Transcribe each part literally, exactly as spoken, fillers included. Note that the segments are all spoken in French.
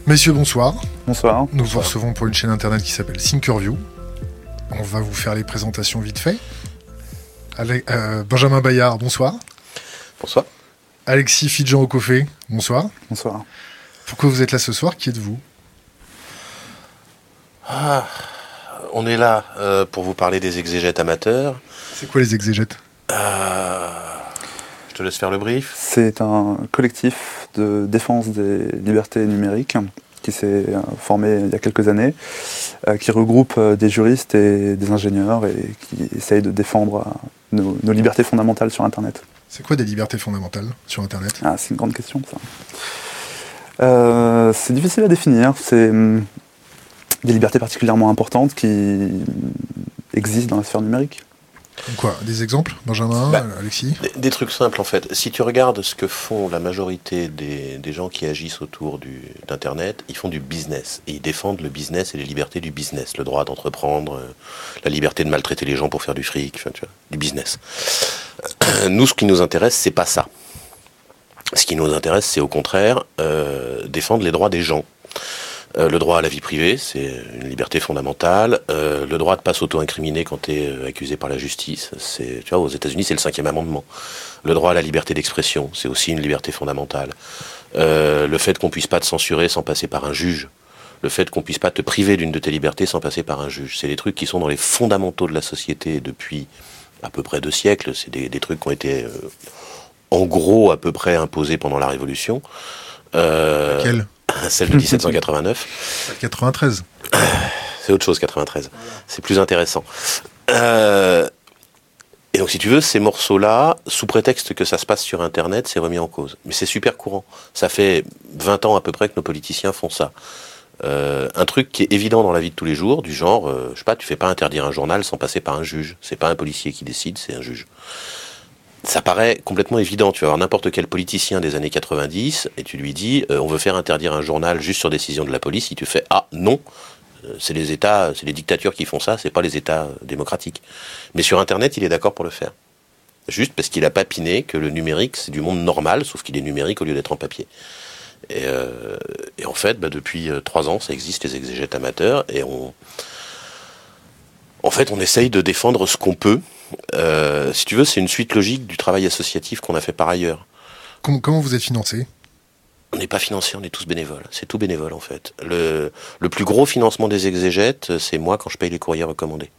Messieurs, bonsoir. Bonsoir. Nous bonsoir. vous recevons pour une chaîne internet qui s'appelle Thinkerview. On va vous faire les présentations vite fait. Ale- euh, Benjamin Bayard, bonsoir. Bonsoir. Alexis Fidjan-Okofé, bonsoir. Bonsoir. Pourquoi vous êtes là ce soir? Qui êtes-vous? Ah, on est là euh, pour vous parler des exégètes amateurs. C'est quoi les exégètes? Euh, je te laisse faire le brief. C'est un collectif de défense des libertés numériques qui s'est euh, formé il y a quelques années, euh, qui regroupe euh, des juristes et des ingénieurs et qui essaye de défendre euh, nos, nos libertés fondamentales sur Internet. C'est quoi des libertés fondamentales sur Internet? Ah, c'est une grande question, ça. Euh, c'est difficile à définir. C'est hum, des libertés particulièrement importantes qui existent dans la sphère numérique. Donc quoi? Des exemples, Benjamin, Bah, Alexis? Des, des trucs simples en fait. Si tu regardes ce que font la majorité des, des gens qui agissent autour du, d'Internet, ils font du business. Et ils défendent le business et les libertés du business. Le droit d'entreprendre, euh, la liberté de maltraiter les gens pour faire du fric, enfin, tu vois, du business. Nous, ce qui nous intéresse, c'est pas ça. Ce qui nous intéresse, c'est au contraire euh, défendre les droits des gens. Euh, le droit à la vie privée, c'est une liberté fondamentale. Euh, le droit de pas s'auto-incriminer quand tu es euh, accusé par la justice, c'est, tu vois, aux États-Unis, c'est le cinquième amendement. Le droit à la liberté d'expression, c'est aussi une liberté fondamentale. Euh, le fait qu'on puisse pas te censurer sans passer par un juge. Le fait qu'on puisse pas te priver d'une de tes libertés sans passer par un juge. C'est des trucs qui sont dans les fondamentaux de la société depuis à peu près deux siècles. C'est des, des trucs qui ont été, euh, en gros, à peu près imposés pendant la Révolution. Euh, Laquelle? Celle de dix-sept cent quatre-vingt-neuf. quatre-vingt-treize. C'est autre chose, quatre-vingt-treize. C'est plus intéressant. Euh, et donc, si tu veux, ces morceaux-là, sous prétexte que ça se passe sur Internet, c'est remis en cause. Mais c'est super courant. Ça fait vingt ans à peu près que nos politiciens font ça. Euh, un truc qui est évident dans la vie de tous les jours, du genre, euh, je sais pas, tu fais pas interdire un journal sans passer par un juge. C'est pas un policier qui décide, c'est un juge. Ça paraît complètement évident. Tu vas avoir n'importe quel politicien des années quatre-vingt-dix et tu lui dis euh, on veut faire interdire un journal juste sur décision de la police. Si tu fais ah non, euh, c'est les États, c'est les dictatures qui font ça, c'est pas les États euh, démocratiques. Mais sur Internet, il est d'accord pour le faire. Juste parce qu'il a papiné que le numérique c'est du monde normal, sauf qu'il est numérique au lieu d'être en papier. Et, euh, et en fait, bah, depuis euh, trois ans, ça existe les exégètes amateurs et on, en fait, on essaye de défendre ce qu'on peut. Euh, si tu veux, c'est une suite logique du travail associatif qu'on a fait par ailleurs. Comment, comment vous êtes financé? On n'est pas financé, on est tous bénévoles. C'est tout bénévole en fait. Le, le plus gros financement des exégètes, c'est moi quand je paye les courriers recommandés.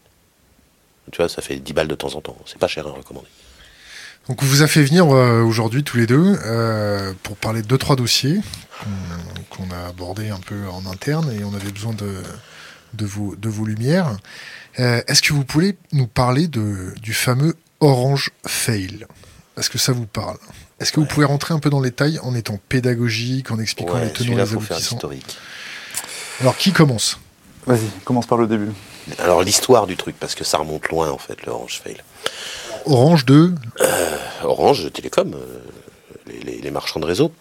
Tu vois, ça fait dix balles de temps en temps. C'est pas cher à recommander. Donc on vous a fait venir euh, aujourd'hui tous les deux euh, pour parler de deux trois dossiers qu'on, qu'on a abordés un peu en interne et on avait besoin de, de, vos, de vos lumières. Euh, est-ce que vous pouvez nous parler de, du fameux Orange Fail? Est-ce que ça vous parle? Est-ce que ouais. vous pouvez rentrer un peu dans les détails en étant pédagogique, en expliquant ouais, les tenants et les faut aboutissants? faire l'historique. Alors qui commence? Vas-y, commence par le début. Alors l'histoire du truc, parce que ça remonte loin en fait, le Orange Fail. Orange de euh, Orange Télécom, euh, les, les, les marchands de réseau.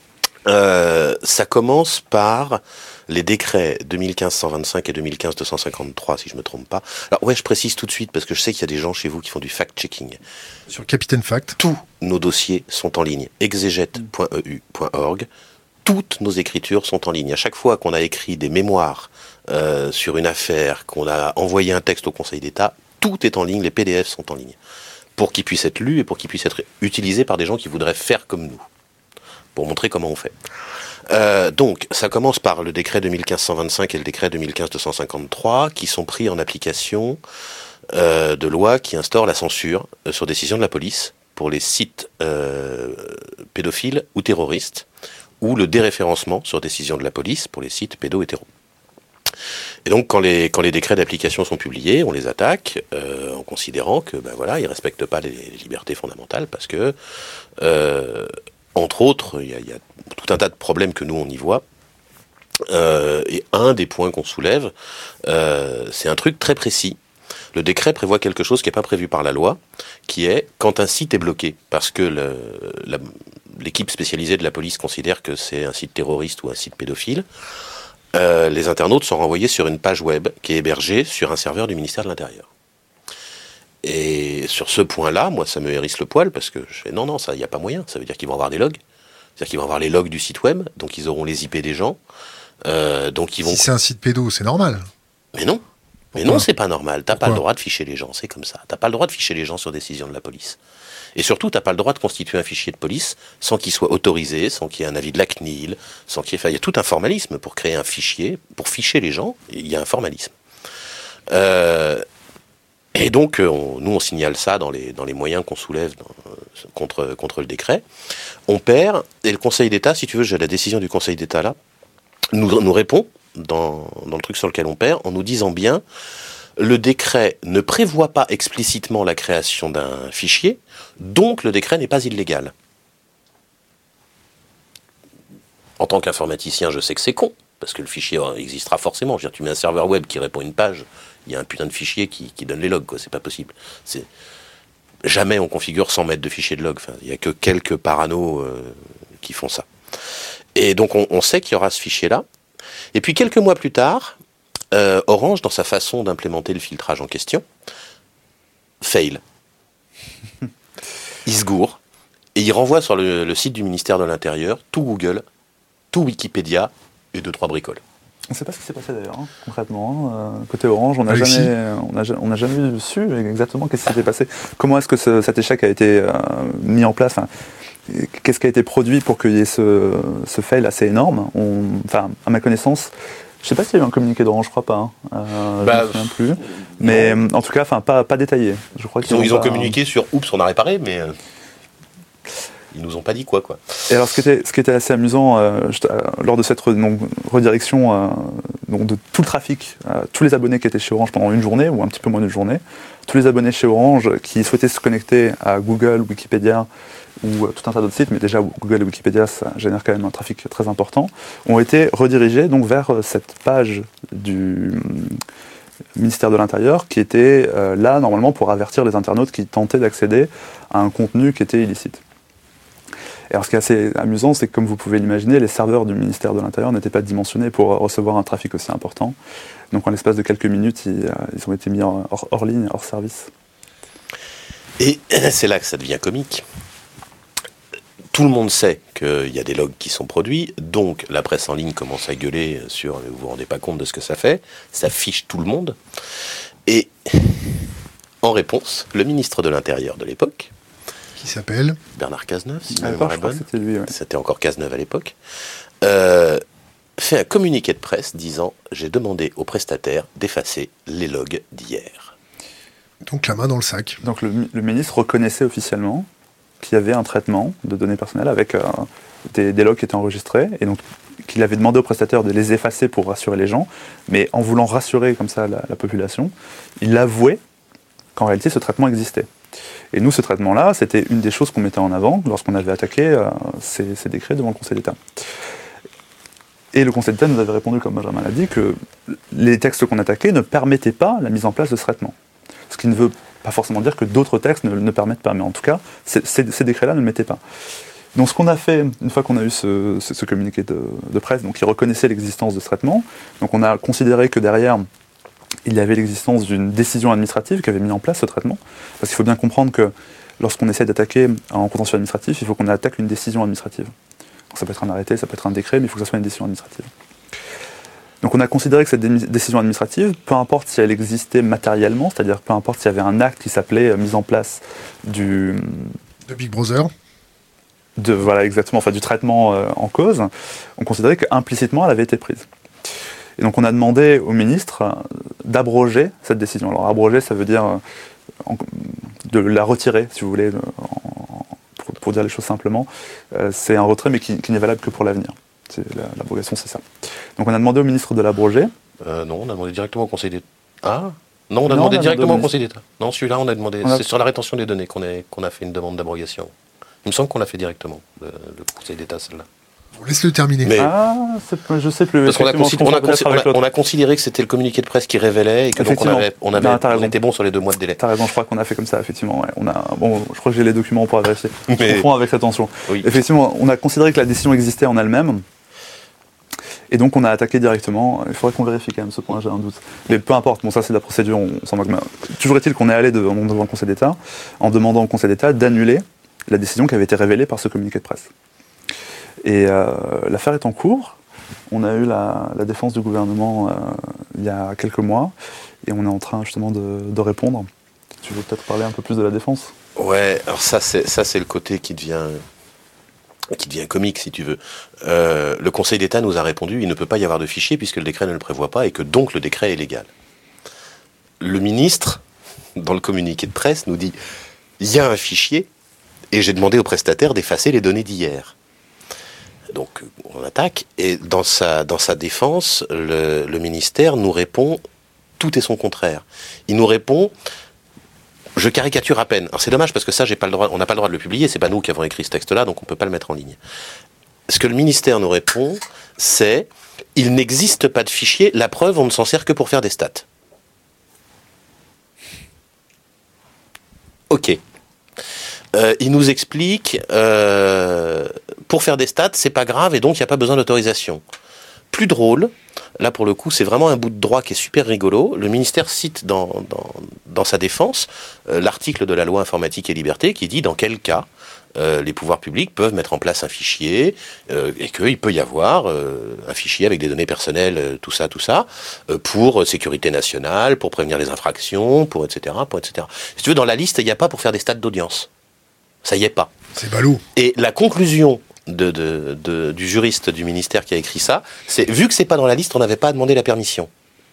Euh, ça commence par les décrets deux mille quinze cent vingt-cinq et deux mille quinze deux cent cinquante-trois, si je me trompe pas. Alors ouais, je précise tout de suite, parce que je sais qu'il y a des gens chez vous qui font du fact-checking. Sur Capitaine Fact. Tous nos dossiers sont en ligne. exégète point e u point org. Toutes nos écritures sont en ligne. À chaque fois qu'on a écrit des mémoires euh, sur une affaire, qu'on a envoyé un texte au Conseil d'État, tout est en ligne, les P D F sont en ligne. Pour qu'ils puissent être lus et pour qu'ils puissent être utilisés par des gens qui voudraient faire comme nous. Pour montrer comment on fait. Euh, donc, ça commence par le décret deux mille quinze cent vingt-cinq et le décret deux mille quinze deux cent cinquante-trois, qui sont pris en application euh, de lois qui instaurent la censure euh, sur décision de la police pour les sites euh, pédophiles ou terroristes, ou le déréférencement sur décision de la police pour les sites pédo-hétéros. Et donc, quand les, quand les décrets d'application sont publiés, on les attaque euh, en considérant que, ben voilà, ils respectent pas les, les libertés fondamentales parce que, euh, entre autres, il y a, y a tout un tas de problèmes que nous on y voit. Euh, et un des points qu'on soulève, euh, c'est un truc très précis. Le décret prévoit quelque chose qui n'est pas prévu par la loi, qui est quand un site est bloqué, parce que le, la, l'équipe spécialisée de la police considère que c'est un site terroriste ou un site pédophile, euh, les internautes sont renvoyés sur une page web qui est hébergée sur un serveur du ministère de l'Intérieur. Et sur ce point-là, moi, ça me hérisse le poil, parce que je fais non, non, ça, il n'y a pas moyen. Ça veut dire qu'ils vont avoir des logs. C'est-à-dire qu'ils vont avoir les logs du site web, donc ils auront les I P des gens. Euh, donc ils vont. Si c'est un site pédo, c'est normal. Mais non. Mais Pourquoi non, c'est pas normal. T'as pas Pourquoi le droit de ficher les gens, c'est comme ça. T'as pas le droit de ficher les gens sur décision de la police. Et surtout, t'as pas le droit de constituer un fichier de police sans qu'il soit autorisé, sans qu'il y ait un avis de la C N I L, sans qu'il y ait... Enfin, il y a tout un formalisme pour créer un fichier, pour ficher les gens, il y a un formalisme. Euh... Et donc, on, nous, on signale ça dans les, dans les moyens qu'on soulève dans, contre, contre le décret. On perd, et le Conseil d'État, si tu veux, j'ai la décision du Conseil d'État là, nous, nous répond dans, dans le truc sur lequel on perd, en nous disant bien, le décret ne prévoit pas explicitement la création d'un fichier, donc le décret n'est pas illégal. En tant qu'informaticien, je sais que c'est con, parce que le fichier existera forcément. Je veux dire, tu mets un serveur web qui répond à une page, il y a un putain de fichier qui, qui donne les logs, quoi. C'est pas possible. C'est... Jamais on configure cent mètres de fichiers de log. Enfin, il n'y a que quelques paranos euh, qui font ça. Et donc on, on sait qu'il y aura ce fichier-là. Et puis quelques mois plus tard, euh, Orange, dans sa façon d'implémenter le filtrage en question, fail. Il se gourre. Et il renvoie sur le, le site du ministère de l'Intérieur tout Google, tout Wikipédia et deux, trois bricoles. On ne sait pas ce qui s'est passé d'ailleurs, hein, concrètement. Hein. Euh, côté Orange, on n'a Alexis. jamais, on a, on a jamais su exactement qu'est-ce qui s'était passé. Comment est-ce que ce, cet échec a été euh, mis en place, hein. Qu'est-ce qui a été produit pour qu'il y ait ce, ce fail assez énorme. On, enfin, à ma connaissance, je ne sais pas s'il y a eu un communiqué d'Orange, je ne crois pas. Hein. Euh, bah, je ne me souviens plus. Mais non. En tout cas, pas, pas détaillé. Je crois ils ont, ils ont pas... communiqué sur « Oups, on a réparé », mais... Euh... Ils nous ont pas dit quoi, quoi. Et alors, ce qui était, ce qui était assez amusant euh, je, euh, lors de cette re, donc, redirection euh, donc de tout le trafic, euh, tous les abonnés qui étaient chez Orange pendant une journée ou un petit peu moins d'une journée, tous les abonnés chez Orange qui souhaitaient se connecter à Google, Wikipédia ou euh, tout un tas d'autres sites, mais déjà Google et Wikipédia, ça génère quand même un trafic très important, ont été redirigés donc vers cette page du ministère de l'Intérieur qui était euh, là normalement pour avertir les internautes qui tentaient d'accéder à un contenu qui était illicite. Et alors ce qui est assez amusant, c'est que comme vous pouvez l'imaginer, les serveurs du ministère de l'Intérieur n'étaient pas dimensionnés pour recevoir un trafic aussi important. Donc en l'espace de quelques minutes, ils, ils ont été mis hors, hors ligne, hors service. Et c'est là que ça devient comique. Tout le monde sait qu'il y a des logs qui sont produits, donc la presse en ligne commence à gueuler sur « vous vous rendez pas compte de ce que ça fait », ça fiche tout le monde. Et en réponse, le ministre de l'Intérieur de l'époque, qui s'appelle Bernard Cazeneuve, si ah, ma mémoire est bonne. C'était lui, ouais. C'était encore Cazeneuve à l'époque. Euh, fait un communiqué de presse disant « J'ai demandé aux prestataires d'effacer les logs d'hier. » Donc la main dans le sac. Donc le, le ministre reconnaissait officiellement qu'il y avait un traitement de données personnelles avec euh, des, des logs qui étaient enregistrés, et donc qu'il avait demandé aux prestataires de les effacer pour rassurer les gens, mais en voulant rassurer comme ça la, la population, il avouait qu'en réalité ce traitement existait. Et nous, ce traitement-là, c'était une des choses qu'on mettait en avant lorsqu'on avait attaqué euh, ces, ces décrets devant le Conseil d'État. Et le Conseil d'État nous avait répondu, comme Benjamin l'a dit, que les textes qu'on attaquait ne permettaient pas la mise en place de ce traitement. Ce qui ne veut pas forcément dire que d'autres textes ne, ne permettent pas, mais en tout cas, ces, ces, ces décrets-là ne le mettaient pas. Donc ce qu'on a fait, une fois qu'on a eu ce, ce, ce communiqué de, de presse, donc qui reconnaissait l'existence de ce traitement, donc on a considéré que derrière, il y avait l'existence d'une décision administrative qui avait mis en place ce traitement. Parce qu'il faut bien comprendre que lorsqu'on essaie d'attaquer en contentieux administratif, il faut qu'on attaque une décision administrative. Donc ça peut être un arrêté, ça peut être un décret, mais il faut que ce soit une décision administrative. Donc on a considéré que cette dé- décision administrative, peu importe si elle existait matériellement, c'est-à-dire peu importe s'il y avait un acte qui s'appelait euh, mise en place du... De Big Brother. De, voilà, exactement, enfin du traitement euh, en cause, on considérait qu'implicitement elle avait été prise. Et donc on a demandé au ministre d'abroger cette décision. Alors abroger, ça veut dire euh, de la retirer, si vous voulez, en, pour, pour dire les choses simplement. Euh, c'est un retrait, mais qui, qui n'est valable que pour l'avenir. C'est, la, l'abrogation, c'est ça. Donc on a demandé au ministre de l'abroger. Euh, non, on a demandé directement au Conseil d'État. Ah non, on a non, demandé on a directement demandé... au Conseil d'État. Non, celui-là, on a demandé. On a... C'est sur la rétention des données qu'on, est, qu'on a fait une demande d'abrogation. Il me semble qu'on l'a fait directement, le, le Conseil d'État, celle-là. On laisse le terminer. Mais... Ah, c'est, je sais plus. Parce qu'on a, considéré, on, a consi- on, a, on a considéré que c'était le communiqué de presse qui révélait et que donc on, avait, on, avait, non, on était bon sur les deux mois de délai. T'as raison, je crois qu'on a fait comme ça, effectivement. Ouais. On a, bon, je crois que j'ai les documents pour vérifier. Mais... Je confonds avec attention. Oui. Effectivement, on a considéré que la décision existait en elle-même. Et donc on a attaqué directement. Il faudrait qu'on vérifie quand même ce point, j'ai un doute. Mais peu importe, bon ça c'est la procédure, on s'en moque. Toujours est-il qu'on est allé devant, devant le Conseil d'État en demandant au Conseil d'État d'annuler la décision qui avait été révélée par ce communiqué de presse. Et euh, l'affaire est en cours. On a eu la, la défense du gouvernement euh, il y a quelques mois et on est en train justement de, de répondre. Tu veux peut-être parler un peu plus de la défense ? Ouais, alors ça c'est, ça, c'est le côté qui devient, qui devient comique si tu veux. Euh, le Conseil d'État nous a répondu, il ne peut pas y avoir de fichier puisque le décret ne le prévoit pas et que donc le décret est légal. Le ministre, dans le communiqué de presse, nous dit, il y a un fichier et j'ai demandé au prestataire d'effacer les données d'hier. Donc on attaque, et dans sa, dans sa défense, le, le ministère nous répond tout et son contraire. Il nous répond, je caricature à peine. Alors c'est dommage parce que ça, j'ai pas le droit, on n'a pas le droit de le publier, c'est pas nous qui avons écrit ce texte-là, donc on peut pas le mettre en ligne. Ce que le ministère nous répond, c'est, il n'existe pas de fichier, la preuve, on ne s'en sert que pour faire des stats. Ok. Euh, il nous explique, euh, pour faire des stats, c'est pas grave et donc il n'y a pas besoin d'autorisation. Plus drôle, là pour le coup, c'est vraiment un bout de droit qui est super rigolo. Le ministère cite dans, dans, dans sa défense euh, l'article de la loi informatique et liberté qui dit dans quel cas euh, les pouvoirs publics peuvent mettre en place un fichier euh, et qu'il peut y avoir euh, un fichier avec des données personnelles, euh, tout ça, tout ça, euh, pour sécurité nationale, pour prévenir les infractions, pour et cetera, pour et cetera. Si tu veux, dans la liste, il n'y a pas pour faire des stats d'audience. Ça y est pas. C'est ballot. Et la conclusion de, de, de, du juriste du ministère qui a écrit ça, c'est vu que c'est pas dans la liste, on n'avait pas à demander la permission.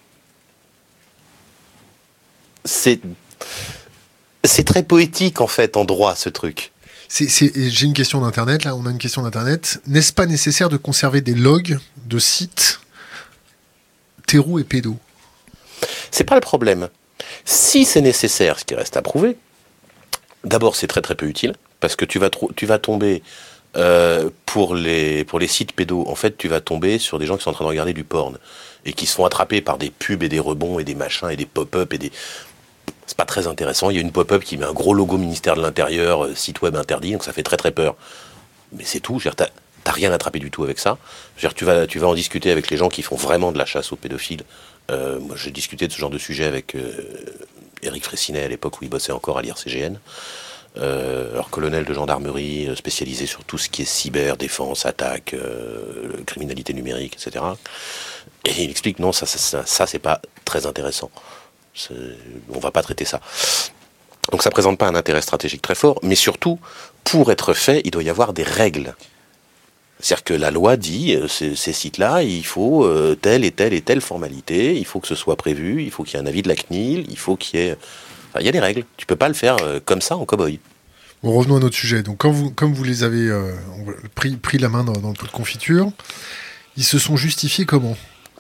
C'est, c'est très poétique en fait en droit ce truc. C'est, c'est, j'ai une question d'internet là. On a une question d'internet. N'est-ce pas nécessaire de conserver des logs de sites terreau et pédo ? C'est pas le problème. Si c'est nécessaire, ce qui reste à prouver. D'abord, c'est très très peu utile, parce que tu vas, tro- tu vas tomber, euh, pour, les, pour les sites pédos, en fait, tu vas tomber sur des gens qui sont en train de regarder du porn, et qui se font attraper par des pubs et des rebonds et des machins et des pop-up et des... C'est pas très intéressant, il y a une pop-up qui met un gros logo ministère de l'Intérieur, euh, site web interdit, donc ça fait très très peur. Mais c'est tout, je veux dire, t'as, t'as rien attrapé du tout avec ça. Je veux dire, tu vas, tu vas en discuter avec les gens qui font vraiment de la chasse aux pédophiles. Euh, moi, j'ai discuté de ce genre de sujet avec... Euh, Éric Fraissinet, à l'époque où il bossait encore à l'I R C G N, euh, alors colonel de gendarmerie euh, spécialisé sur tout ce qui est cyber, défense, attaque, euh, criminalité numérique, et cetera. Et il explique non, ça, ça, ça, ça c'est pas très intéressant. C'est, on va pas traiter ça. Donc ça présente pas un intérêt stratégique très fort, mais surtout, pour être fait, il doit y avoir des règles. C'est-à-dire que la loi dit, euh, ces, ces sites-là, il faut euh, telle et telle et telle formalité, il faut que ce soit prévu, il faut qu'il y ait un avis de la C N I L, il faut qu'il y ait... Enfin, il y a des règles. Tu peux pas le faire euh, comme ça en cow-boy. Bon, revenons à notre sujet. Donc, quand vous, comme vous les avez euh, pris, pris la main dans, dans le pot de confiture, ils se sont justifiés comment ?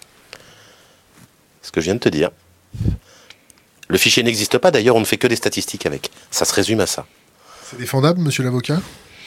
Ce que je viens de te dire. Le fichier n'existe pas, d'ailleurs, on ne fait que des statistiques avec. Ça se résume à ça. C'est défendable, monsieur l'avocat ?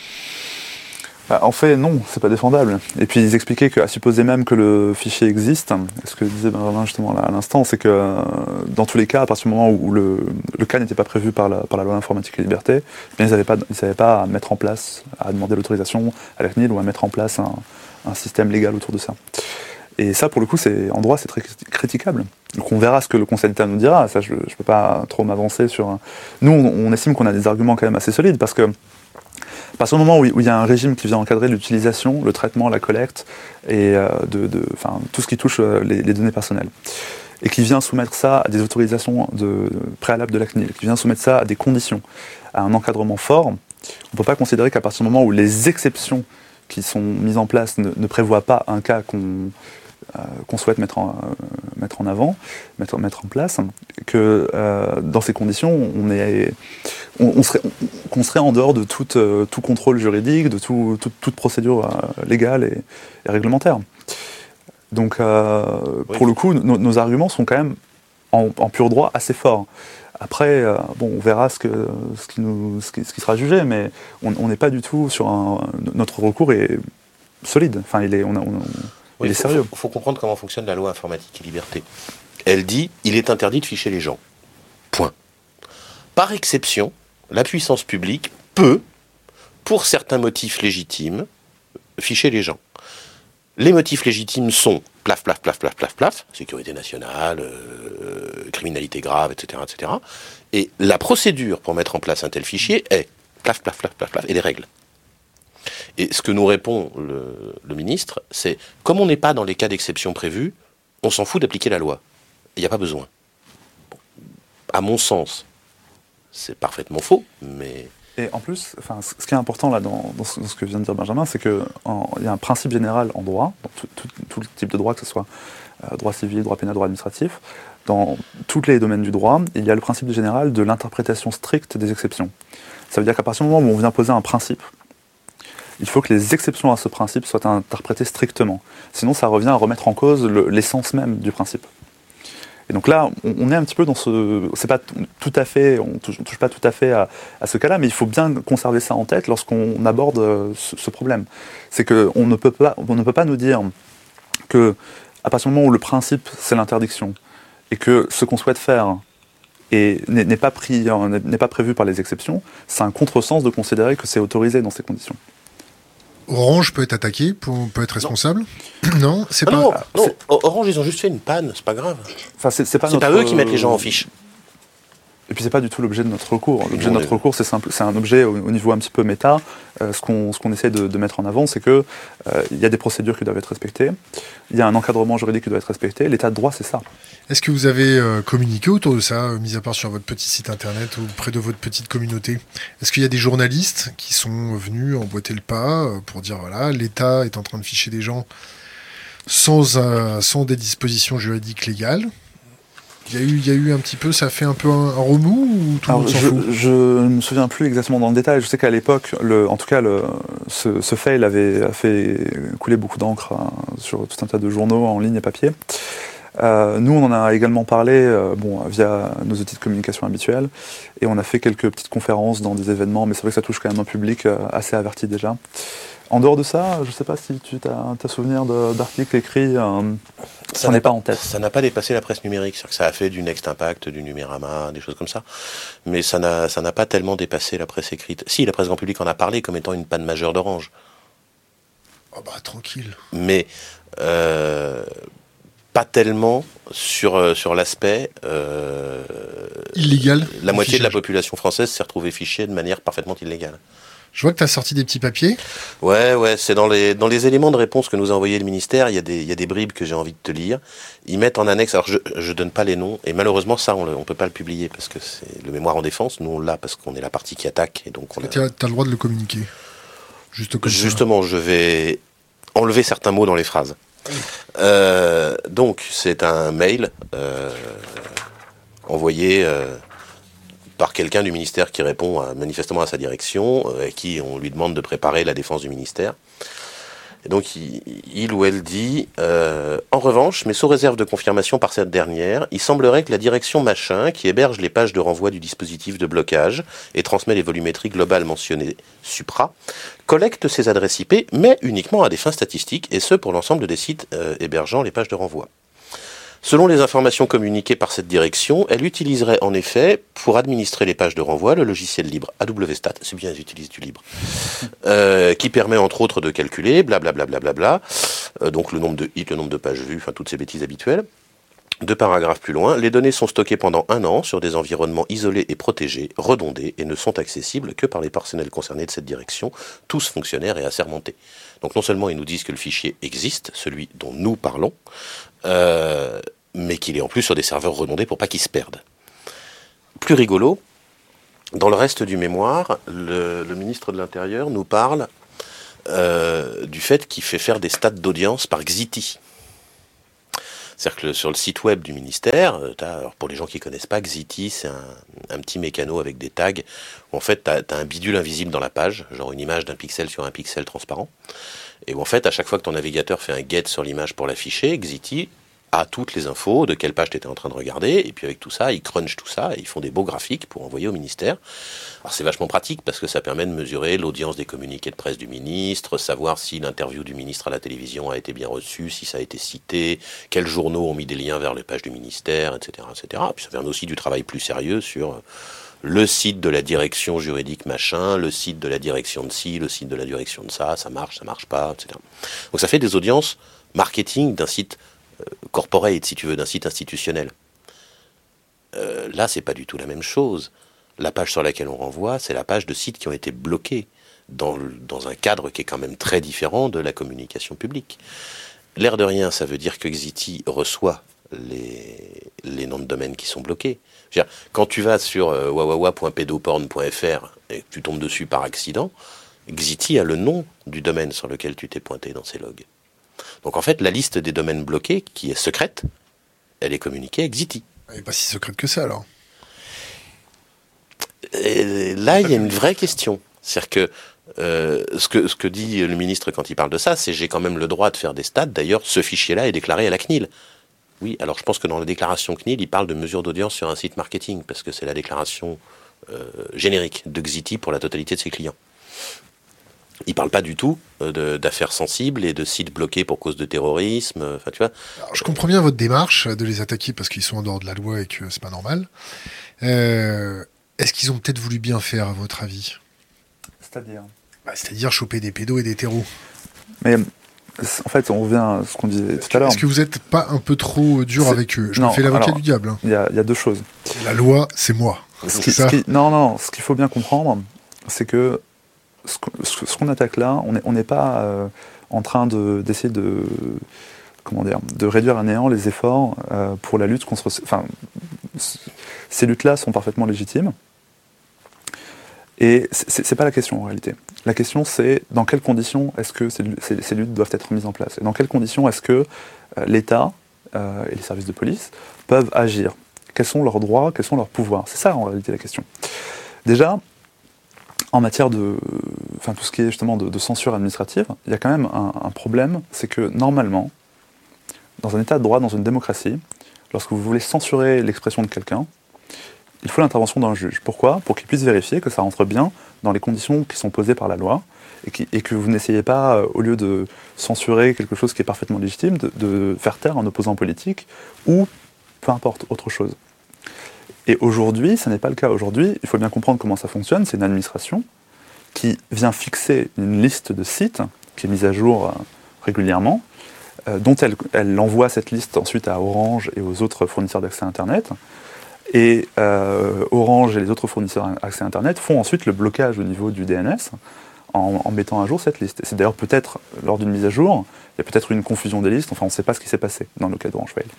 En fait, non, c'est pas défendable. Et puis ils expliquaient qu'à supposer même que le fichier existe, ce que disait Benjamin justement là, à l'instant, c'est que euh, dans tous les cas, à partir du moment où le, le cas n'était pas prévu par la, par la loi informatique et liberté, eh bien, ils n'avaient pas, ils n'avaient pas à mettre en place, à demander l'autorisation à la C N I L ou à mettre en place un, un système légal autour de ça. Et ça, pour le coup, c'est, en droit, c'est très critiquable. Donc on verra ce que le Conseil d'État nous dira. Ça, je ne peux pas trop m'avancer sur... Nous, on, on estime qu'on a des arguments quand même assez solides, parce que à partir du moment où il y a un régime qui vient encadrer l'utilisation, le traitement, la collecte, et euh, de, de, enfin, tout ce qui touche euh, les, les données personnelles, et qui vient soumettre ça à des autorisations de, préalables de la C N I L, qui vient soumettre ça à des conditions, à un encadrement fort, on ne peut pas considérer qu'à partir du moment où les exceptions qui sont mises en place ne, ne prévoient pas un cas qu'on... Euh, qu'on souhaite mettre en, euh, mettre en avant, mettre, mettre en place, que euh, dans ces conditions, on, est, on, on serait, on, qu'on serait en dehors de tout, euh, tout contrôle juridique, de tout, tout, toute procédure euh, légale et, et réglementaire. Donc, euh, oui. Pour le coup, no, nos arguments sont quand même en, en pur droit assez forts. Après, euh, bon, on verra ce, que, ce, qui nous, ce, qui, ce qui sera jugé, mais on n'est pas du tout sur un... Notre recours est solide. Enfin, il est... On a, on, Oui, il est faut, sérieux. Il faut, faut comprendre comment fonctionne la loi informatique et liberté. Elle dit il est interdit de ficher les gens. Point. Par exception, la puissance publique peut, pour certains motifs légitimes, ficher les gens. Les motifs légitimes sont plaf, plaf, plaf, plaf, plaf, plaf, sécurité nationale, euh, criminalité grave, et cetera, et cetera. Et la procédure pour mettre en place un tel fichier est plaf, plaf, plaf, plaf, plaf, et des règles. Et ce que nous répond le, le ministre, c'est comme on n'est pas dans les cas d'exception prévus, on s'en fout d'appliquer la loi. Il n'y a pas besoin. Bon, à mon sens, c'est parfaitement faux, mais... Et en plus, enfin, ce qui est important là dans, dans, ce, dans ce que vient de dire Benjamin, c'est qu'il y a un principe général en droit, dans tout, tout, tout le type de droit, que ce soit euh, droit civil, droit pénal, droit administratif, dans tous les domaines du droit, il y a le principe général de l'interprétation stricte des exceptions. Ça veut dire qu'à partir du moment où on vient poser un principe, il faut que les exceptions à ce principe soient interprétées strictement. Sinon, ça revient à remettre en cause le, l'essence même du principe. Et donc là, on, on est un petit peu dans ce... C'est pas tout à fait... On touche, on touche pas tout à fait à, à ce cas-là, mais il faut bien conserver ça en tête lorsqu'on aborde ce, ce problème. C'est qu'on ne peut pas, on ne peut pas nous dire que, à partir du moment où le principe, c'est l'interdiction, et que ce qu'on souhaite faire et n'est, n'est, pas pris, n'est pas prévu par les exceptions, c'est un contresens de considérer que c'est autorisé dans ces conditions. Orange peut être attaqué, peut, peut être responsable. Non, non c'est ah pas. Non, non. C'est... Orange, ils ont juste fait une panne, c'est pas grave. Enfin, c'est, c'est pas, c'est notre... pas eux qui mettent les gens en fiche. Et puis c'est pas du tout l'objet de notre recours. L'objet de notre recours, c'est simple, c'est un objet au, au niveau un petit peu méta. Euh, ce qu'on ce qu'on essaie de, de mettre en avant, c'est que euh, il y a des procédures qui doivent être respectées, il y a un encadrement juridique qui doit être respecté. L'état de droit, c'est ça. Est-ce que vous avez euh, communiqué autour de ça, euh, mis à part sur votre petit site internet ou près de votre petite communauté? Est-ce qu'il y a des journalistes qui sont venus emboîter le pas euh, pour dire voilà, l'État est en train de ficher des gens sans euh, sans des dispositions juridiques légales? Il y, a eu, il y a eu un petit peu, ça fait un peu un, un remous ou tout le monde s'en je, fout? Je ne me souviens plus exactement dans le détail. Je sais qu'à l'époque, le, en tout cas, le, ce, ce fail avait a fait couler beaucoup d'encre hein, sur tout un tas de journaux en ligne et papier. Euh, nous, on en a également parlé euh, bon, via nos outils de communication habituels et on a fait quelques petites conférences dans des événements, mais c'est vrai que ça touche quand même un public euh, assez averti déjà. En dehors de ça, je ne sais pas si tu as souvenir de, d'articles écrits, euh, ça n'est pas en tête. Ça n'a pas dépassé la presse numérique, c'est-à-dire que ça a fait du Next Impact, du Numérama, des choses comme ça, mais ça n'a, ça n'a pas tellement dépassé la presse écrite. Si, la presse grand public en a parlé comme étant une panne majeure d'Orange. Oh bah tranquille. Mais euh, pas tellement sur, euh, sur l'aspect... Euh, illégal. La moitié de la population française s'est retrouvée fichée de manière parfaitement illégale. Je vois que tu as sorti des petits papiers. Ouais, ouais, c'est dans les, dans les éléments de réponse que nous a envoyé le ministère, il y a des, il y a des bribes que j'ai envie de te lire. Ils mettent en annexe, alors je, je donne pas les noms, et malheureusement ça, on, le, on peut pas le publier parce que c'est le mémoire en défense, nous on l'a parce qu'on est la partie qui attaque, et donc on a... Tu as, t'as le droit de le communiquer. Juste comme Justement, ça. je vais enlever certains mots dans les phrases. Euh, donc, c'est un mail euh, envoyé... Euh, par quelqu'un du ministère qui répond à, manifestement à sa direction, euh, et qui on lui demande de préparer la défense du ministère. Et donc il, il ou elle dit euh, en revanche, mais sous réserve de confirmation par cette dernière, il semblerait que la direction machin, qui héberge les pages de renvoi du dispositif de blocage et transmet les volumétries globales mentionnées supra, collecte ces adresses I P, mais uniquement à des fins statistiques, et ce pour l'ensemble des sites euh, hébergeant les pages de renvoi. Selon les informations communiquées par cette direction, elle utiliserait en effet, pour administrer les pages de renvoi, le logiciel libre A W Stat, c'est bien, ils utilisent du libre, euh, qui permet entre autres de calculer, blablabla, bla bla bla, euh, donc le nombre de hits, le nombre de pages vues, enfin toutes ces bêtises habituelles. Deux paragraphes plus loin, les données sont stockées pendant un an sur des environnements isolés et protégés, redondés, et ne sont accessibles que par les personnels concernés de cette direction, tous fonctionnaires et assermentés. Donc non seulement ils nous disent que le fichier existe, celui dont nous parlons, euh, mais qu'il est en plus sur des serveurs redondés pour pas qu'il se perde. Plus rigolo, dans le reste du mémoire, le, le ministre de l'Intérieur nous parle euh, du fait qu'il fait faire des stats d'audience par Xiti. C'est-à-dire que le, sur le site web du ministère, t'as, alors pour les gens qui ne connaissent pas, Xiti, c'est un, un petit mécano avec des tags, où en fait, tu as un bidule invisible dans la page, genre une image d'un pixel sur un pixel transparent, et où en fait, à chaque fois que ton navigateur fait un get sur l'image pour l'afficher, Xiti a toutes les infos de quelle page tu étais en train de regarder, et puis avec tout ça, ils crunchent tout ça, et ils font des beaux graphiques pour envoyer au ministère. Alors c'est vachement pratique, parce que ça permet de mesurer l'audience des communiqués de presse du ministre, savoir si l'interview du ministre à la télévision a été bien reçue, si ça a été cité, quels journaux ont mis des liens vers les pages du ministère, et cetera, et cetera. Puis ça permet aussi du travail plus sérieux sur le site de la direction juridique machin, le site de la direction de ci, le site de la direction de ça, ça marche, ça marche pas, et cetera. Donc ça fait des audiences marketing d'un site corporate, si tu veux, d'un site institutionnel. Euh, là, c'est pas du tout la même chose. La page sur laquelle on renvoie, c'est la page de sites qui ont été bloqués. dans, dans un cadre qui est quand même très différent de la communication publique. L'air de rien, ça veut dire que Xiti reçoit les, les noms de domaine qui sont bloqués. Je veux dire, quand tu vas sur euh, wawawa point pedoporn point fr et que tu tombes dessus par accident, Xiti a le nom du domaine sur lequel tu t'es pointé dans ses logs. Donc en fait, la liste des domaines bloqués, qui est secrète, elle est communiquée à Xiti. Elle n'est pas si secrète que ça, alors. Et là, il y a une vraie question. C'est-à-dire que, euh, ce que ce que dit le ministre quand il parle de ça, c'est j'ai quand même le droit de faire des stats. D'ailleurs, ce fichier-là est déclaré à la C N I L. Oui, alors je pense que dans la déclaration C N I L, il parle de mesures d'audience sur un site marketing, parce que c'est la déclaration euh, générique de Xiti pour la totalité de ses clients. Il ne parle pas du tout de, d'affaires sensibles et de sites bloqués pour cause de terrorisme. Enfin, tu vois. Alors, je comprends bien votre démarche de les attaquer parce qu'ils sont en dehors de la loi et que c'est pas normal. Euh, est-ce qu'ils ont peut-être voulu bien faire, à votre avis ? C'est-à-dire bah, C'est-à-dire choper des pédos et des terreaux. Mais en fait, on revient à ce qu'on disait tout à l'heure. Est-ce que vous n'êtes pas un peu trop dur c'est... avec eux ? Je non, me fais l'avocat alors, du diable. Il hein. y, y a deux choses. La loi, c'est moi. Ce c'est qui, ça ce qui, non, non, ce qu'il faut bien comprendre, c'est que ce, ce, ce qu'on attaque là, on n'est on n'est pas euh, en train de, d'essayer de, comment dire, de réduire à néant les efforts euh, pour la lutte contre... Enfin, ces luttes-là sont parfaitement légitimes. Et c'est, c'est pas la question en réalité. La question c'est dans quelles conditions est-ce que ces, ces, ces luttes doivent être mises en place ? Et dans quelles conditions est-ce que euh, l'État euh, et les services de police peuvent agir ? Quels sont leurs droits ? Quels sont leurs pouvoirs ? C'est ça en réalité la question. Déjà, en matière de, enfin tout ce qui est justement de, de censure administrative, il y a quand même un, un problème, c'est que normalement, dans un État de droit, dans une démocratie, lorsque vous voulez censurer l'expression de quelqu'un, il faut l'intervention d'un juge. Pourquoi ? Pour qu'il puisse vérifier que ça rentre bien dans les conditions qui sont posées par la loi et, qui, et que vous n'essayez pas, euh, au lieu de censurer quelque chose qui est parfaitement légitime, de, de faire taire un opposant politique ou peu importe, autre chose. Et aujourd'hui, ce n'est pas le cas. Aujourd'hui, il faut bien comprendre comment ça fonctionne. C'est une administration qui vient fixer une liste de sites qui est mise à jour euh, régulièrement, euh, dont elle, elle envoie cette liste ensuite à Orange et aux autres fournisseurs d'accès Internet. Et euh, Orange et les autres fournisseurs d'accès Internet font ensuite le blocage au niveau du D N S en, en mettant à jour cette liste. Et c'est d'ailleurs peut-être, lors d'une mise à jour, il y a peut-être une confusion des listes, enfin on ne sait pas ce qui s'est passé dans le cas d'Orange Mail.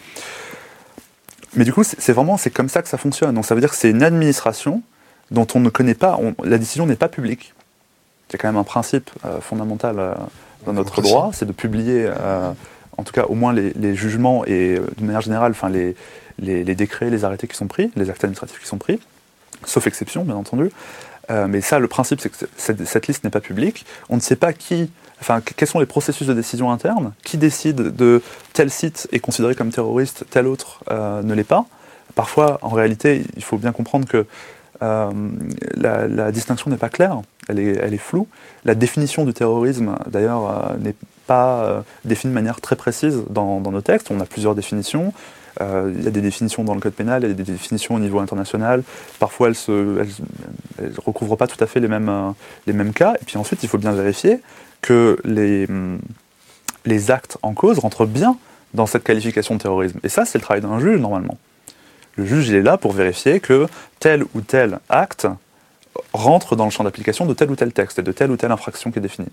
Mais du coup, c'est, c'est vraiment c'est comme ça que ça fonctionne. Donc ça veut dire que c'est une administration dont on ne connaît pas, on, la décision n'est pas publique. C'est quand même un principe euh, fondamental euh, dans notre droit, c'est de publier, euh, en tout cas au moins les, les jugements et euh, d'une manière générale, enfin les Les, les décrets, les arrêtés qui sont pris, les actes administratifs qui sont pris, sauf exception, bien entendu. Euh, mais ça, le principe, c'est que cette, cette liste n'est pas publique. On ne sait pas qui, enfin, quels sont les processus de décision interne, qui décide de tel site est considéré comme terroriste, tel autre euh, ne l'est pas. Parfois, en réalité, il faut bien comprendre que euh, la, la distinction n'est pas claire, elle est, elle est floue. La définition du terrorisme, d'ailleurs, euh, n'est pas euh, définie de manière très précise dans, dans nos textes. On a plusieurs définitions. Il euh, y a des définitions dans le code pénal, il y a des définitions au niveau international. Parfois, elles ne recouvrent pas tout à fait les mêmes, euh, les mêmes cas. Et puis ensuite, il faut bien vérifier que les, hum, les actes en cause rentrent bien dans cette qualification de terrorisme. Et ça, c'est le travail d'un juge, normalement. Le juge, il est là pour vérifier que tel ou tel acte rentre dans le champ d'application de tel ou tel texte et de telle ou telle infraction qui est définie.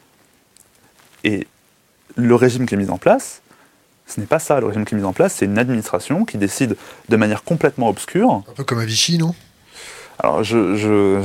Et le régime qui est mis en place, ce n'est pas ça, le régime qui est mis en place, c'est une administration qui décide de manière complètement obscure. Un peu comme à Vichy, non ? Alors, je... je...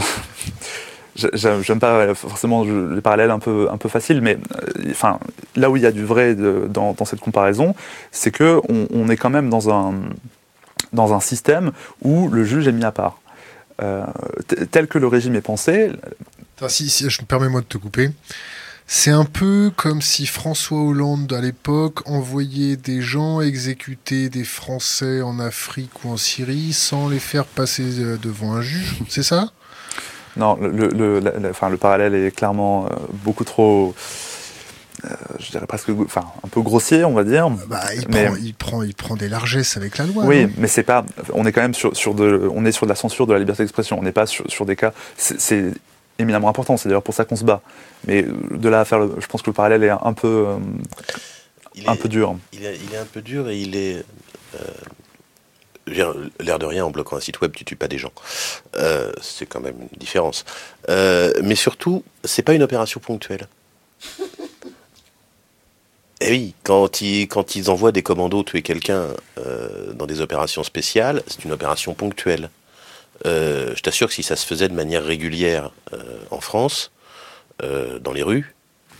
J'aime pas forcément les parallèles un peu, un peu faciles, mais euh, enfin, là où il y a du vrai de, dans, dans cette comparaison, c'est qu'on on est quand même dans un, dans un système où le juge est mis à part. Euh, t- tel que le régime est pensé... Attends, si, si, je me permets moi de te couper. C'est un peu comme si François Hollande, à l'époque, envoyait des gens exécuter des Français en Afrique ou en Syrie sans les faire passer devant un juge, c'est ça ? Non, le, le, le, le, enfin, le parallèle est clairement euh, beaucoup trop, euh, je dirais presque, enfin, un peu grossier, on va dire. Bah, il, mais, prend, il, prend, il prend des largesses avec la loi. Oui, non mais c'est pas, on est quand même sur, sur de, on est sur de la censure de la liberté d'expression. On n'est pas sur, sur des cas, c'est, c'est éminemment important. C'est d'ailleurs pour ça qu'on se bat. Mais de là à faire, le, je pense que le parallèle est un peu, euh, il un est, peu dur. Il est, il est un peu dur et il est. Euh, je veux dire, l'air de rien, en bloquant un site web, tu tues pas des gens. Euh, c'est quand même une différence. Euh, mais surtout, c'est pas une opération ponctuelle. Et oui, quand ils, quand ils envoient des commandos tuer quelqu'un euh, dans des opérations spéciales, c'est une opération ponctuelle. Euh, je t'assure que si ça se faisait de manière régulière euh, en France, euh, dans les rues,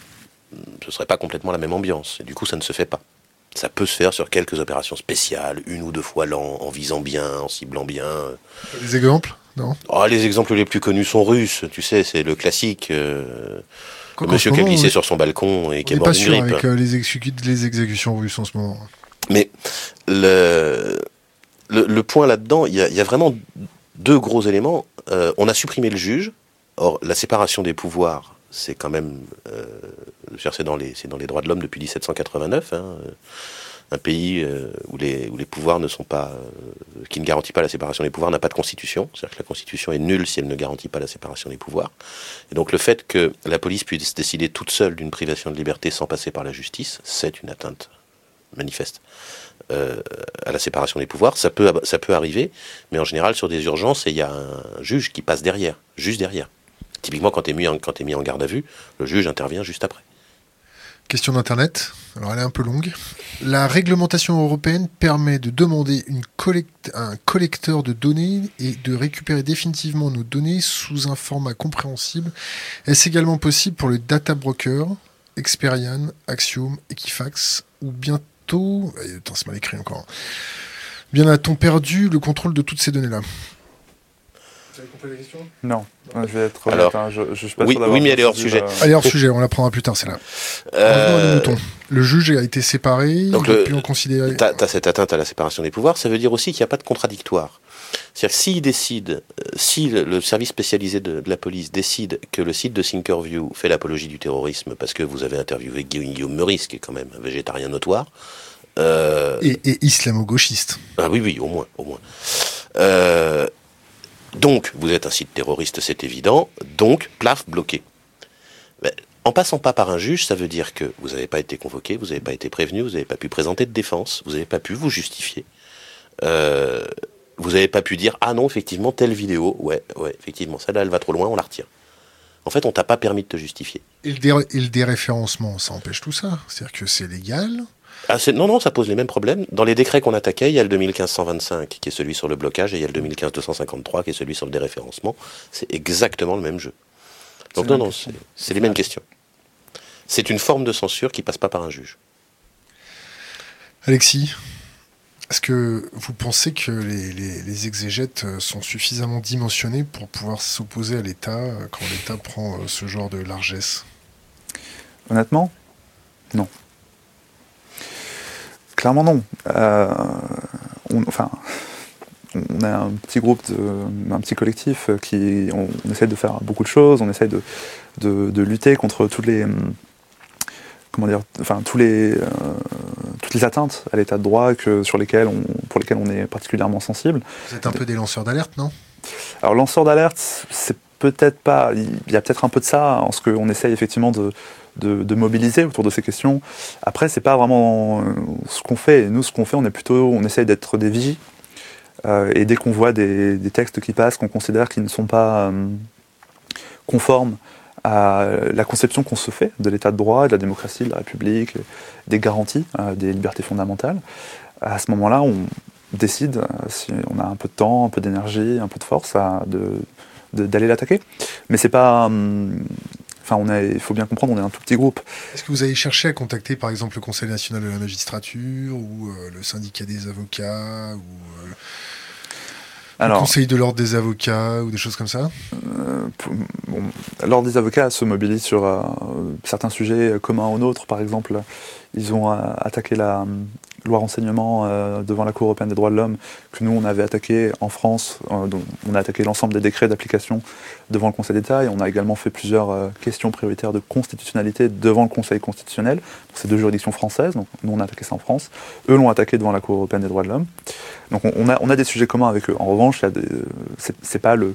ce serait pas complètement la même ambiance. Et du coup, ça ne se fait pas. Ça peut se faire sur quelques opérations spéciales, une ou deux fois l'an, en visant bien, en ciblant bien. Des exemples? Non. Oh, les exemples les plus connus sont russes, tu sais, c'est le classique. Euh, Quoi, le monsieur qui a glissé on... sur son balcon et qui est est mort pas d'une sûr grippe. avec euh, les, exécu... les exécutions russes en ce moment. Mais le, le, le point là-dedans, il y, y a vraiment deux gros éléments. Euh, on a supprimé le juge. Or, la séparation des pouvoirs, c'est quand même... Euh, c'est dans les, c'est dans les droits de l'homme depuis dix-sept cent quatre-vingt-neuf. Hein, un pays euh, où, les, où les pouvoirs ne sont pas... Euh, qui ne garantit pas la séparation des pouvoirs n'a pas de constitution. C'est-à-dire que la constitution est nulle si elle ne garantit pas la séparation des pouvoirs. Et donc le fait que la police puisse décider toute seule d'une privation de liberté sans passer par la justice, c'est une atteinte manifeste euh, à la séparation des pouvoirs. Ça peut, ça peut arriver, mais en général sur des urgences, il y a un juge qui passe derrière, juste derrière. Typiquement, quand tu es mis en, quand t'es mis en garde à vue, le juge intervient juste après. Question d'Internet, alors elle est un peu longue. La réglementation européenne permet de demander une collect... un collecteur de données et de récupérer définitivement nos données sous un format compréhensible. Est-ce également possible pour le data broker, Experian, Axiom, Equifax, ou bientôt... Attends, c'est mal écrit encore. Bien a-t-on perdu le contrôle de toutes ces données-là? Vous avez compris la question? Non, je vais être honnête, Alors, hein, je, je suis pas oui, sûr d'avoir oui, mais elle est hors entendu sujet. la- Allez, hors sujet, on la prendra plus tard, c'est là. Euh, Euh... Le juge a été séparé, donc il le- a pu en considérer... T'as, t'as cette atteinte à la séparation des pouvoirs, ça veut dire aussi qu'il n'y a pas de contradictoire. C'est-à-dire que s'il décide, euh, si le, le service spécialisé de, de la police décide que le site de Thinkerview fait l'apologie du terrorisme parce que vous avez interviewé Guillaume, Guillaume Meurice, qui est quand même un végétarien notoire... Euh, Et, et islamo-gauchiste. Ah oui, oui, au moins, au moins. Euh, donc, vous êtes un site terroriste, c'est évident. Donc, plaf, bloqué. Mais, en passant pas par un juge, ça veut dire que vous n'avez pas été convoqué, vous n'avez pas été prévenu, vous n'avez pas pu présenter de défense, vous n'avez pas pu vous justifier. Euh, vous n'avez pas pu dire « Ah non, effectivement, telle vidéo, ouais, ouais, effectivement, celle-là, elle va trop loin, on la retire. » En fait, on t'a pas permis de te justifier. Et le, dé- et le déréférencement, ça empêche tout ça. C'est-à-dire que c'est légal. Ah, c'est, non, non, ça pose les mêmes problèmes. Dans les décrets qu'on attaquait, il y a le deux mille quinze cent vingt-cinq qui est celui sur le blocage et il y a le deux mille quinze deux cent cinquante-trois qui est celui sur le déréférencement. C'est exactement le même jeu. Donc non, non, c'est, c'est les mêmes questions. C'est une forme de censure qui passe pas par un juge. Alexis, est-ce que vous pensez que les, les, les exégètes sont suffisamment dimensionnés pour pouvoir s'opposer à l'État euh, quand l'État prend euh, ce genre de largesse? Honnêtement, non. Clairement non. Euh, on, enfin, on a un petit groupe, de, un petit collectif qui, on, on essaie de faire beaucoup de choses, on essaie de, de, de lutter contre toutes les, comment dire, enfin tous les, euh, toutes les atteintes à l'état de droit que, sur lesquelles on, pour lesquelles on est particulièrement sensible. Vous êtes un peu des lanceurs d'alerte, non? Alors lanceur d'alerte, c'est peut-être pas, il y a peut-être un peu de ça en ce qu'on essaye effectivement de De, de mobiliser autour de ces questions. Après, c'est pas vraiment euh, ce qu'on fait. Nous, ce qu'on fait, on est plutôt, on essaye d'être des vigies. Euh, et dès qu'on voit des, des textes qui passent, qu'on considère qu'ils ne sont pas euh, conformes à la conception qu'on se fait de l'état de droit, de la démocratie, de la République, des garanties, euh, des libertés fondamentales, à ce moment-là, on décide, euh, si on a un peu de temps, un peu d'énergie, un peu de force, à, de, de, d'aller l'attaquer. Mais c'est pas... Hum, Enfin, on a, il faut bien comprendre, on est un tout petit groupe. Est-ce que vous avez cherché à contacter, par exemple, le Conseil national de la magistrature ou euh, le syndicat des avocats ou euh, Alors, le Conseil de l'ordre des avocats ou des choses comme ça? euh, pour- bon, l'ordre des avocats se mobilise sur euh, certains sujets communs aux nôtres. Par exemple, ils ont euh, attaqué la euh, loi renseignement euh, devant la Cour européenne des droits de l'homme, que nous, on avait attaqué en France. Euh, donc on a attaqué l'ensemble des décrets d'application devant le Conseil d'État, et on a également fait plusieurs euh, questions prioritaires de constitutionnalité devant le Conseil constitutionnel. Donc, c'est deux juridictions françaises, donc nous, on a attaqué ça en France. Eux l'ont attaqué devant la Cour européenne des droits de l'homme. Donc on, on a, on a des sujets communs avec eux. En revanche, il y a des, c'est, c'est pas le,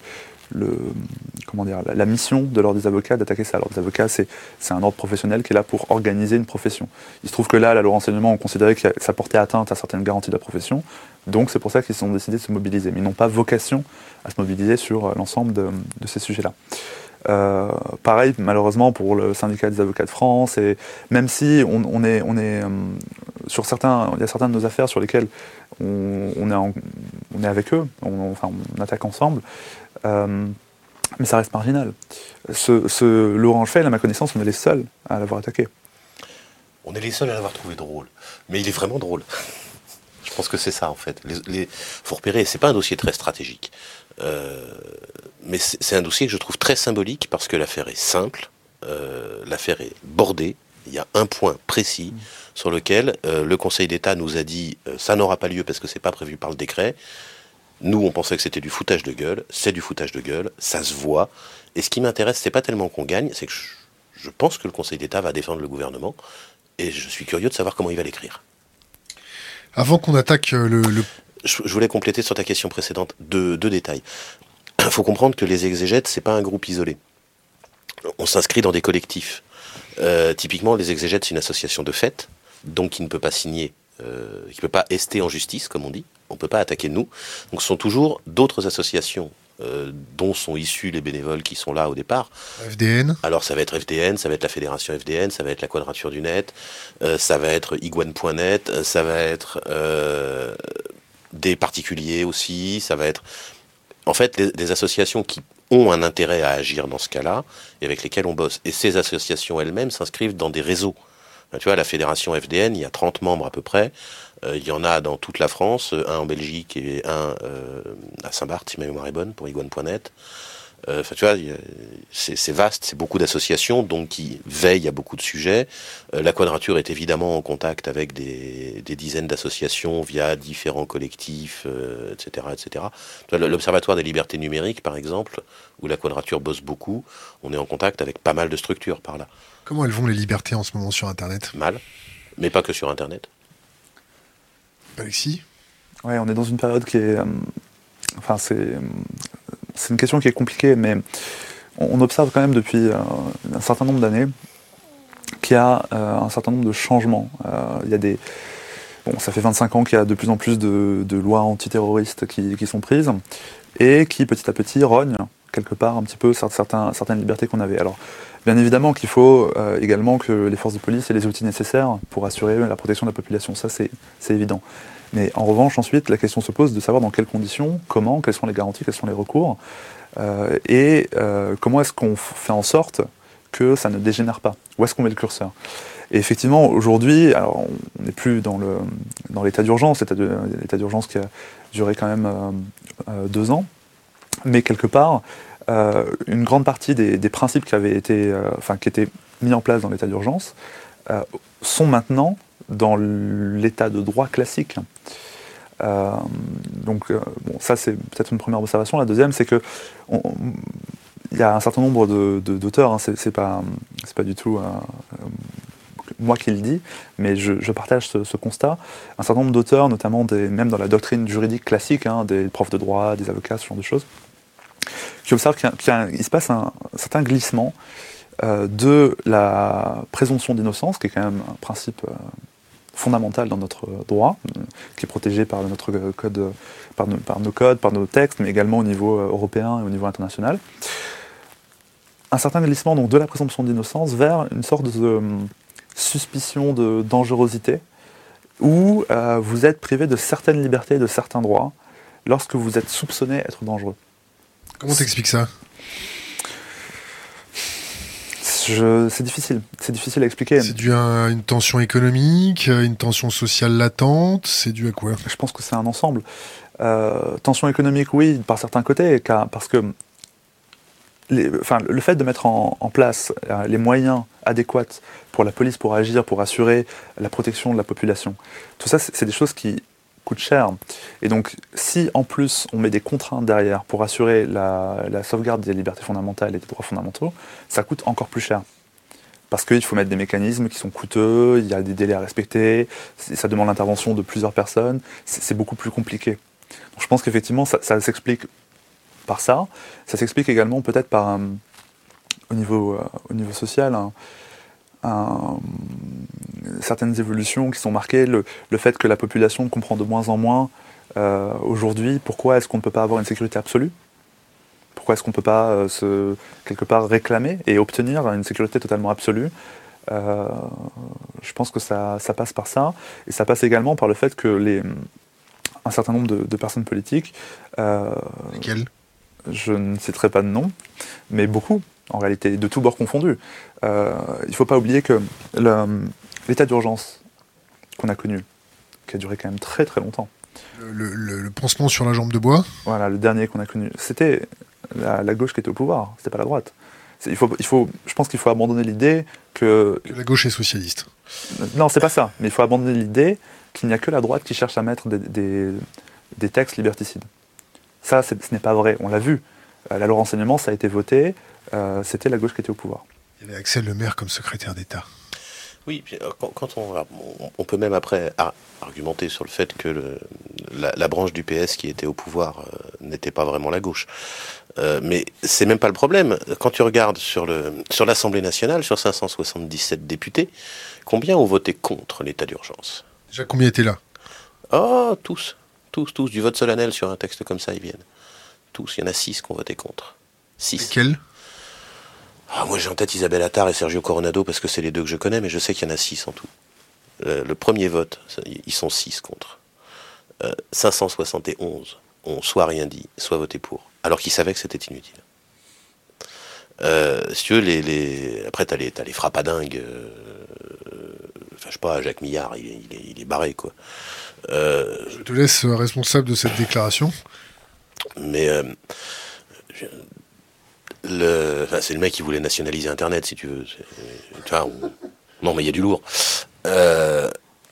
le, comment dire, la, la mission de l'ordre des avocats d'attaquer ça. L'ordre des avocats, c'est, c'est un ordre professionnel qui est là pour organiser une profession. Il se trouve que là, la loi renseignement, on considérait que ça portait atteinte à certaines garanties de la profession, donc c'est pour ça qu'ils ont décidé de se mobiliser. Mais ils n'ont pas vocation à se mobiliser sur l'ensemble de, de ces sujets-là. Euh, pareil, malheureusement, pour le syndicat des avocats de France, et même si on, on est, on est euh, sur certains, il y a certaines de nos affaires sur lesquelles on, on, est, en, on est avec eux, on, enfin, on attaque ensemble, euh, mais ça reste marginal. Ce, ce Laurent Fell, à ma connaissance, on est les seuls à l'avoir attaqué. On est les seuls à l'avoir trouvé drôle, mais il est vraiment drôle. Je pense que c'est ça, en fait. Les, les, faut repérer, c'est pas un dossier très stratégique. Euh, mais c'est, c'est un dossier que je trouve très symbolique parce que l'affaire est simple, euh, l'affaire est bordée, il y a un point précis mmh. sur lequel euh, le Conseil d'État nous a dit euh, ça n'aura pas lieu parce que c'est pas prévu par le décret. Nous, on pensait que c'était du foutage de gueule, c'est du foutage de gueule, ça se voit. Et ce qui m'intéresse, c'est pas tellement qu'on gagne, c'est que je, je pense que le Conseil d'État va défendre le gouvernement et je suis curieux de savoir comment il va l'écrire. Avant qu'on attaque le... le... Je, je voulais compléter sur ta question précédente deux, deux détails. Il faut comprendre que les exégètes, c'est pas un groupe isolé. On s'inscrit dans des collectifs. Euh, typiquement, les exégètes, c'est une association de fait, donc qui ne peut pas signer, euh, qui ne peut pas ester en justice, comme on dit. On ne peut pas attaquer nous. Donc ce sont toujours d'autres associations euh, dont sont issus les bénévoles qui sont là au départ. F D N. Alors ça va être F D N, ça va être la Fédération F D N, ça va être la Quadrature du Net, euh, ça va être iguane point net, ça va être euh, des particuliers aussi, ça va être... En fait, des, des associations qui ont un intérêt à agir dans ce cas-là et avec lesquelles on bosse. Et ces associations elles-mêmes s'inscrivent dans des réseaux. Tu vois, la Fédération F D N, il y a trente membres à peu près. Euh, il y en a dans toute la France, un en Belgique et un euh, à Saint-Barth, si ma mémoire est bonne, pour iguane point net. Euh, tu vois, c'est, c'est vaste, c'est beaucoup d'associations donc qui veillent à beaucoup de sujets. Euh, la Quadrature est évidemment en contact avec des, des dizaines d'associations via différents collectifs, euh, et cetera, et cetera. Tu vois, l'Observatoire des libertés numériques, par exemple, où la Quadrature bosse beaucoup, on est en contact avec pas mal de structures par là. Comment elles vont les libertés en ce moment sur Internet ? Mal, mais pas que sur Internet. Alexis ? Ouais, on est dans une période qui est... Euh, enfin, c'est... Euh, c'est une question qui est compliquée, mais on observe quand même depuis euh, un certain nombre d'années qu'il y a euh, un certain nombre de changements. Euh, il y a des, bon, ça fait vingt-cinq ans qu'il y a de plus en plus de, de lois antiterroristes qui, qui sont prises et qui petit à petit rognent quelque part un petit peu certains, certaines libertés qu'on avait. Alors, bien évidemment qu'il faut euh, également que les forces de police aient les outils nécessaires pour assurer la protection de la population, ça c'est, c'est évident. Mais en revanche, ensuite, la question se pose de savoir dans quelles conditions, comment, quelles sont les garanties, quels sont les recours, euh, et euh, comment est-ce qu'on fait en sorte que ça ne dégénère pas. Où est-ce qu'on met le curseur ? Et effectivement, aujourd'hui, alors on n'est plus dans, le, dans l'état d'urgence, l'état, de, l'état d'urgence qui a duré quand même euh, euh, deux ans, mais quelque part, euh, une grande partie des, des principes qui avaient été, euh, enfin, qui étaient mis en place dans l'état d'urgence euh, sont maintenant dans l'état de droit classique. Euh, donc, euh, bon, ça c'est peut-être une première observation. La deuxième, c'est que on, on, il y a un certain nombre de, de, d'auteurs, hein, c'est, c'est pas, c'est pas du tout euh, euh, moi qui le dis, mais je, je partage ce, ce constat. Un certain nombre d'auteurs, notamment des, même dans la doctrine juridique classique, hein, des profs de droit, des avocats, ce genre de choses, qui observent qu'il, y a, qu'il, y a, il se passe un, un certain glissement euh, de la présomption d'innocence, qui est quand même un principe euh, fondamental dans notre droit, euh, qui est protégé par notre code, par nos, par nos codes, par nos textes, mais également au niveau euh, européen et au niveau international. Un certain glissement donc, de la présomption d'innocence vers une sorte de euh, suspicion de dangerosité, où euh, vous êtes privé de certaines libertés et de certains droits lorsque vous êtes soupçonné d'être dangereux. Comment t'expliques ça ? Je, c'est difficile, c'est difficile à expliquer. C'est dû à une tension économique, une tension sociale latente, c'est dû à quoi ? Je pense que c'est un ensemble. Euh, tension économique, oui, par certains côtés, car, parce que les, enfin, le fait de mettre en, en place euh, les moyens adéquats pour la police pour agir, pour assurer la protection de la population, tout ça, c'est, c'est des choses qui coûtent cher. Et donc, si en plus on met des contraintes derrière pour assurer la, la sauvegarde des libertés fondamentales et des droits fondamentaux, ça coûte encore plus cher. Parce qu'il faut mettre des mécanismes qui sont coûteux, il y a des délais à respecter, ça demande l'intervention de plusieurs personnes, c'est, c'est beaucoup plus compliqué. Donc je pense qu'effectivement, ça, ça s'explique par ça. Ça s'explique également peut-être par, euh, au, niveau, euh, au niveau social, un, un, certaines évolutions qui sont marquées, le, le fait que la population comprend de moins en moins euh, aujourd'hui pourquoi est-ce qu'on ne peut pas avoir une sécurité absolue. Pourquoi est-ce qu'on ne peut pas euh, se, quelque part réclamer et obtenir une sécurité totalement absolue. euh, Je pense que ça, ça passe par ça. Et ça passe également par le fait que les, un certain nombre de, de personnes politiques... Euh, Lesquelles ? Je ne citerai pas de nom, mais beaucoup, en réalité, de tous bords confondus. Euh, il ne faut pas oublier que le, l'état d'urgence qu'on a connu, qui a duré quand même très très longtemps. Le, le, le pansement sur la jambe de bois ? Voilà, le dernier qu'on a connu, c'était la, la gauche qui était au pouvoir, c'était pas la droite. C'est, il faut, il faut, je pense qu'il faut abandonner l'idée que... Que la gauche est socialiste. Non, c'est pas ça, mais il faut abandonner l'idée qu'il n'y a que la droite qui cherche à mettre des, des, des textes liberticides. Ça, c'est, ce n'est pas vrai, on l'a vu. Euh, la loi renseignement, ça a été voté, euh, c'était la gauche qui était au pouvoir. Il y avait Axel Lemaire comme secrétaire d'État. Oui, puis, quand, quand on, on peut même après argumenter sur le fait que le, la, la branche du P S qui était au pouvoir euh, n'était pas vraiment la gauche. Euh, mais c'est même pas le problème. Quand tu regardes sur, le, sur l'Assemblée nationale, sur cinq cent soixante-dix-sept députés, combien ont voté contre l'état d'urgence ? Déjà, combien étaient là ? Oh, tous. Tous, tous. Du vote solennel sur un texte comme ça, ils viennent. Tous. Il y en a six qui ont voté contre. Six. Lesquels ? Ah, moi j'ai en tête Isabelle Attard et Sergio Coronado parce que c'est les deux que je connais, mais je sais qu'il y en a six en tout. Le, le premier vote, ils sont six contre. Euh, cinq cent soixante et onze ont soit rien dit, soit voté pour, alors qu'ils savaient que c'était inutile. Euh, si tu veux, les, les... après t'as les, t'as les frappadingues, euh... enfin je sais pas, Jacques Millard, il est, il est, il est barré quoi. Euh... Je te laisse responsable de cette déclaration. Mais... Euh... Je... Le... Enfin, c'est le mec qui voulait nationaliser Internet, si tu veux. C'est... Tu vois, on... Non, mais il y a du lourd. Euh...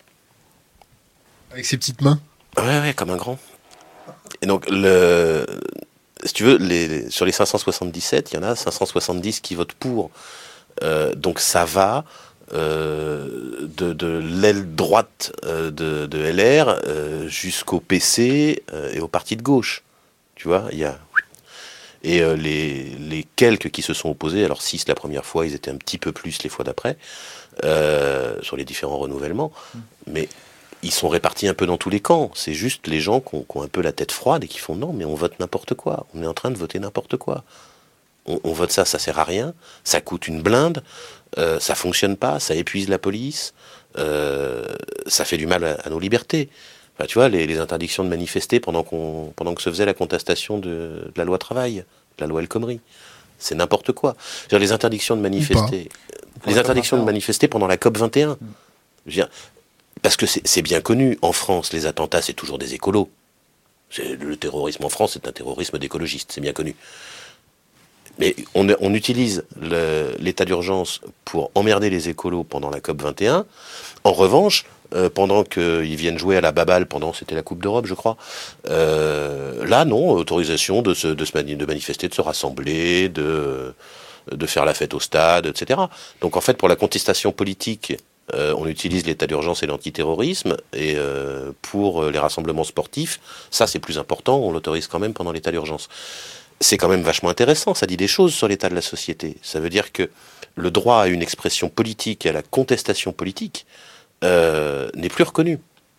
Avec ses petites mains ? Ouais, ouais, comme un grand. Et donc, le... si tu veux, les... les... sur les cinq cent soixante-dix-sept, il y en a cinq cent soixante-dix qui votent pour. Euh, donc, ça va euh, de, de l'aile droite euh, de, de L R euh, jusqu'au P C euh, et au parti de gauche. Tu vois, il y a... Et euh, les, les quelques qui se sont opposés, alors six la première fois, ils étaient un petit peu plus les fois d'après, euh, sur les différents renouvellements, mmh. mais ils sont répartis un peu dans tous les camps. C'est juste les gens qui ont, qui ont un peu la tête froide et qui font non, mais on vote n'importe quoi. On est en train de voter n'importe quoi. On, on vote ça, ça sert à rien, ça coûte une blinde, euh, ça fonctionne pas, ça épuise la police, euh, ça fait du mal à, à nos libertés. Enfin, tu vois, les, les interdictions de manifester pendant, qu'on, pendant que se faisait la contestation de, de la loi travail, de la loi El Khomri. C'est n'importe quoi. C'est-à-dire, les interdictions de manifester, les interdictions de manifester pendant la COP vingt et un. Je veux dire, parce que c'est, c'est bien connu, en France, les attentats, c'est toujours des écolos. C'est, le terrorisme en France, c'est un terrorisme d'écologistes, c'est bien connu. Mais on, on utilise le, l'état d'urgence pour emmerder les écolos pendant la COP vingt et un. En revanche, euh, pendant qu'ils viennent jouer à la baballe, pendant, c'était la Coupe d'Europe, je crois, euh, là, non, autorisation de, se, de, se mani- de manifester, de se rassembler, de, de faire la fête au stade, et cetera. Donc en fait, pour la contestation politique, euh, on utilise l'état d'urgence et l'antiterrorisme, et euh, pour les rassemblements sportifs, ça c'est plus important, on l'autorise quand même pendant l'état d'urgence. C'est quand même vachement intéressant, ça dit des choses sur l'état de la société. Ça veut dire que le droit à une expression politique et à la contestation politique euh, n'est plus reconnu.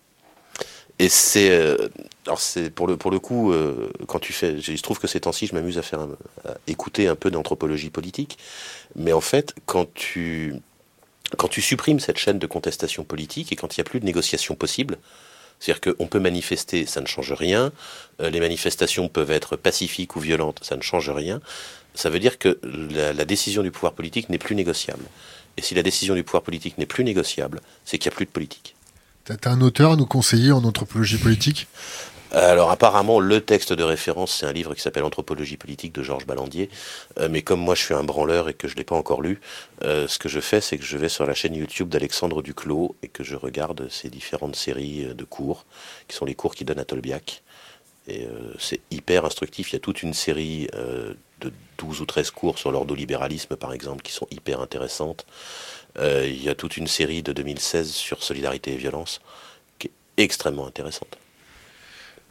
Et c'est, euh, alors c'est pour le pour le coup, euh, quand tu fais, je trouve que ces temps-ci, je m'amuse à faire, un, à écouter un peu d'anthropologie politique, mais en fait, quand tu quand tu supprimes cette chaîne de contestation politique et quand il n'y a plus de négociation possible. C'est-à-dire qu'on peut manifester, ça ne change rien. Euh, les manifestations peuvent être pacifiques ou violentes, ça ne change rien. Ça veut dire que la, la décision du pouvoir politique n'est plus négociable. Et si la décision du pouvoir politique n'est plus négociable, c'est qu'il n'y a plus de politique. T'as, t'as un auteur à nous conseiller en anthropologie politique ? Alors apparemment, le texte de référence, c'est un livre qui s'appelle Anthropologie politique de Georges Ballandier. Euh, mais comme moi, je suis un branleur et que je ne l'ai pas encore lu, euh, ce que je fais, c'est que je vais sur la chaîne YouTube d'Alexandre Duclos et que je regarde ces différentes séries de cours, qui sont les cours qu'il donne à Tolbiac. Et euh, c'est hyper instructif. Il y a toute une série euh, de douze ou treize cours sur l'ordolibéralisme, par exemple, qui sont hyper intéressantes. Euh, il y a toute une série de deux mille seize sur Solidarité et violence, qui est extrêmement intéressante.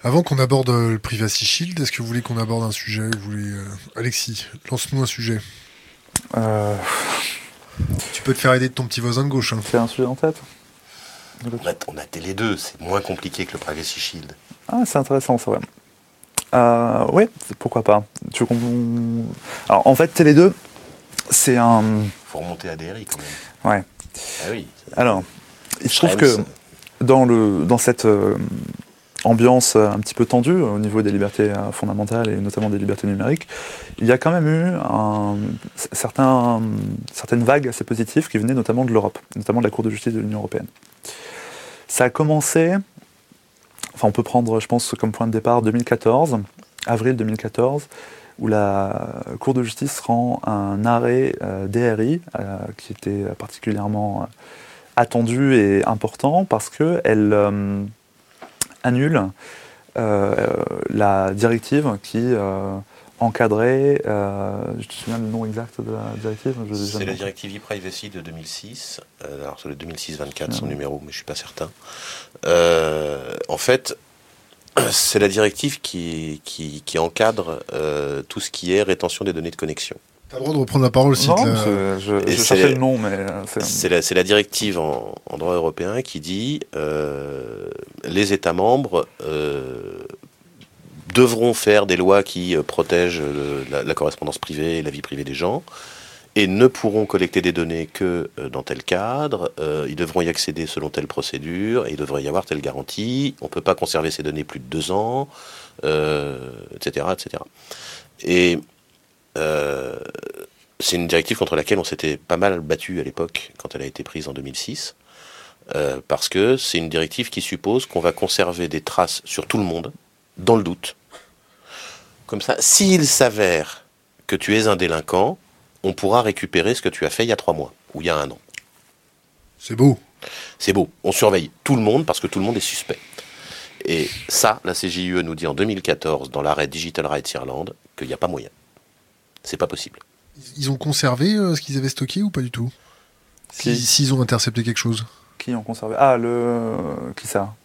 Avant qu'on aborde euh, le Privacy Shield, est-ce que vous voulez qu'on aborde un sujet vous voulez, euh... Alexis, lance-nous un sujet. Euh... Tu peux te faire aider de ton petit voisin de gauche. Hein. C'est un sujet en tête? On a, on a télé deux, c'est moins compliqué que le Privacy Shield. Ah, c'est intéressant, c'est vrai. Euh, oui, pourquoi pas. Tu veux qu'on... Alors, en fait, Télé deux, c'est un... Faut remonter à D R I quand même. Ouais. Ah oui. Alors, il se trouve que dans, le, dans cette euh, ambiance un petit peu tendue au niveau des libertés euh, fondamentales et notamment des libertés numériques, il y a quand même eu un, certains, certaines vagues assez positives qui venaient notamment de l'Europe, notamment de la Cour de justice de l'Union européenne. Ça a commencé... Enfin, on peut prendre, je pense, comme point de départ deux mille quatorze, avril deux mille quatorze, où la Cour de justice rend un arrêt euh, D R I euh, qui était particulièrement euh, attendu et important parce qu'elle euh, annule euh, la directive qui euh, encadrait... Euh, je te souviens le nom exact de la directive? Je, C'est la directive e-privacy de deux mille six. Euh, alors, c'est le deux mille six vingt-quatre, son numéro, mais je ne suis pas certain. Euh, en fait, c'est la directive qui, qui, qui encadre euh, tout ce qui est rétention des données de connexion. Tu as le droit de reprendre la parole aussi. Non, la... je, je, je cherchais le nom, mais... C'est, c'est, la, c'est la directive en, en droit européen qui dit euh, les États membres euh, devront faire des lois qui euh, protègent le, la, la correspondance privée et la vie privée des gens, et ne pourront collecter des données que euh, dans tel cadre, euh, ils devront y accéder selon telle procédure, et il devrait y avoir telle garantie, on ne peut pas conserver ces données plus de deux ans, euh, et cetera, et cetera. Et euh, c'est une directive contre laquelle on s'était pas mal battu à l'époque, quand elle a été prise en deux mille six, euh, parce que c'est une directive qui suppose qu'on va conserver des traces sur tout le monde, dans le doute. Comme ça, s'il s'avère que tu es un délinquant, on pourra récupérer ce que tu as fait il y a trois mois, ou il y a un an. C'est beau. C'est beau. On surveille tout le monde parce que tout le monde est suspect. Et ça, la C J U E nous dit en deux mille quatorze, dans l'arrêt Digital Rights Irlande, qu'il n'y a pas moyen. C'est pas possible. Ils ont conservé euh, ce qu'ils avaient stocké ou pas du tout? S'ils si, si ont intercepté quelque chose. Qui ont conservé? Ah, le... Qui ça?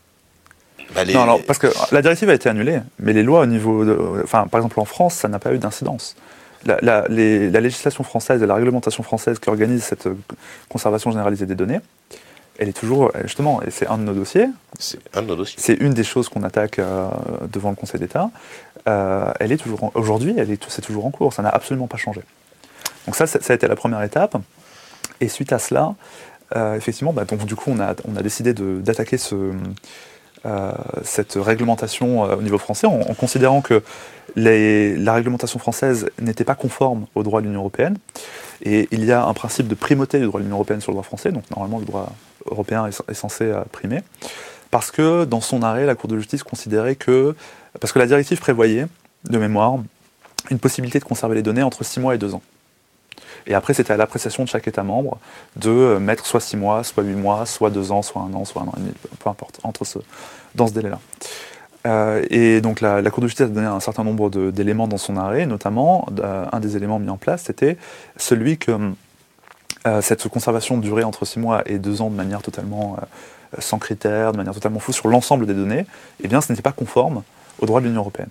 Bah les... Non, alors, parce que la directive a été annulée, mais les lois au niveau de... Enfin, par exemple, en France, ça n'a pas eu d'incidence. La, la, les, la législation française et la réglementation française qui organise cette conservation généralisée des données, elle est toujours, justement, et c'est un de nos dossiers. C'est un de nos dossiers. C'est une des choses qu'on attaque euh, devant le Conseil d'État. Euh, elle est toujours, en, aujourd'hui, elle est, c'est toujours en cours. Ça n'a absolument pas changé. Donc ça, ça a été la première étape. Et suite à cela, euh, effectivement, bah, donc du coup, on a, on a décidé de, d'attaquer ce, euh, cette réglementation euh, au niveau français, en, en considérant que les, la réglementation française n'était pas conforme au droit de l'Union européenne. Et il y a un principe de primauté du droit de l'Union européenne sur le droit français, donc normalement le droit européen est, est censé euh, primer, parce que dans son arrêt, la Cour de justice considérait que, parce que la directive prévoyait, de mémoire, une possibilité de conserver les données entre six mois et deux ans. Et après, c'était à l'appréciation de chaque État membre de mettre soit six mois, soit huit mois, soit deux ans, soit un an, soit un an et demi, peu importe, entre ce, dans ce délai-là. Euh, et donc la, la Cour de justice a donné un certain nombre de, d'éléments dans son arrêt, notamment euh, un des éléments mis en place, c'était celui que euh, cette conservation durait entre six mois et deux ans de manière totalement euh, sans critères, de manière totalement floue sur l'ensemble des données, eh bien ce n'était pas conforme au droit de l'Union européenne,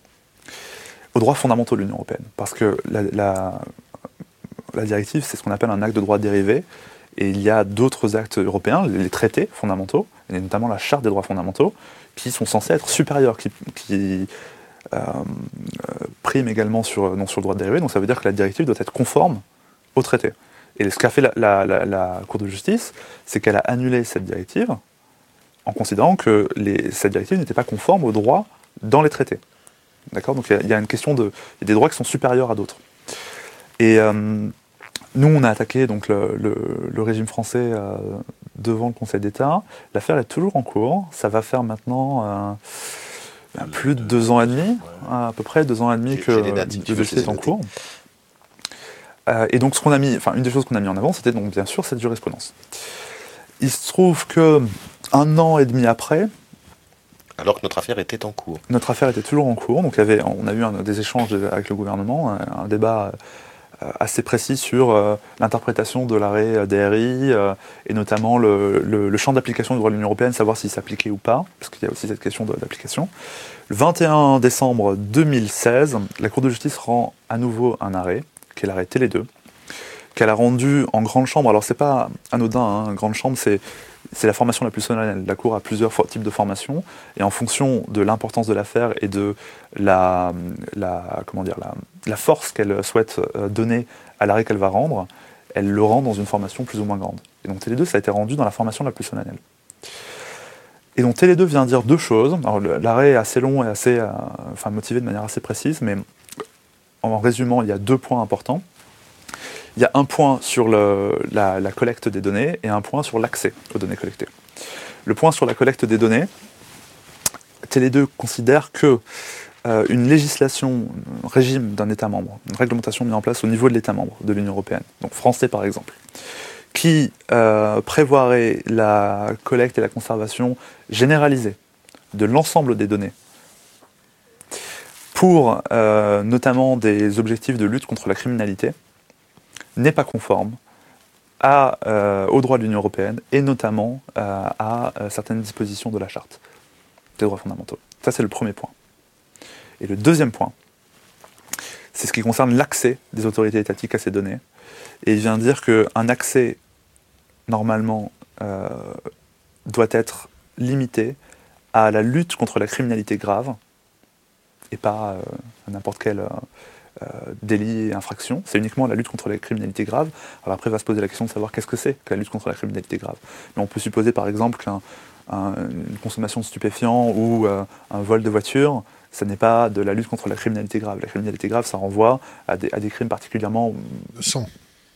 aux droits fondamentaux de l'Union européenne, parce que la, la, la directive, c'est ce qu'on appelle un acte de droit dérivé, et il y a d'autres actes européens, les traités fondamentaux, et notamment la Charte des droits fondamentaux, qui sont censés être supérieurs, qui, qui euh, priment également sur, non, sur le droit dérivé. Donc ça veut dire que la directive doit être conforme au traité. Et ce qu'a fait la, la, la, la Cour de justice, c'est qu'elle a annulé cette directive en considérant que les, cette directive n'était pas conforme aux droits dans les traités. D'accord ? Donc il y, y a une question de... Il y a des droits qui sont supérieurs à d'autres. Et euh, nous, on a attaqué donc, le, le, le régime français euh, devant le Conseil d'État. L'affaire est toujours en cours. Ça va faire maintenant euh, plus de deux ans et demi, à peu près deux ans et demi que le dossier est en cours. Euh, et donc, ce qu'on a mis, enfin, une des choses qu'on a mis en avant, c'était donc bien sûr cette jurisprudence. Il se trouve que un an et demi après, alors que notre affaire était en cours. Notre affaire était toujours en cours. Donc, il y avait, on a eu un, des échanges avec le gouvernement, un, un débat assez précis sur euh, l'interprétation de l'arrêt D R I euh, et notamment le, le, le champ d'application du droit de l'Union européenne, savoir s'il s'appliquait ou pas, parce qu'il y a aussi cette question de, d'application. Le vingt et un décembre deux mille seize, la Cour de justice rend à nouveau un arrêt, qui est l'arrêt Télé deux, qu'elle a rendu en grande chambre. Alors c'est pas anodin, hein, grande chambre c'est, c'est la formation la plus solennelle. La Cour a plusieurs types de formations, et en fonction de l'importance de l'affaire et de la, la, comment dire, la, la force qu'elle souhaite donner à l'arrêt qu'elle va rendre, elle le rend dans une formation plus ou moins grande. Et donc Télé deux, ça a été rendu dans la formation la plus solennelle. Et donc Télé deux vient dire deux choses. Alors, l'arrêt est assez long et assez, euh, enfin, motivé de manière assez précise, mais en résumant, il y a deux points importants. Il y a un point sur le, la, la collecte des données et un point sur l'accès aux données collectées. Le point sur la collecte des données, Télé deux considère que euh, une législation, un régime d'un État membre, une réglementation mise en place au niveau de l'État membre de l'Union européenne, donc français par exemple, qui euh, prévoirait la collecte et la conservation généralisée de l'ensemble des données pour euh, notamment des objectifs de lutte contre la criminalité, n'est pas conforme à, euh, au droit de l'Union européenne et notamment euh, à euh, certaines dispositions de la Charte des droits fondamentaux. Ça, c'est le premier point. Et le deuxième point, c'est ce qui concerne l'accès des autorités étatiques à ces données. Et il vient dire qu'un accès, normalement, euh, doit être limité à la lutte contre la criminalité grave et pas euh, à n'importe quel euh, euh, délit et infraction. C'est uniquement la lutte contre la criminalité grave. Alors après, va se poser la question de savoir qu'est-ce que c'est que la lutte contre la criminalité grave. Mais on peut supposer, par exemple, qu'une consommation de stupéfiants ou euh, un vol de voiture, ça n'est pas de la lutte contre la criminalité grave. La criminalité grave, ça renvoie à des, à des crimes particulièrement... De sang.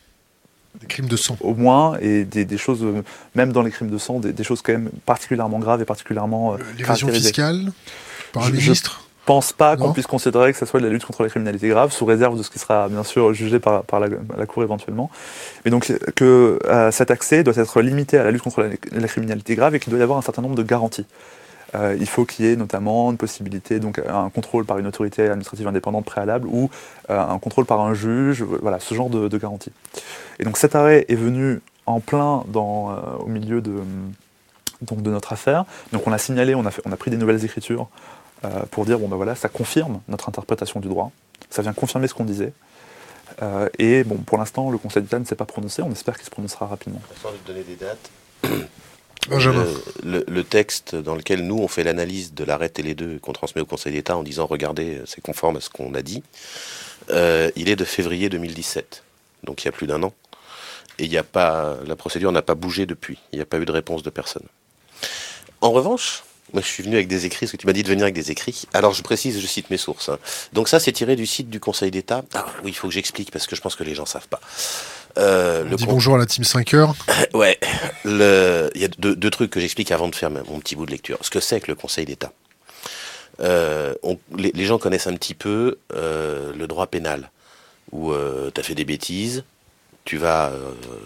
Des crimes de sang. Au moins, et des, des choses, même dans les crimes de sang, des, des choses quand même particulièrement graves et particulièrement... Euh, L'évasion fiscale par un je, ministre je pense pas non. qu'on puisse considérer que ce soit de la lutte contre la criminalité grave, sous réserve de ce qui sera bien sûr jugé par, par la, la Cour éventuellement. Mais donc que euh, cet accès doit être limité à la lutte contre la, la criminalité grave et qu'il doit y avoir un certain nombre de garanties. Euh, il faut qu'il y ait notamment une possibilité, donc un contrôle par une autorité administrative indépendante préalable ou euh, un contrôle par un juge, voilà, ce genre de, de garantie. Et donc cet arrêt est venu en plein dans, euh, au milieu de, donc de notre affaire. Donc on l'a signalé, on a, fait, on a pris des nouvelles écritures euh, pour dire, bon ben voilà, ça confirme notre interprétation du droit, ça vient confirmer ce qu'on disait. Euh, et bon, pour l'instant, le Conseil d'État ne s'est pas prononcé, on espère qu'il se prononcera rapidement. Sans lui donner des dates. Benjamin. Le, le, le texte dans lequel nous on fait l'analyse de l'arrêt Télé deux qu'on transmet au Conseil d'État en disant regardez c'est conforme à ce qu'on a dit, euh, il est de février deux mille dix-sept, donc il y a plus d'un an, et il y a pas, la procédure n'a pas bougé depuis, il n'y a pas eu de réponse de personne. En revanche, moi je suis venu avec des écrits, parce que tu m'as dit de venir avec des écrits, alors je précise, je cite mes sources, hein. Donc ça c'est tiré du site du Conseil d'État. Ah oui, il faut que j'explique parce que je pense que les gens savent pas. Euh, On le dit con... bonjour à la team cinq heures. Ouais, le... il y a deux, deux trucs que j'explique avant de faire mon petit bout de lecture. Ce que c'est que le Conseil d'État. Euh, on... les, les gens connaissent un petit peu euh, le droit pénal, où euh, tu as fait des bêtises, tu vas euh,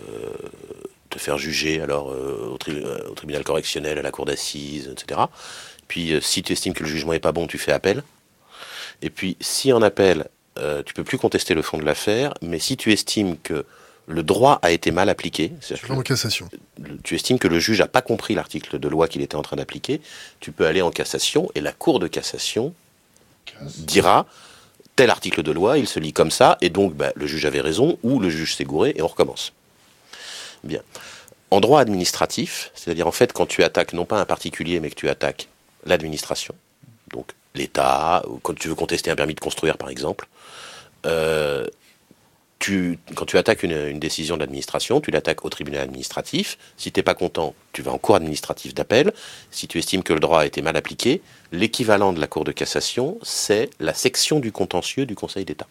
te faire juger alors euh, au, tri... au tribunal correctionnel, à la cour d'assises, et cetera. Puis euh, si tu estimes que le jugement est pas bon, tu fais appel. Et puis si en appel, euh, tu peux plus contester le fond de l'affaire, mais si tu estimes que le droit a été mal appliqué, Tu vas en cassation. Tu estimes que le juge n'a pas compris l'article de loi qu'il était en train d'appliquer, tu peux aller en cassation et la Cour de cassation Casse. dira tel article de loi, il se lit comme ça, et donc bah, le juge avait raison ou le juge s'est gouré et on recommence. Bien. En droit administratif, c'est-à-dire en fait quand tu attaques non pas un particulier mais que tu attaques l'administration, donc l'État, ou quand tu veux contester un permis de construire par exemple, euh, Tu, quand tu attaques une, une décision de l'administration, tu l'attaques au tribunal administratif. Si tu n'es pas content, tu vas en cour administrative d'appel. Si tu estimes que le droit a été mal appliqué, l'équivalent de la cour de cassation, c'est la section du contentieux du Conseil d'État.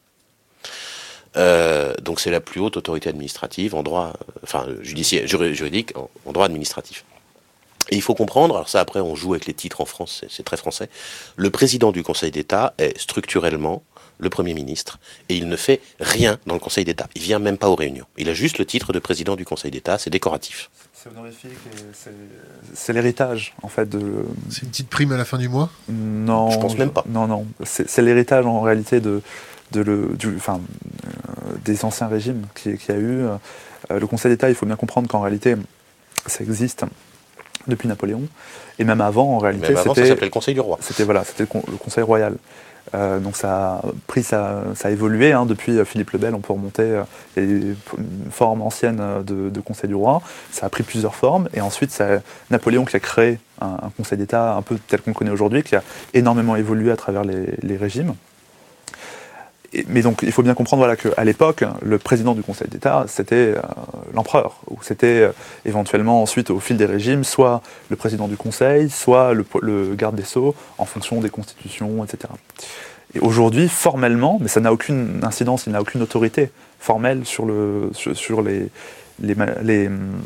Euh, donc c'est la plus haute autorité administrative en droit, enfin judiciaire, juridique, en, en droit administratif. Et il faut comprendre, alors ça après on joue avec les titres en France, c'est, c'est très français, le président du Conseil d'État est structurellement le Premier ministre, et il ne fait rien dans le Conseil d'État. Il vient même pas aux réunions. Il a juste le titre de président du Conseil d'État, c'est décoratif. C'est honorifique et c'est, c'est l'héritage, en fait. De... C'est une petite prime à la fin du mois ? Non. Je pense même pas. Non, non. C'est, c'est l'héritage, en réalité, de, de le, du, enfin, des anciens régimes qu'il qui y a eu. Euh, le Conseil d'État, il faut bien comprendre qu'en réalité, ça existe depuis Napoléon, et même avant, en réalité, même avant, c'était, ça s'appelait le Conseil du Roi. C'était, voilà, c'était le, con, le Conseil royal. Euh, donc ça a, pris, ça, ça a évolué, hein, depuis Philippe le Bel, on peut remonter euh, une forme ancienne de, de Conseil du Roi, ça a pris plusieurs formes, et ensuite c'est Napoléon qui a créé un, un Conseil d'État un peu tel qu'on le connaît aujourd'hui, qui a énormément évolué à travers les, les régimes. Et, mais donc il faut bien comprendre voilà, qu'à l'époque, le président du Conseil d'État, c'était euh, l'empereur, ou c'était euh, éventuellement ensuite au fil des régimes, soit le président du Conseil, soit le, le garde des Sceaux, en fonction des constitutions, et cetera. Et aujourd'hui, formellement, mais ça n'a aucune incidence, il n'a aucune autorité formelle sur, le, sur, sur les, les, les,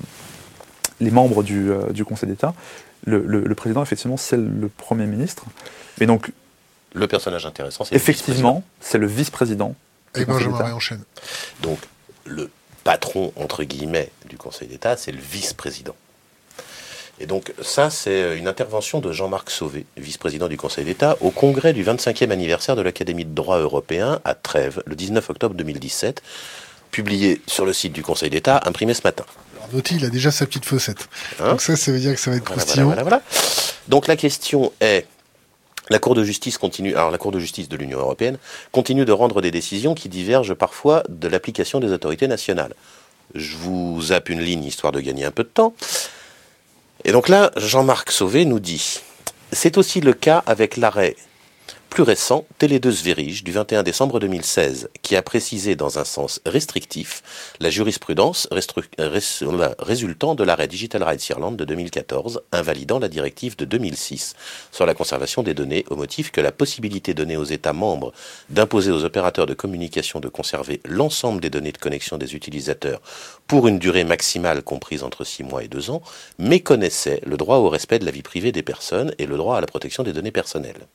les membres du, euh, du Conseil d'État, le, le, le président, effectivement, c'est le Premier ministre. Mais donc, le personnage intéressant, c'est effectivement, c'est le vice-président. Et Benjamin réenchaîne. Donc, le patron, entre guillemets, du Conseil d'État, c'est le vice-président. Et donc, ça, c'est une intervention de Jean-Marc Sauvé, vice-président du Conseil d'État, au congrès du vingt-cinquième anniversaire de l'Académie de droit européen à Trèves, le dix-neuf octobre deux mille dix-sept, publié sur le site du Conseil d'État, imprimé ce matin. Alors, Noti, il a déjà sa petite fossette. Hein? Donc ça, ça veut dire que ça va être voilà, croustillant. Voilà, voilà, voilà. Donc, la question est... La Cour de justice continue, alors la Cour de justice de l'Union européenne continue de rendre des décisions qui divergent parfois de l'application des autorités nationales. Je vous zappe une ligne histoire de gagner un peu de temps. Et donc là, Jean-Marc Sauvé nous dit « C'est aussi le cas avec l'arrêt plus récent, Télé deux Sverige, du vingt et un décembre deux mille seize, qui a précisé dans un sens restrictif la jurisprudence restru- res- résultant de l'arrêt Digital Rights Ireland de deux mille quatorze, invalidant la directive de deux mille six sur la conservation des données, au motif que la possibilité donnée aux États membres d'imposer aux opérateurs de communication de conserver l'ensemble des données de connexion des utilisateurs pour une durée maximale comprise entre six mois et deux ans, méconnaissait le droit au respect de la vie privée des personnes et le droit à la protection des données personnelles.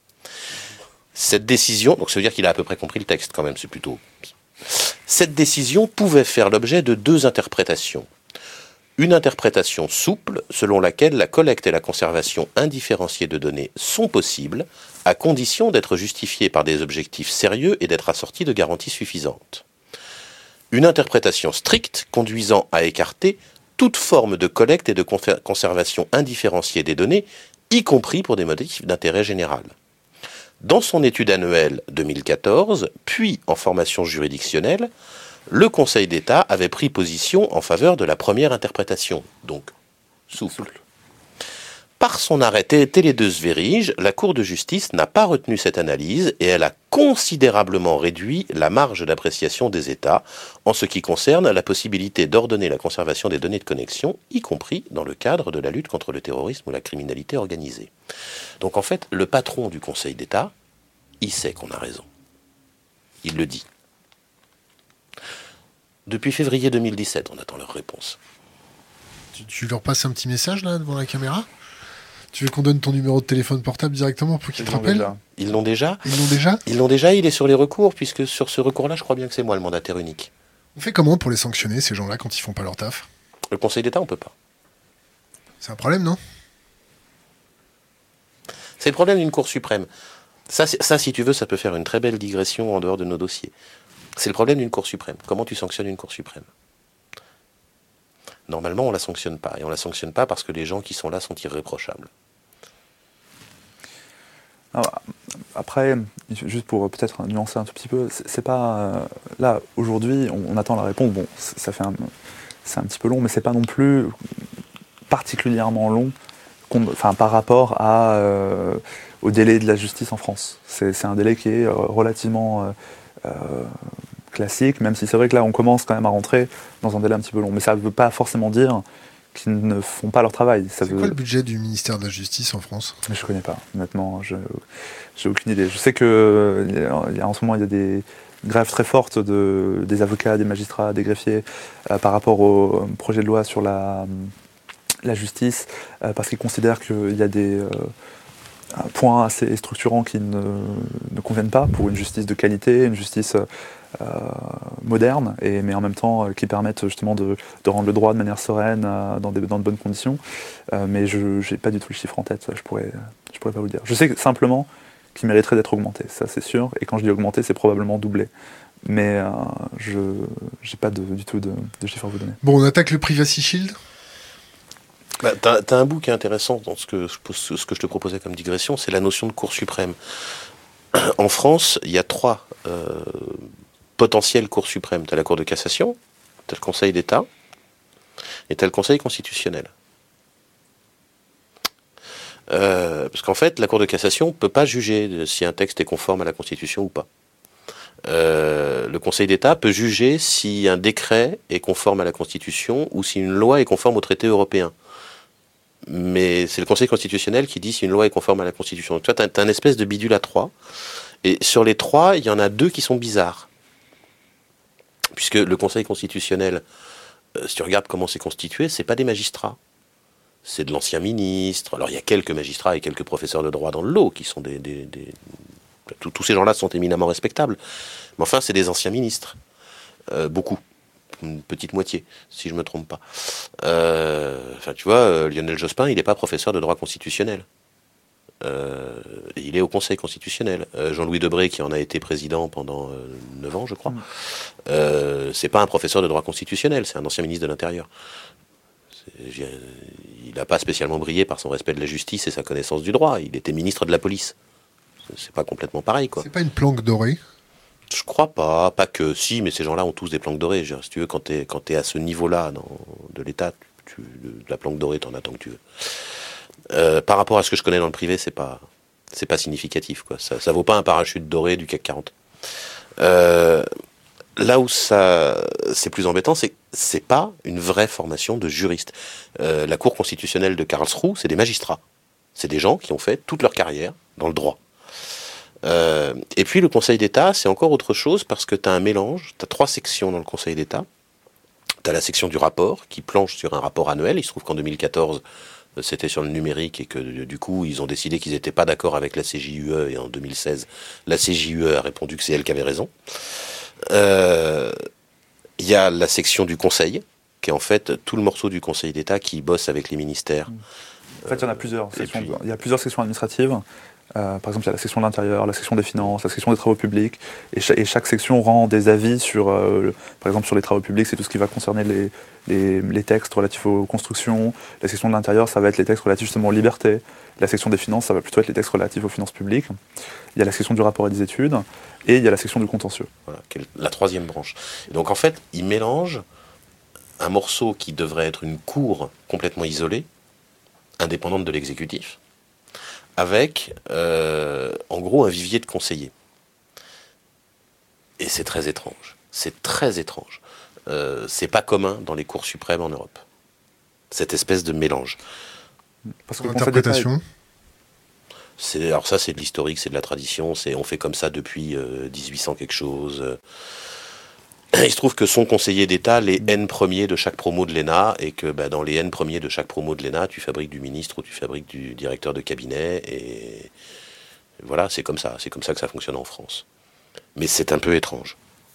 Cette décision, donc ça veut dire qu'il a à peu près compris le texte quand même, c'est plutôt... Cette décision pouvait faire l'objet de deux interprétations. Une interprétation souple, selon laquelle la collecte et la conservation indifférenciée de données sont possibles, à condition d'être justifiées par des objectifs sérieux et d'être assorties de garanties suffisantes. Une interprétation stricte, conduisant à écarter toute forme de collecte et de conservation indifférenciée des données, y compris pour des motifs d'intérêt général. Dans son étude annuelle deux mille quatorze, puis en formation juridictionnelle, le Conseil d'État avait pris position en faveur de la première interprétation, donc souple. Par son arrêt Télé deux Sverige, la Cour de justice n'a pas retenu cette analyse et elle a considérablement réduit la marge d'appréciation des États en ce qui concerne la possibilité d'ordonner la conservation des données de connexion, y compris dans le cadre de la lutte contre le terrorisme ou la criminalité organisée. Donc en fait, le patron du Conseil d'État, il sait qu'on a raison. Il le dit. Depuis février deux mille dix-sept, on attend leur réponse. Tu, tu leur passes un petit message là devant la caméra ? Tu veux qu'on donne ton numéro de téléphone portable directement pour qu'ils te rappellent ? Ils l'ont déjà ? Ils l'ont déjà ? Ils l'ont déjà, il est sur les recours, puisque sur ce recours-là, je crois bien que c'est moi le mandataire unique. On fait comment pour les sanctionner, ces gens-là, quand ils font pas leur taf ? Le Conseil d'État, on peut pas. C'est un problème, non ? C'est le problème d'une Cour suprême. Ça, ça, si tu veux, ça peut faire une très belle digression en dehors de nos dossiers. C'est le problème d'une Cour suprême. Comment tu sanctionnes une Cour suprême ? Normalement, on ne la sanctionne pas. Et on ne la sanctionne pas parce que les gens qui sont là sont irréprochables. Alors, après, juste pour peut-être nuancer un tout petit peu, c'est, c'est pas... Euh, là, aujourd'hui, on, on attend la réponse. Bon, ça fait un, c'est un petit peu long, mais c'est pas non plus particulièrement long enfin, par rapport à, euh, au délai de la justice en France. C'est, c'est un délai qui est relativement... Euh, euh, classique, même si c'est vrai que là on commence quand même à rentrer dans un délai un petit peu long, mais ça ne veut pas forcément dire qu'ils ne font pas leur travail. Ça c'est veut... quoi le budget du ministère de la Justice en France ? Je ne connais pas, honnêtement, je j'ai aucune idée. Je sais qu'en ce moment il y a des grèves très fortes de, des avocats, des magistrats, des greffiers euh, par rapport au projet de loi sur la, la justice, euh, parce qu'ils considèrent qu'il y a des euh, points assez structurants qui ne, ne conviennent pas pour une justice de qualité, une justice Euh, moderne, et, mais en même temps euh, qui permettent justement de, de rendre le droit de manière sereine, euh, dans, des, dans de bonnes conditions. Euh, mais je n'ai pas du tout le chiffre en tête, ça, je pourrais, je pourrais pas vous le dire. Je sais simplement qui mériterait d'être augmenté, ça c'est sûr. Et quand je dis augmenté, c'est probablement doublé. Mais euh, je n'ai pas de, du tout de, de chiffres à vous donner. Bon, on attaque le Privacy Shield. Bah, t'as, t'as un bout qui est intéressant dans ce que, ce que je te proposais comme digression, c'est la notion de Cour suprême. En France, il y a trois euh, potentielles cours suprêmes. Tu as la Cour de cassation, tu as le Conseil d'État et tu as le Conseil constitutionnel. Euh, parce qu'en fait, la Cour de cassation ne peut pas juger si un texte est conforme à la Constitution ou pas. Euh, le Conseil d'État peut juger si un décret est conforme à la Constitution ou si une loi est conforme au traité européen. Mais c'est le Conseil constitutionnel qui dit si une loi est conforme à la Constitution. Donc toi, tu as un espèce de bidule à trois. Et sur les trois, il y en a deux qui sont bizarres. Puisque le Conseil constitutionnel, euh, si tu regardes comment c'est constitué, c'est pas des magistrats. C'est de l'ancien ministre. Alors il y a quelques magistrats et quelques professeurs de droit dans le lot qui sont des... des, des... Tous, tous ces gens-là sont éminemment respectables. Mais enfin, c'est des anciens ministres. Euh, beaucoup. Une petite moitié, si je me trompe pas. Euh, enfin, tu vois, euh, Lionel Jospin, il n'est pas professeur de droit constitutionnel. Euh, il est au Conseil constitutionnel. Euh, Jean-Louis Debré, qui en a été président pendant euh, neuf ans, je crois, euh, c'est pas un professeur de droit constitutionnel, c'est un ancien ministre de l'Intérieur. C'est, il n'a pas spécialement brillé par son respect de la justice et sa connaissance du droit. Il était ministre de la police. C'est pas complètement pareil, quoi. C'est pas une planque dorée? Je crois pas, pas que si, mais ces gens-là ont tous des planques dorées. Je veux dire, si tu veux, quand t'es quand t'es à ce niveau-là dans, de l'État, tu, tu, de la planque dorée, t'en as tant que tu veux. Euh, par rapport à ce que je connais dans le privé, c'est pas c'est pas significatif, quoi. Ça, ça vaut pas un parachute doré du C A C quarante. Euh, là où ça c'est plus embêtant, c'est c'est pas une vraie formation de juriste. Euh, la Cour constitutionnelle de Karlsruhe, c'est des magistrats. C'est des gens qui ont fait toute leur carrière dans le droit. Euh, et puis le Conseil d'État, c'est encore autre chose parce que tu as un mélange, tu as trois sections dans le Conseil d'État. Tu as la section du rapport qui planche sur un rapport annuel. Il se trouve qu'en deux mille quatorze, c'était sur le numérique et que du coup, ils ont décidé qu'ils n'étaient pas d'accord avec la C J U E et en deux mille seize, la C J U E a répondu que c'est elle qui avait raison. Euh, Il y a la section du Conseil, qui est en fait tout le morceau du Conseil d'État qui bosse avec les ministères. En fait, il y en a plusieurs. Et puis, il y a plusieurs sections administratives. Euh, par exemple, il y a la section de l'intérieur, la section des finances, la section des travaux publics, et, cha- et chaque section rend des avis sur, euh, le, par exemple, sur les travaux publics, c'est tout ce qui va concerner les, les, les textes relatifs aux constructions. La section de l'intérieur, ça va être les textes relatifs justement aux libertés. La section des finances, ça va plutôt être les textes relatifs aux finances publiques. Il y a la section du rapport et des études, et il y a la section du contentieux. Voilà, la troisième branche. Et donc en fait, ils mélangent un morceau qui devrait être une cour complètement isolée, indépendante de l'exécutif, avec, euh, en gros, un vivier de conseillers. Et c'est très étrange. C'est très étrange. Euh, c'est pas commun dans les cours suprêmes en Europe. Cette espèce de mélange. Parce que Interprétation. C'est, alors ça, c'est de l'historique, c'est de la tradition. C'est, on fait comme ça depuis euh, dix-huit cents quelque chose. Il se trouve que sont conseillers d'État les N premiers de chaque promo de l'E N A et que bah, dans les N premiers de chaque promo de l'E N A, tu fabriques du ministre ou tu fabriques du directeur de cabinet et voilà, c'est comme ça, c'est comme ça que ça fonctionne en France. Mais c'est un peu étrange.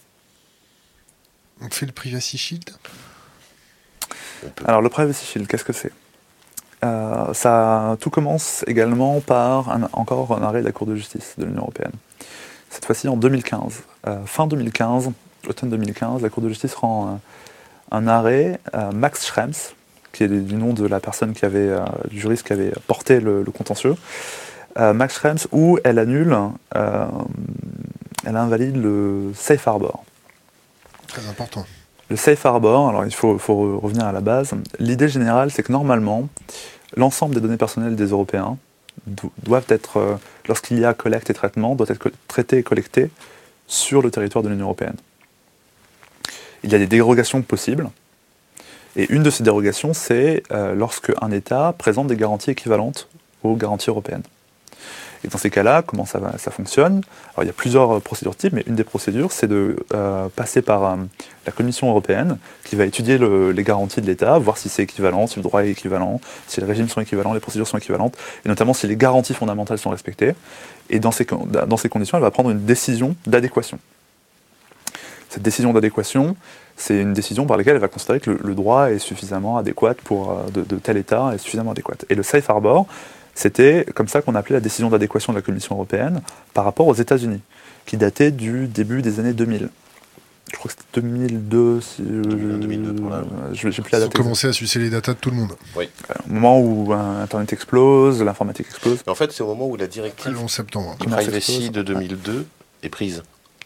On fait le Privacy Shield. Alors le Privacy Shield, qu'est-ce que c'est ? euh, ça, Tout commence également par un, encore un arrêt de la Cour de justice de l'Union européenne. Cette fois-ci en deux mille quinze. Euh, fin deux mille quinze, automne deux mille quinze, la Cour de justice rend un, un arrêt à Max Schrems, qui est du nom de la personne qui avait, euh, du juriste qui avait porté le, le contentieux, euh, Max Schrems, où elle annule, euh, elle invalide le Safe Harbor. Très important. Le Safe Harbor, alors il faut, faut revenir à la base. L'idée générale, c'est que normalement, l'ensemble des données personnelles des Européens do- doivent être, euh, lorsqu'il y a collecte et traitement, doivent être co- traitées et collectées sur le territoire de l'Union européenne. Il y a des dérogations possibles, et une de ces dérogations, c'est euh, lorsque un État présente des garanties équivalentes aux garanties européennes. Et dans ces cas-là, comment ça, va, ça fonctionne ? Alors, il y a plusieurs procédures types, mais une des procédures, c'est de euh, passer par euh, la Commission européenne, qui va étudier le, les garanties de l'État, voir si c'est équivalent, si le droit est équivalent, si les régimes sont équivalents, les procédures sont équivalentes, et notamment si les garanties fondamentales sont respectées. Et dans ces, dans ces conditions, elle va prendre une décision d'adéquation. Cette décision d'adéquation, c'est une décision par laquelle elle va considérer que le, le droit est suffisamment adéquat pour, de, de tel État, est suffisamment adéquat. Et le Safe Harbor, C'était comme ça qu'on appelait la décision d'adéquation de la Commission européenne par rapport aux États-Unis, qui datait du début des années deux mille. Je crois que c'était deux mille deux. Si deux mille deux pour là. Je n'ai plus la date. Ils ont commencé à sucer les datas de tout le monde. Oui. Au moment où euh, Internet explose, l'informatique explose. En fait, c'est au moment où la directive Le onze septembre. e-privacy de deux mille deux est prise.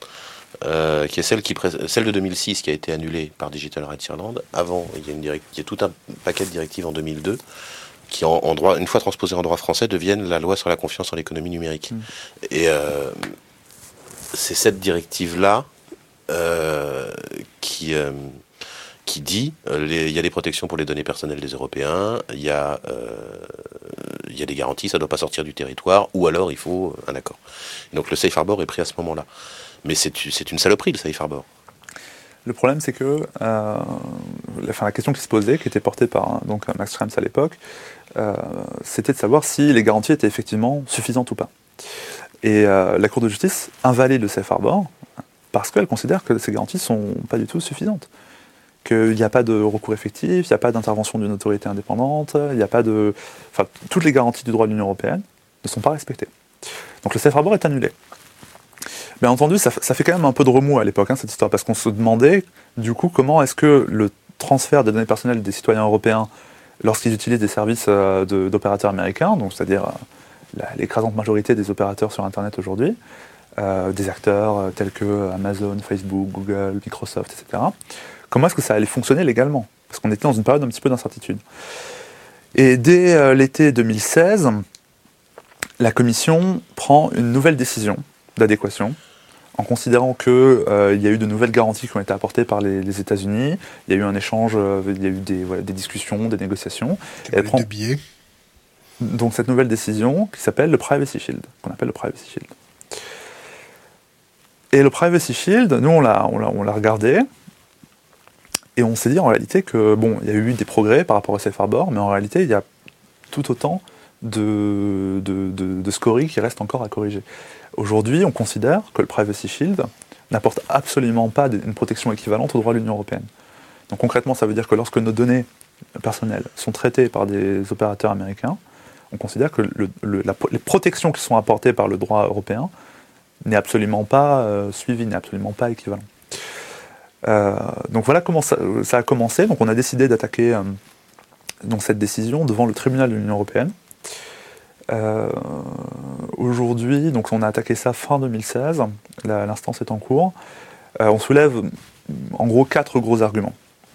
Euh, qui est celle, qui pré- celle de deux mille six qui a été annulée par Digital Rights Ireland. Avant, il y a, une direct- il y a tout un paquet de directives en deux mille deux qui, en, en droit, une fois transposées en droit français, deviennent la loi sur la confiance en l'économie numérique. Mmh. Et euh, c'est cette directive-là euh, qui, euh, qui dit euh, il y a des protections pour les données personnelles des Européens, il y a, euh, il y a des garanties, ça ne doit pas sortir du territoire, ou alors il faut un accord. Et donc le Safe Harbor est pris à ce moment-là. Mais c'est, c'est une saloperie, le Safe Harbor. Le problème, c'est que euh, la, enfin, la question qui se posait, qui était portée par donc, Max Schrems à l'époque, euh, c'était de savoir si les garanties étaient effectivement suffisantes ou pas. Et euh, la Cour de justice invalide le Safe Harbor parce qu'elle considère que ces garanties ne sont pas du tout suffisantes. Qu'il n'y a pas de recours effectif, il n'y a pas d'intervention d'une autorité indépendante, il n'y a pas de... Enfin, toutes les garanties du droit de l'Union européenne ne sont pas respectées. Donc le Safe Harbor est annulé. Bien entendu, ça, ça fait quand même un peu de remous à l'époque, hein, cette histoire, parce qu'on se demandait, du coup, comment est-ce que le transfert des données personnelles des citoyens européens, lorsqu'ils utilisent des services euh, de, d'opérateurs américains, donc c'est-à-dire euh, la, l'écrasante majorité des opérateurs sur Internet aujourd'hui, euh, des acteurs euh, tels que Amazon, Facebook, Google, Microsoft, et cetera, comment est-ce que ça allait fonctionner légalement ? Parce qu'on était dans une période un petit peu d'incertitude. Et dès euh, l'été deux mille seize, la Commission prend une nouvelle décision d'adéquation, en considérant qu'il euh, y a eu de nouvelles garanties qui ont été apportées par les, les États-Unis, il y a eu un échange, euh, il y a eu des, voilà, des discussions, des négociations. Et elle prend de billets. Donc cette nouvelle décision qui s'appelle le Privacy Shield, qu'on appelle le Privacy Shield. Et le Privacy Shield, nous on l'a, on l'a, on l'a regardé, et on s'est dit en réalité que bon, il y a eu des progrès par rapport au Safe Harbor, mais en réalité il y a tout autant de, de, de, de scories qui restent encore à corriger. Aujourd'hui, on considère que le Privacy Shield n'apporte absolument pas une protection équivalente au droit de l'Union européenne. Donc concrètement, ça veut dire que lorsque nos données personnelles sont traitées par des opérateurs américains, on considère que le, le, la, les protections qui sont apportées par le droit européen n'est absolument pas euh, suivies, n'est absolument pas équivalent. Euh, donc voilà comment ça, ça a commencé. Donc on a décidé d'attaquer euh, donc cette décision devant le tribunal de l'Union européenne. Euh, aujourd'hui, donc on a attaqué ça fin deux mille seize, la, l'instance est en cours. Euh, on soulève en gros quatre gros arguments.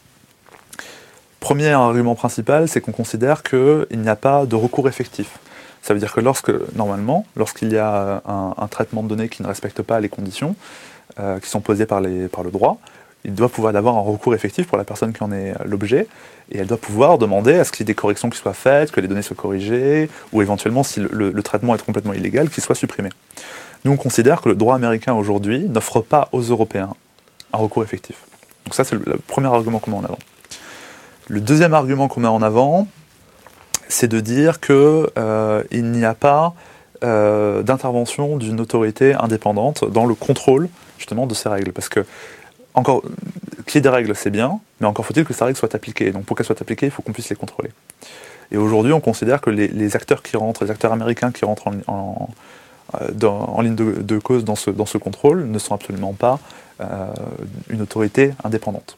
Premier argument principal, c'est qu'on considère qu'il n'y a pas de recours effectif. Ça veut dire que lorsque, normalement, lorsqu'il y a un, un traitement de données qui ne respecte pas les conditions euh, qui sont posées par, les, par le droit, il doit pouvoir avoir un recours effectif pour la personne qui en est l'objet, et elle doit pouvoir demander à ce qu'il y ait des corrections qui soient faites, que les données soient corrigées, ou éventuellement, si le, le, le traitement est complètement illégal, qu'il soit supprimé. Nous, on considère que le droit américain aujourd'hui n'offre pas aux Européens un recours effectif. Donc ça, c'est le, le premier argument qu'on met en avant. Le deuxième argument qu'on met en avant, c'est de dire qu'il euh, n'y a pas euh, d'intervention d'une autorité indépendante dans le contrôle, justement, de ces règles. Parce que Encore, qu'il y ait des règles, c'est bien, mais encore faut-il que ces règles soient appliquées. Donc pour qu'elles soient appliquées, il faut qu'on puisse les contrôler. Et aujourd'hui, on considère que les, les acteurs qui rentrent, les acteurs américains qui rentrent en, en, dans, en ligne de, de cause dans ce, dans ce contrôle ne sont absolument pas euh, une autorité indépendante.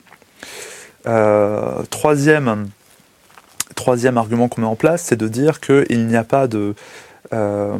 Euh, troisième, troisième argument qu'on met en place, c'est de dire qu'il n'y a pas de... Euh,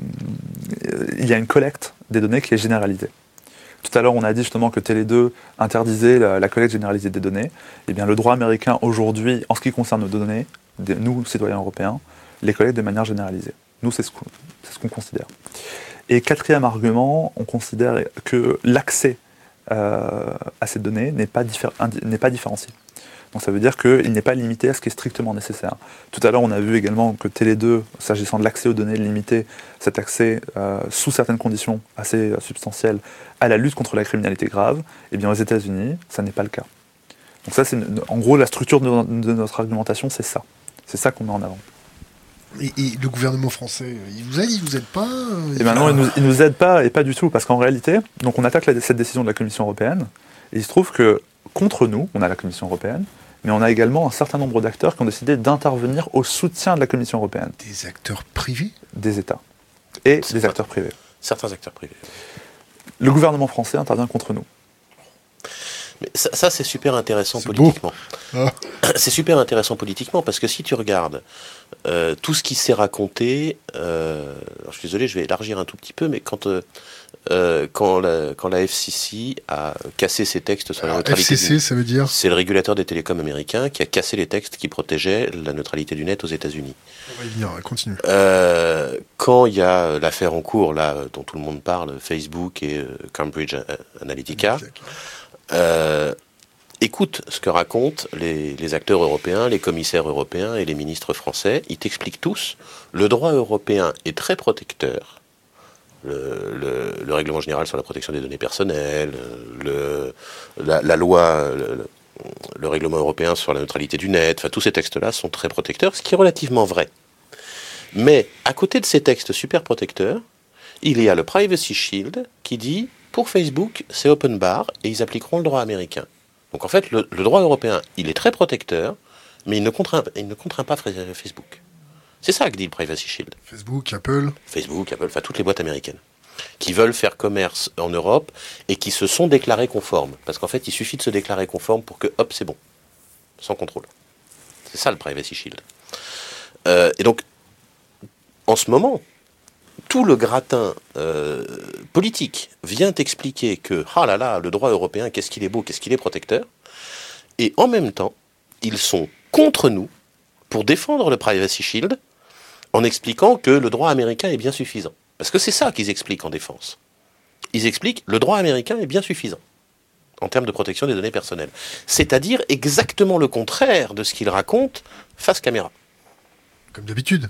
il y a une collecte des données qui est généralisée. Tout à l'heure, on a dit justement que Télé deux interdisait la, la collecte généralisée des données. Eh bien, le droit américain, aujourd'hui, en ce qui concerne nos données, des, nous, citoyens européens, les collecte de manière généralisée. Nous, c'est ce qu'on, c'est ce qu'on considère. Et quatrième argument, on considère que l'accès euh, à ces données n'est pas, diffé- indi- n'est pas différencié. Donc ça veut dire qu'il n'est pas limité à ce qui est strictement nécessaire. Tout à l'heure, on a vu également que Télé deux, s'agissant de l'accès aux données, limitait cet accès euh, sous certaines conditions assez euh, substantielles à la lutte contre la criminalité grave. Et bien aux États-Unis, ça n'est pas le cas. Donc ça, c'est une, en gros, la structure de, de notre argumentation, c'est ça. C'est ça qu'on met en avant. Et, et le gouvernement français, il vous aide, il vous aide pas Et ben non, il nous, il nous aide pas, et pas du tout, parce qu'en réalité, donc on attaque la, cette décision de la Commission européenne, et il se trouve que contre nous, on a la Commission européenne, mais on a également un certain nombre d'acteurs qui ont décidé d'intervenir au soutien de la Commission européenne. Des acteurs privés ? Des États. Et C'est des pas- acteurs privés. Certains acteurs privés. Le gouvernement français intervient contre nous. Mais ça, ça, c'est super intéressant C'est politiquement. Ah. C'est super intéressant politiquement parce que si tu regardes euh, tout ce qui s'est raconté, euh, alors je suis désolé, je vais élargir un tout petit peu, mais quand, euh, euh, quand, la, quand la F C C a cassé ses textes sur la Alors, neutralité F C C, du- ça veut dire ? c'est le régulateur des télécoms américains qui a cassé les textes qui protégeaient la neutralité du net aux États-Unis. On va y venir, continue. Euh, quand il y a l'affaire en cours, là, dont tout le monde parle, Facebook et euh, Cambridge Analytica, euh, écoute ce que racontent les, les acteurs européens, les commissaires européens et les ministres français. Ils t'expliquent tous, le droit européen est très protecteur. Le, le, le règlement général sur la protection des données personnelles, le, la, la loi, le, le règlement européen sur la neutralité du net, enfin tous ces textes-là sont très protecteurs, ce qui est relativement vrai. Mais à côté de ces textes super protecteurs, il y a le Privacy Shield qui dit pour Facebook, c'est open bar et ils appliqueront le droit américain. Donc en fait, le, le droit européen, il est très protecteur, mais il ne contraint, il ne contraint pas Facebook. C'est ça que dit le Privacy Shield. Facebook, Apple. Facebook, Apple, enfin toutes les boîtes américaines qui veulent faire commerce en Europe et qui se sont déclarées conformes. Parce qu'en fait, il suffit de se déclarer conforme pour que, hop, c'est bon. Sans contrôle. C'est ça le Privacy Shield. Euh, et donc, en ce moment, tout le gratin euh, politique vient expliquer que, ah là là, le droit européen, qu'est-ce qu'il est beau, qu'est-ce qu'il est protecteur. Et en même temps, ils sont contre nous pour défendre le Privacy Shield en expliquant que le droit américain est bien suffisant. Parce que c'est ça qu'ils expliquent en défense. Ils expliquent que le droit américain est bien suffisant en termes de protection des données personnelles. C'est-à-dire exactement le contraire de ce qu'ils racontent face caméra. Comme d'habitude.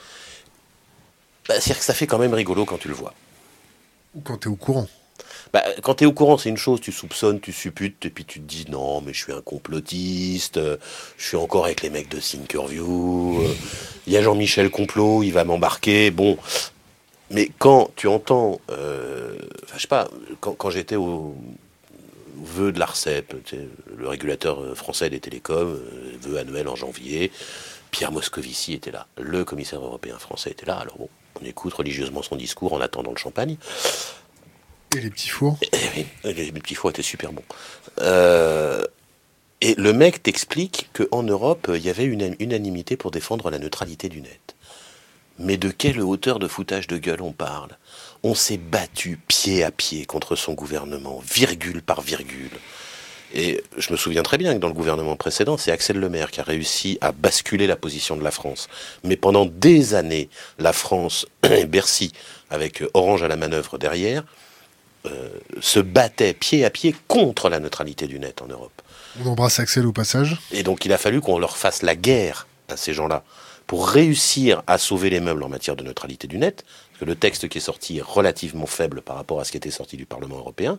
Bah, c'est-à-dire que ça fait quand même rigolo quand tu le vois. Ou quand t'es au courant. Bah, quand tu es au courant, c'est une chose, tu soupçonnes, tu supputes, et puis tu te dis non, mais je suis un complotiste, euh, je suis encore avec les mecs de Thinkerview, euh, il y a Jean-Michel Complot, il va m'embarquer, bon. Mais quand tu entends, euh, enfin, je sais pas, quand, quand j'étais au, au vœu de l'ARCEP, tu sais, le régulateur français des télécoms, euh, vœu annuel en janvier, Pierre Moscovici était là, le commissaire européen français était là, alors bon, on écoute religieusement son discours en attendant le champagne. Et les petits fours. Et oui, les petits fours étaient super bons. Euh, et le mec t'explique qu'en Europe, il y avait une unanimité pour défendre la neutralité du net. Mais de quelle hauteur de foutage de gueule on parle? On s'est battu pied à pied contre son gouvernement, virgule par virgule. Et je me souviens très bien que dans le gouvernement précédent, c'est Axel Lemaire qui a réussi à basculer la position de la France. Mais pendant des années, la France et Bercy, avec Orange à la manœuvre derrière, euh, se battaient pied à pied contre la neutralité du net en Europe. On embrasse Axel au passage. Et donc il a fallu qu'on leur fasse la guerre à ces gens-là pour réussir à sauver les meubles en matière de neutralité du net, parce que le texte qui est sorti est relativement faible par rapport à ce qui était sorti du Parlement européen.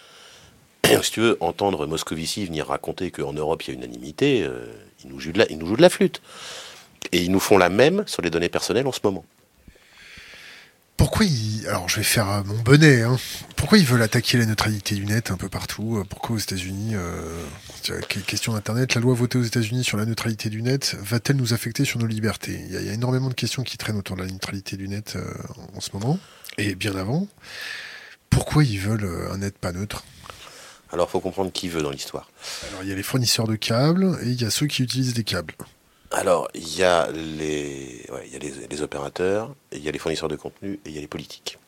Et si tu veux entendre Moscovici venir raconter qu'en Europe il y a unanimité, euh, il nous joue de la, il nous joue de la flûte. Et ils nous font la même sur les données personnelles en ce moment. Pourquoi ils... Alors, je vais faire euh, mon bonnet. Hein. Pourquoi ils veulent attaquer la neutralité du net un peu partout? Pourquoi aux États-Unis euh... Question d'Internet. La loi votée aux États-Unis sur la neutralité du net va-t-elle nous affecter sur nos libertés? Il y, a, il y a énormément de questions qui traînent autour de la neutralité du net euh, en ce moment, et bien avant. Pourquoi ils veulent euh, un net pas neutre? Alors, il faut comprendre qui veut dans l'histoire. Alors, il y a les fournisseurs de câbles et il y a ceux qui utilisent des câbles. Alors, il y a les, ouais, il y a les, les opérateurs, il y a les fournisseurs de contenu et il y a les politiques.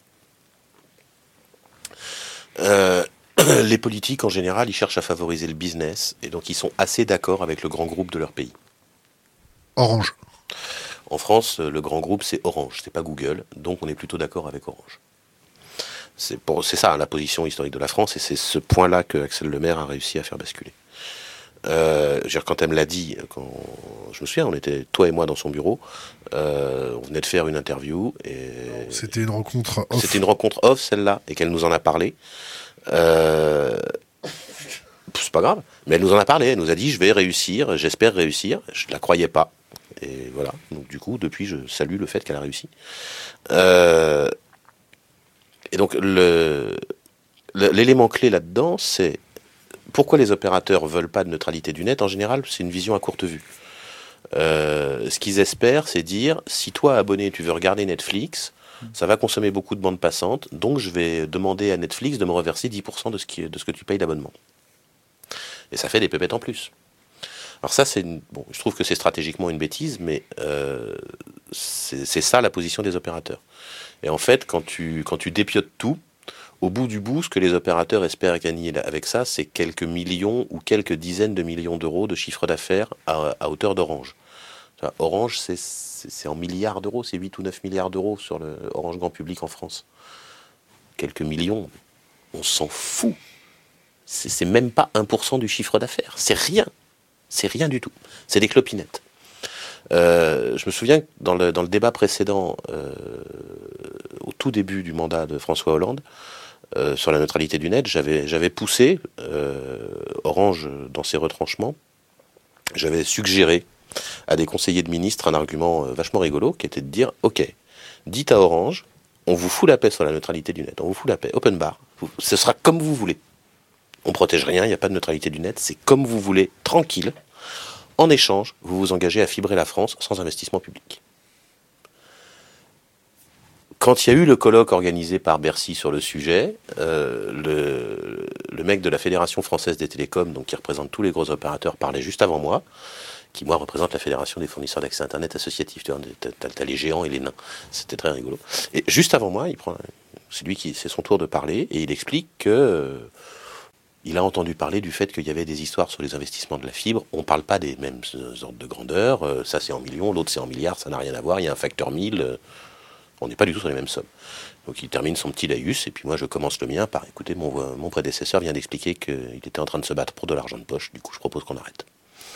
Euh, les politiques, en général, ils cherchent à favoriser le business et donc ils sont assez d'accord avec le grand groupe de leur pays. Orange. En France, le grand groupe, c'est Orange, c'est pas Google, donc on est plutôt d'accord avec Orange. C'est, pour, c'est ça, la position historique de la France, et c'est ce point-là que Axel Lemaire a réussi à faire basculer. Euh, quand elle me l'a dit, quand, je me souviens, on était toi et moi dans son bureau, euh, on venait de faire une interview. Et c'était une rencontre off. C'était une rencontre off, celle-là, et qu'elle nous en a parlé. Euh, c'est pas grave, mais elle nous en a parlé, elle nous a dit je vais réussir, j'espère réussir, je ne la croyais pas. Et voilà, donc du coup, depuis, je salue le fait qu'elle a réussi. Euh, et donc, le, le, l'élément clé là-dedans, c'est pourquoi les opérateurs veulent pas de neutralité du net? En général, c'est une vision à courte vue. Euh, ce qu'ils espèrent, c'est dire, si toi, abonné, tu veux regarder Netflix, ça va consommer beaucoup de bandes passantes, donc je vais demander à Netflix de me reverser dix pour cent de ce, qui, de ce que tu payes d'abonnement. Et ça fait des pépettes en plus. Alors ça, c'est une, bon, je trouve que c'est stratégiquement une bêtise, mais euh, c'est, c'est ça la position des opérateurs. Et en fait, quand tu, quand tu dépiotes tout, au bout du bout, ce que les opérateurs espèrent gagner avec ça, c'est quelques millions ou quelques dizaines de millions d'euros de chiffre d'affaires à, à hauteur d'Orange. Orange, c'est, c'est, c'est en milliards d'euros, c'est huit ou neuf milliards d'euros sur le Orange Grand Public en France. Quelques millions, on s'en fout. C'est, c'est même pas un pour cent du chiffre d'affaires. C'est rien. C'est rien du tout. C'est des clopinettes. Euh, je me souviens que dans le, dans le débat précédent, euh, au tout début du mandat de François Hollande, euh, sur la neutralité du net, j'avais, j'avais poussé euh, Orange dans ses retranchements. J'avais suggéré à des conseillers de ministres un argument euh, vachement rigolo, qui était de dire, ok, dites à Orange, on vous fout la paix sur la neutralité du net, on vous fout la paix, open bar, vous, ce sera comme vous voulez. On protège rien, il n'y a pas de neutralité du net, c'est comme vous voulez, tranquille. En échange, vous vous engagez à fibrer la France sans investissement public. Quand il y a eu le colloque organisé par Bercy sur le sujet, euh, le, le mec de la Fédération française des télécoms, donc qui représente tous les gros opérateurs, parlait juste avant moi, qui moi représente la Fédération des fournisseurs d'accès Internet associatifs. Tu vois, t'as, t'as les géants et les nains. C'était très rigolo. Et juste avant moi, il prend, c'est lui qui, c'est son tour de parler, et il explique que euh, il a entendu parler du fait qu'il y avait des histoires sur les investissements de la fibre. On ne parle pas des mêmes ordres de grandeur. Euh, ça, c'est en millions, l'autre, c'est en milliards. Ça n'a rien à voir. Il y a un facteur mille. Euh, on n'est pas du tout sur les mêmes sommes. Donc, il termine son petit laïus. Et puis, moi, je commence le mien par, écoutez, mon, mon prédécesseur vient d'expliquer qu'il était en train de se battre pour de l'argent de poche. Du coup, je propose qu'on arrête.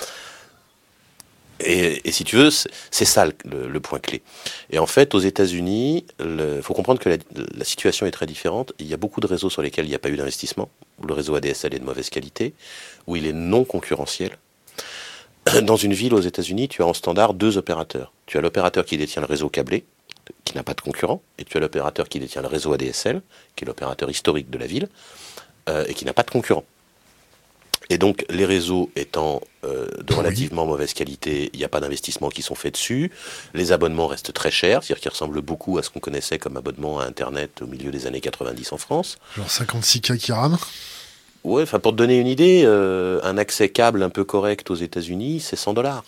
Et, et si tu veux, c'est, c'est ça le, le, le point clé. Et en fait, aux États-Unis, il faut comprendre que la, la situation est très différente. Il y a beaucoup de réseaux sur lesquels il n'y a pas eu d'investissement, où le réseau A D S L est de mauvaise qualité, où il est non concurrentiel. Dans une ville aux États-Unis, tu as en standard deux opérateurs. Tu as l'opérateur qui détient le réseau câblé, qui n'a pas de concurrent, et tu as l'opérateur qui détient le réseau A D S L, qui est l'opérateur historique de la ville, euh, et qui n'a pas de concurrent. Et donc, les réseaux étant euh, de relativement mauvaise qualité, il n'y a pas d'investissements qui sont faits dessus. Les abonnements restent très chers, c'est-à-dire qu'ils ressemblent beaucoup à ce qu'on connaissait comme abonnement à Internet au milieu des années quatre-vingt-dix en France. Genre cinquante-six K qui rame. Ouais, enfin pour te donner une idée, euh, un accès câble un peu correct aux États-Unis, c'est cent dollars.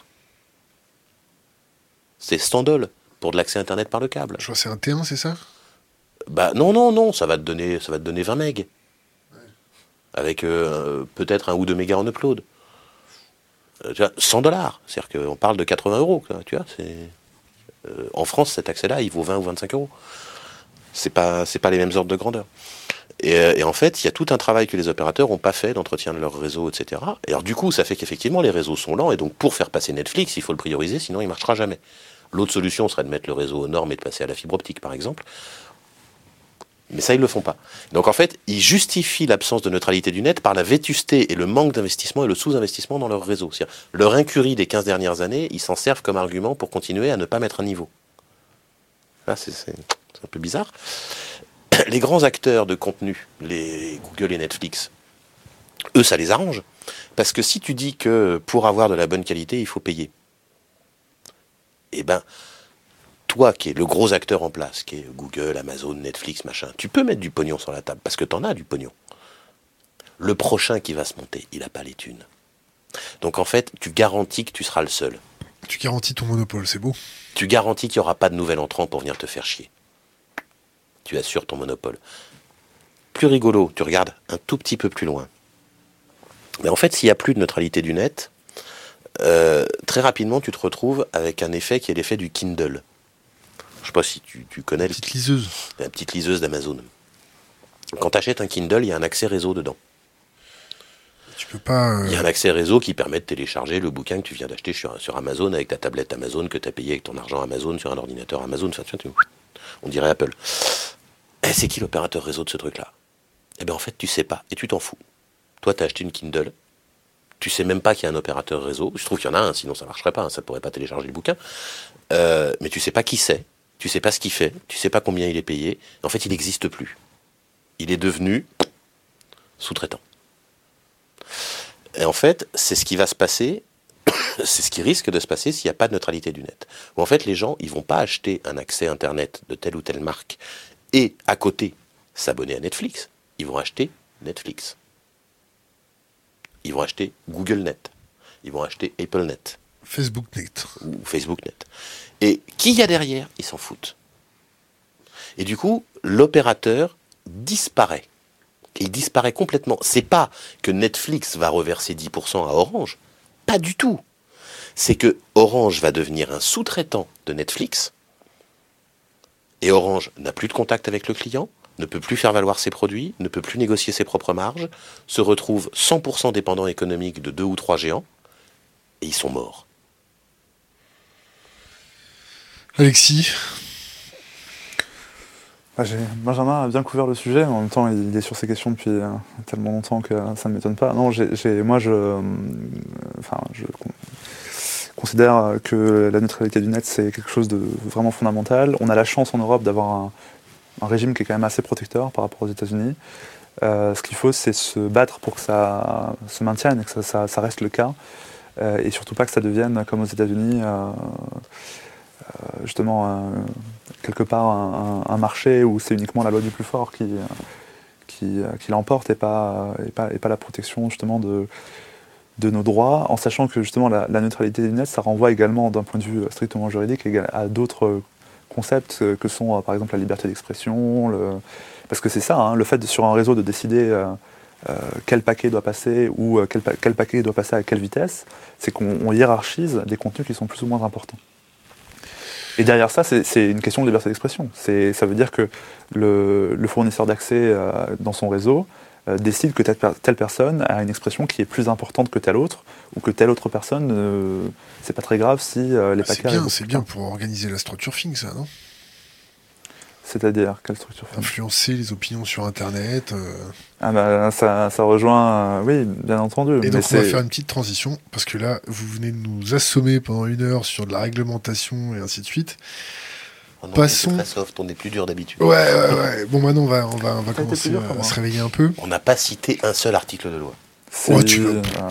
C'est cent dollars pour de l'accès Internet par le câble. Je vois, c'est un T un, c'est ça? Bah non, non, non, ça va te donner, ça va te donner vingt mégas. Avec euh, peut-être un ou deux mégas en upload. Euh, tu vois, cent dollars, c'est-à-dire qu'on parle de quatre-vingts euros. Tu vois, c'est, euh, en France, cet accès-là, il vaut vingt ou vingt-cinq euros. C'est pas, c'est pas les mêmes ordres de grandeur. Et, euh, et en fait, il y a tout un travail que les opérateurs n'ont pas fait d'entretien de leur réseau, et cetera. Et alors du coup, ça fait qu'effectivement, les réseaux sont lents, et donc pour faire passer Netflix, il faut le prioriser, sinon il ne marchera jamais. L'autre solution serait de mettre le réseau aux normes et de passer à la fibre optique, par exemple. Mais ça, ils ne le font pas. Donc en fait, ils justifient l'absence de neutralité du net par la vétusté et le manque d'investissement et le sous-investissement dans leur réseau. C'est-à-dire, leur incurie des quinze dernières années, ils s'en servent comme argument pour continuer à ne pas mettre un niveau. Là, c'est, c'est, c'est un peu bizarre. Les grands acteurs de contenu, les Google et Netflix, eux, ça les arrange. Parce que si tu dis que pour avoir de la bonne qualité, il faut payer, eh ben... toi qui es le gros acteur en place, qui est Google, Amazon, Netflix, machin, tu peux mettre du pognon sur la table, parce que t'en as du pognon. Le prochain qui va se monter, il n'a pas les thunes. Donc en fait, tu garantis que tu seras le seul. Tu garantis ton monopole, c'est beau. Tu garantis qu'il n'y aura pas de nouvel entrant pour venir te faire chier. Tu assures ton monopole. Plus rigolo, tu regardes un tout petit peu plus loin. Mais en fait, s'il n'y a plus de neutralité du net, euh, très rapidement, tu te retrouves avec un effet qui est l'effet du Kindle. Je ne sais pas si tu, tu connais... La petite liseuse. La petite liseuse d'Amazon. Quand tu achètes un Kindle, il y a un accès réseau dedans. Tu peux pas... Euh... Il y a un accès réseau qui permet de télécharger le bouquin que tu viens d'acheter sur, sur Amazon avec ta tablette Amazon que tu as payé avec ton argent Amazon sur un ordinateur Amazon. Enfin, tu, tu, on dirait Apple. Et c'est qui l'opérateur réseau de ce truc-là? Eh bien, en fait, tu sais pas et tu t'en fous. Toi, tu as acheté une Kindle. Tu sais même pas qu'il y a un opérateur réseau. Je trouve qu'il y en a un, sinon ça marcherait pas. Hein, ça pourrait pas télécharger le bouquin. Euh, mais tu sais pas qui c'est. Tu sais pas ce qu'il fait, tu sais pas combien il est payé. En fait, il n'existe plus. Il est devenu sous-traitant. Et en fait, c'est ce qui va se passer, c'est ce qui risque de se passer s'il n'y a pas de neutralité du net. Où en fait, les gens, ils vont pas acheter un accès Internet de telle ou telle marque et, à côté, s'abonner à Netflix. Ils vont acheter Netflix. Ils vont acheter Google Net. Ils vont acheter Apple Net. Facebook Net. Ou Facebook Net. Et qui y a derrière, ils s'en foutent. Et du coup, l'opérateur disparaît. Et il disparaît complètement. C'est pas que Netflix va reverser dix pour cent à Orange. Pas du tout. C'est que Orange va devenir un sous-traitant de Netflix. Et Orange n'a plus de contact avec le client, ne peut plus faire valoir ses produits, ne peut plus négocier ses propres marges, se retrouve cent pour cent dépendant économique de deux ou trois géants, et ils sont morts. Alexis. Bah, j'ai... Benjamin a bien couvert le sujet, en même temps il est sur ces questions depuis euh, tellement longtemps que ça ne m'étonne pas. Non, j'ai, j'ai, moi je, euh, enfin, je con- considère que la neutralité du net c'est quelque chose de vraiment fondamental. On a la chance en Europe d'avoir un, un régime qui est quand même assez protecteur par rapport aux États-Unis. Euh, ce qu'il faut c'est se battre pour que ça se maintienne et que ça, ça, ça reste le cas. Euh, et surtout pas que ça devienne comme aux États-Unis. Euh, Euh, justement euh, quelque part un, un, un marché où c'est uniquement la loi du plus fort qui, qui, qui l'emporte et pas, et, pas, et pas la protection justement de, de nos droits, en sachant que justement la, la neutralité du net ça renvoie également d'un point de vue strictement juridique à d'autres concepts que sont par exemple la liberté d'expression, le... parce que c'est ça, hein, le fait de, sur un réseau de décider euh, euh, quel paquet doit passer ou euh, quel, quel paquet doit passer à quelle vitesse, c'est qu'on on hiérarchise des contenus qui sont plus ou moins importants. Et derrière ça, c'est, c'est une question de liberté d'expression. C'est, ça veut dire que le, le fournisseur d'accès euh, dans son réseau euh, décide que telle, telle personne a une expression qui est plus importante que telle autre, ou que telle autre personne, euh, c'est pas très grave si euh, les Ah, paquets... c'est bien, c'est bien pour organiser l'astroturfing, ça, non ? C'est-à-dire, quelle structure ? Influencer les opinions sur Internet. Euh... Ah bah, ça, ça rejoint... Euh, oui, bien entendu. Et mais donc, c'est... on va faire une petite transition, parce que là, vous venez de nous assommer pendant une heure sur de la réglementation et ainsi de suite. Oh non, Passons... c'est très soft, on est plus dur d'habitude. Ouais, ouais, ouais. Bon, maintenant, on va, on va, on va commencer dur, à, à se réveiller un peu. On n'a pas cité un seul article de loi. C'est... Oh, tu veux. Ah,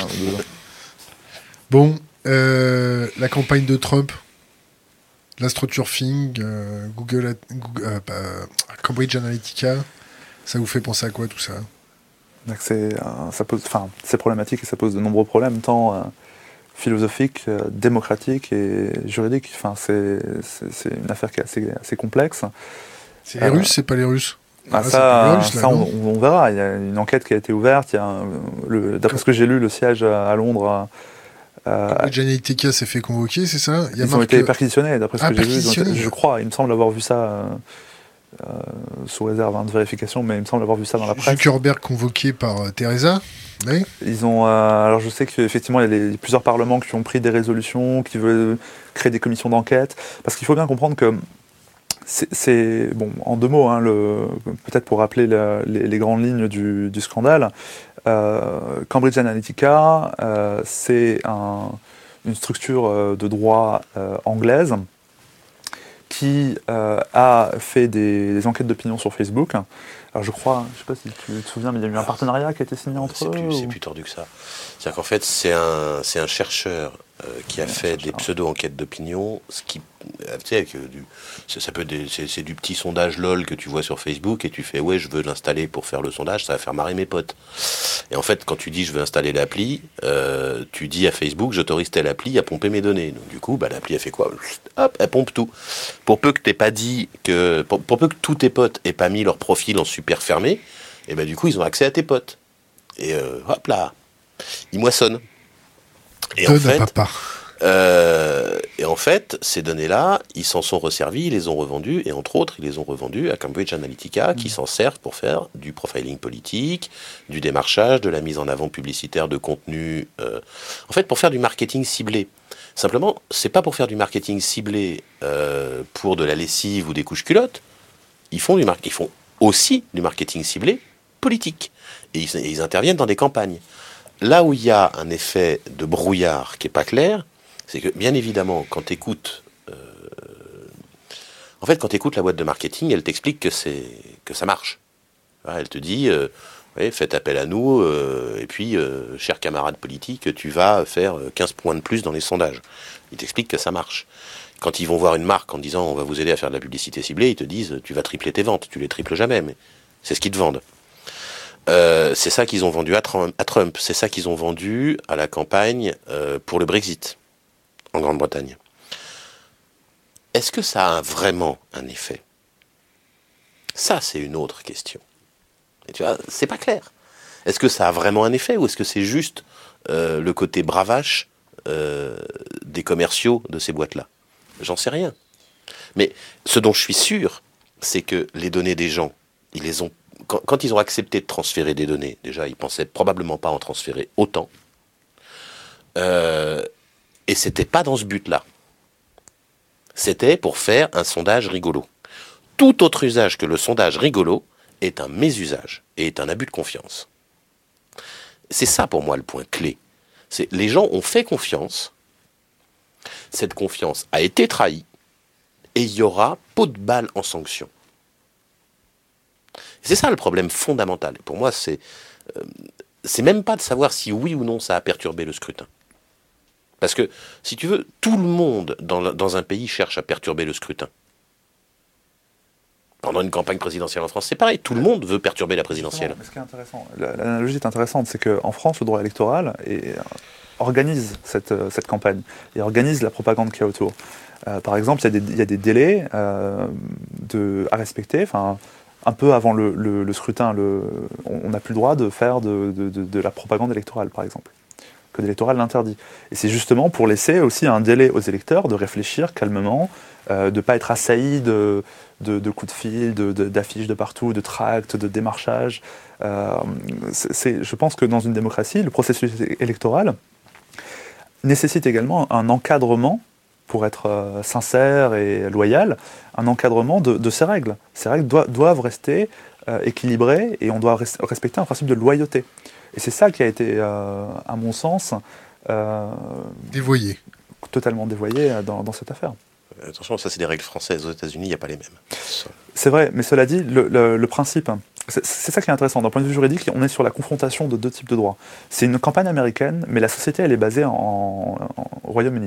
bon, euh, la campagne de Trump, l'astroturfing, euh, Google, Google euh, euh, Cambridge Analytica, ça vous fait penser à quoi tout ça ? Donc c'est, euh, ça pose, enfin, c'est problématique et ça pose de nombreux problèmes, tant euh, philosophiques, euh, démocratiques et juridiques. Enfin, c'est, c'est, c'est une affaire qui est assez, assez complexe. C'est les Euh, Russes, c'est pas les Russes ? Ah, Ah, ça, Russes, là, ça non on, on verra. Il y a une enquête qui a été ouverte. Il y a un- le, d'après ce que j'ai lu, le siège à, à Londres, euh, Cambridge Analytica s'est fait convoquer, c'est ça ? Il y a ils ont marqué- été perquisitionnés. D'après ce Ah, que j'ai vu, ils ont été- perquisitionnés. je crois. Il me semble avoir vu ça euh, euh, sous réserve hein, de vérification, mais il me semble avoir vu ça dans la presse. Zuckerberg convoqué par euh, Teresa, oui. Ils ont, euh, alors je sais qu'effectivement il y a les, plusieurs parlements qui ont pris des résolutions, qui veulent créer des commissions d'enquête, parce qu'il faut bien comprendre que c'est, c'est bon, en deux mots, hein, le, peut-être pour rappeler la, les, les grandes lignes du, du scandale, euh, Cambridge Analytica, euh, c'est un, une structure euh, de droit euh, anglaise qui euh, a fait des, des enquêtes d'opinion sur Facebook. Alors je crois, je ne sais pas si tu te souviens, mais il y a eu un partenariat qui a été signé entre C'est eux. plus, c'est ou- plus tordu que ça. C'est-à-dire qu'en fait, c'est un, c'est un chercheur euh, qui a Ouais, un fait chercheur. des pseudo-enquêtes d'opinion, ce qui, euh, tu sais, avec, euh, du, ça, ça peut des- c'est, c'est du petit sondage LOL que tu vois sur Facebook et tu fais ouais, je veux l'installer pour faire le sondage, ça va faire marrer mes potes. Et en fait, quand tu dis je veux installer l'appli, euh, tu dis à Facebook j'autorise telle appli à pomper mes données. Donc du coup, bah, l'appli elle fait quoi ? Hop, elle pompe tout. Pour peu que t'aies pas dit que, pour, pour peu que tous tes potes aient pas mis leur profil en super fermé, et ben du coup ils ont accès à tes potes. Et euh, hop là, ils moissonnent. Et en Donne fait, à papa. euh, et en fait, ces données-là, ils s'en sont resservis, ils les ont revendues, et entre autres, ils les ont revendues à Cambridge Analytica, qui s'en servent pour faire du profiling politique, du démarchage, de la mise en avant publicitaire de contenu, euh, en fait, pour faire du marketing ciblé. Simplement, c'est pas pour faire du marketing ciblé euh, pour de la lessive ou des couches culottes. Ils font du mar- ils font aussi du marketing ciblé politique, et ils, et ils interviennent dans des campagnes. Là où il y a un effet de brouillard qui est pas clair, c'est que, bien évidemment, quand tu écoutes... Euh, en fait, quand tu écoutes la boîte de marketing, elle t'explique que, c'est, que ça marche. Elle te dit, euh, Oui, faites appel à nous, euh, et puis, euh, cher camarade politique, tu vas faire quinze points de plus dans les sondages. Ils t'expliquent que ça marche. Quand ils vont voir une marque en disant on va vous aider à faire de la publicité ciblée, ils te disent tu vas tripler tes ventes. Tu les triples jamais, mais c'est ce qu'ils te vendent. Euh, c'est ça qu'ils ont vendu à Trump, à Trump. C'est ça qu'ils ont vendu à la campagne euh, pour le Brexit en Grande-Bretagne. Est-ce que ça a vraiment un effet ? Ça, c'est une autre question. Et tu vois, c'est pas clair. Est-ce que ça a vraiment un effet ou est-ce que c'est juste euh, le côté bravache euh, des commerciaux de ces boîtes-là ? J'en sais rien. Mais ce dont je suis sûr, c'est que les données des gens, ils les ont, quand, quand ils ont accepté de transférer des données, déjà, ils pensaient probablement pas en transférer autant. Euh, et c'était pas dans ce but-là. C'était pour faire un sondage rigolo. Tout autre usage que le sondage rigolo est un mésusage et est un abus de confiance. C'est ça pour moi le point clé. C'est les gens ont fait confiance, cette confiance a été trahie, et il y aura pot de balle en sanction. C'est ça le problème fondamental. Pour moi, c'est, euh, c'est même pas de savoir si oui ou non ça a perturbé le scrutin. Parce que, si tu veux, tout le monde dans, dans un pays cherche à perturber le scrutin. Pendant une campagne présidentielle en France, c'est pareil, tout le monde veut perturber la présidentielle. Mais ce qui est intéressant, l'analogie est intéressante, c'est qu'en France, le droit électoral est, organise cette, cette campagne et organise la propagande qu'il y a autour. Euh, par exemple, il y a des, il y a des délais euh, de, à respecter, enfin, un peu avant le, le, le scrutin, le, on n'a plus le droit de faire de, de, de, de la propagande électorale, par exemple. Que l'électoral l'interdit. Et c'est justement pour laisser aussi un délai aux électeurs de réfléchir calmement, euh, de ne pas être assaillis de, de, de coups de fil, de, de, d'affiches de partout, de tracts, de démarchage. Euh, c'est, c'est, je pense que dans une démocratie, le processus électoral nécessite également un encadrement, pour être euh, sincère et loyal, un encadrement de, de ces règles. Ces règles doivent, doivent rester euh, équilibrées et on doit res- respecter un principe de loyauté. Et c'est ça qui a été, euh, à mon sens, euh, dévoyé. Totalement dévoyé dans, dans cette affaire. Attention, ça c'est des règles françaises. Aux États-Unis, il n'y a pas les mêmes. C'est vrai, mais cela dit, le, le, le principe, c'est, c'est ça qui est intéressant. D'un point de vue juridique, on est sur la confrontation de deux types de droits. C'est une campagne américaine, mais la société, elle est basée en, en, au Royaume-Uni.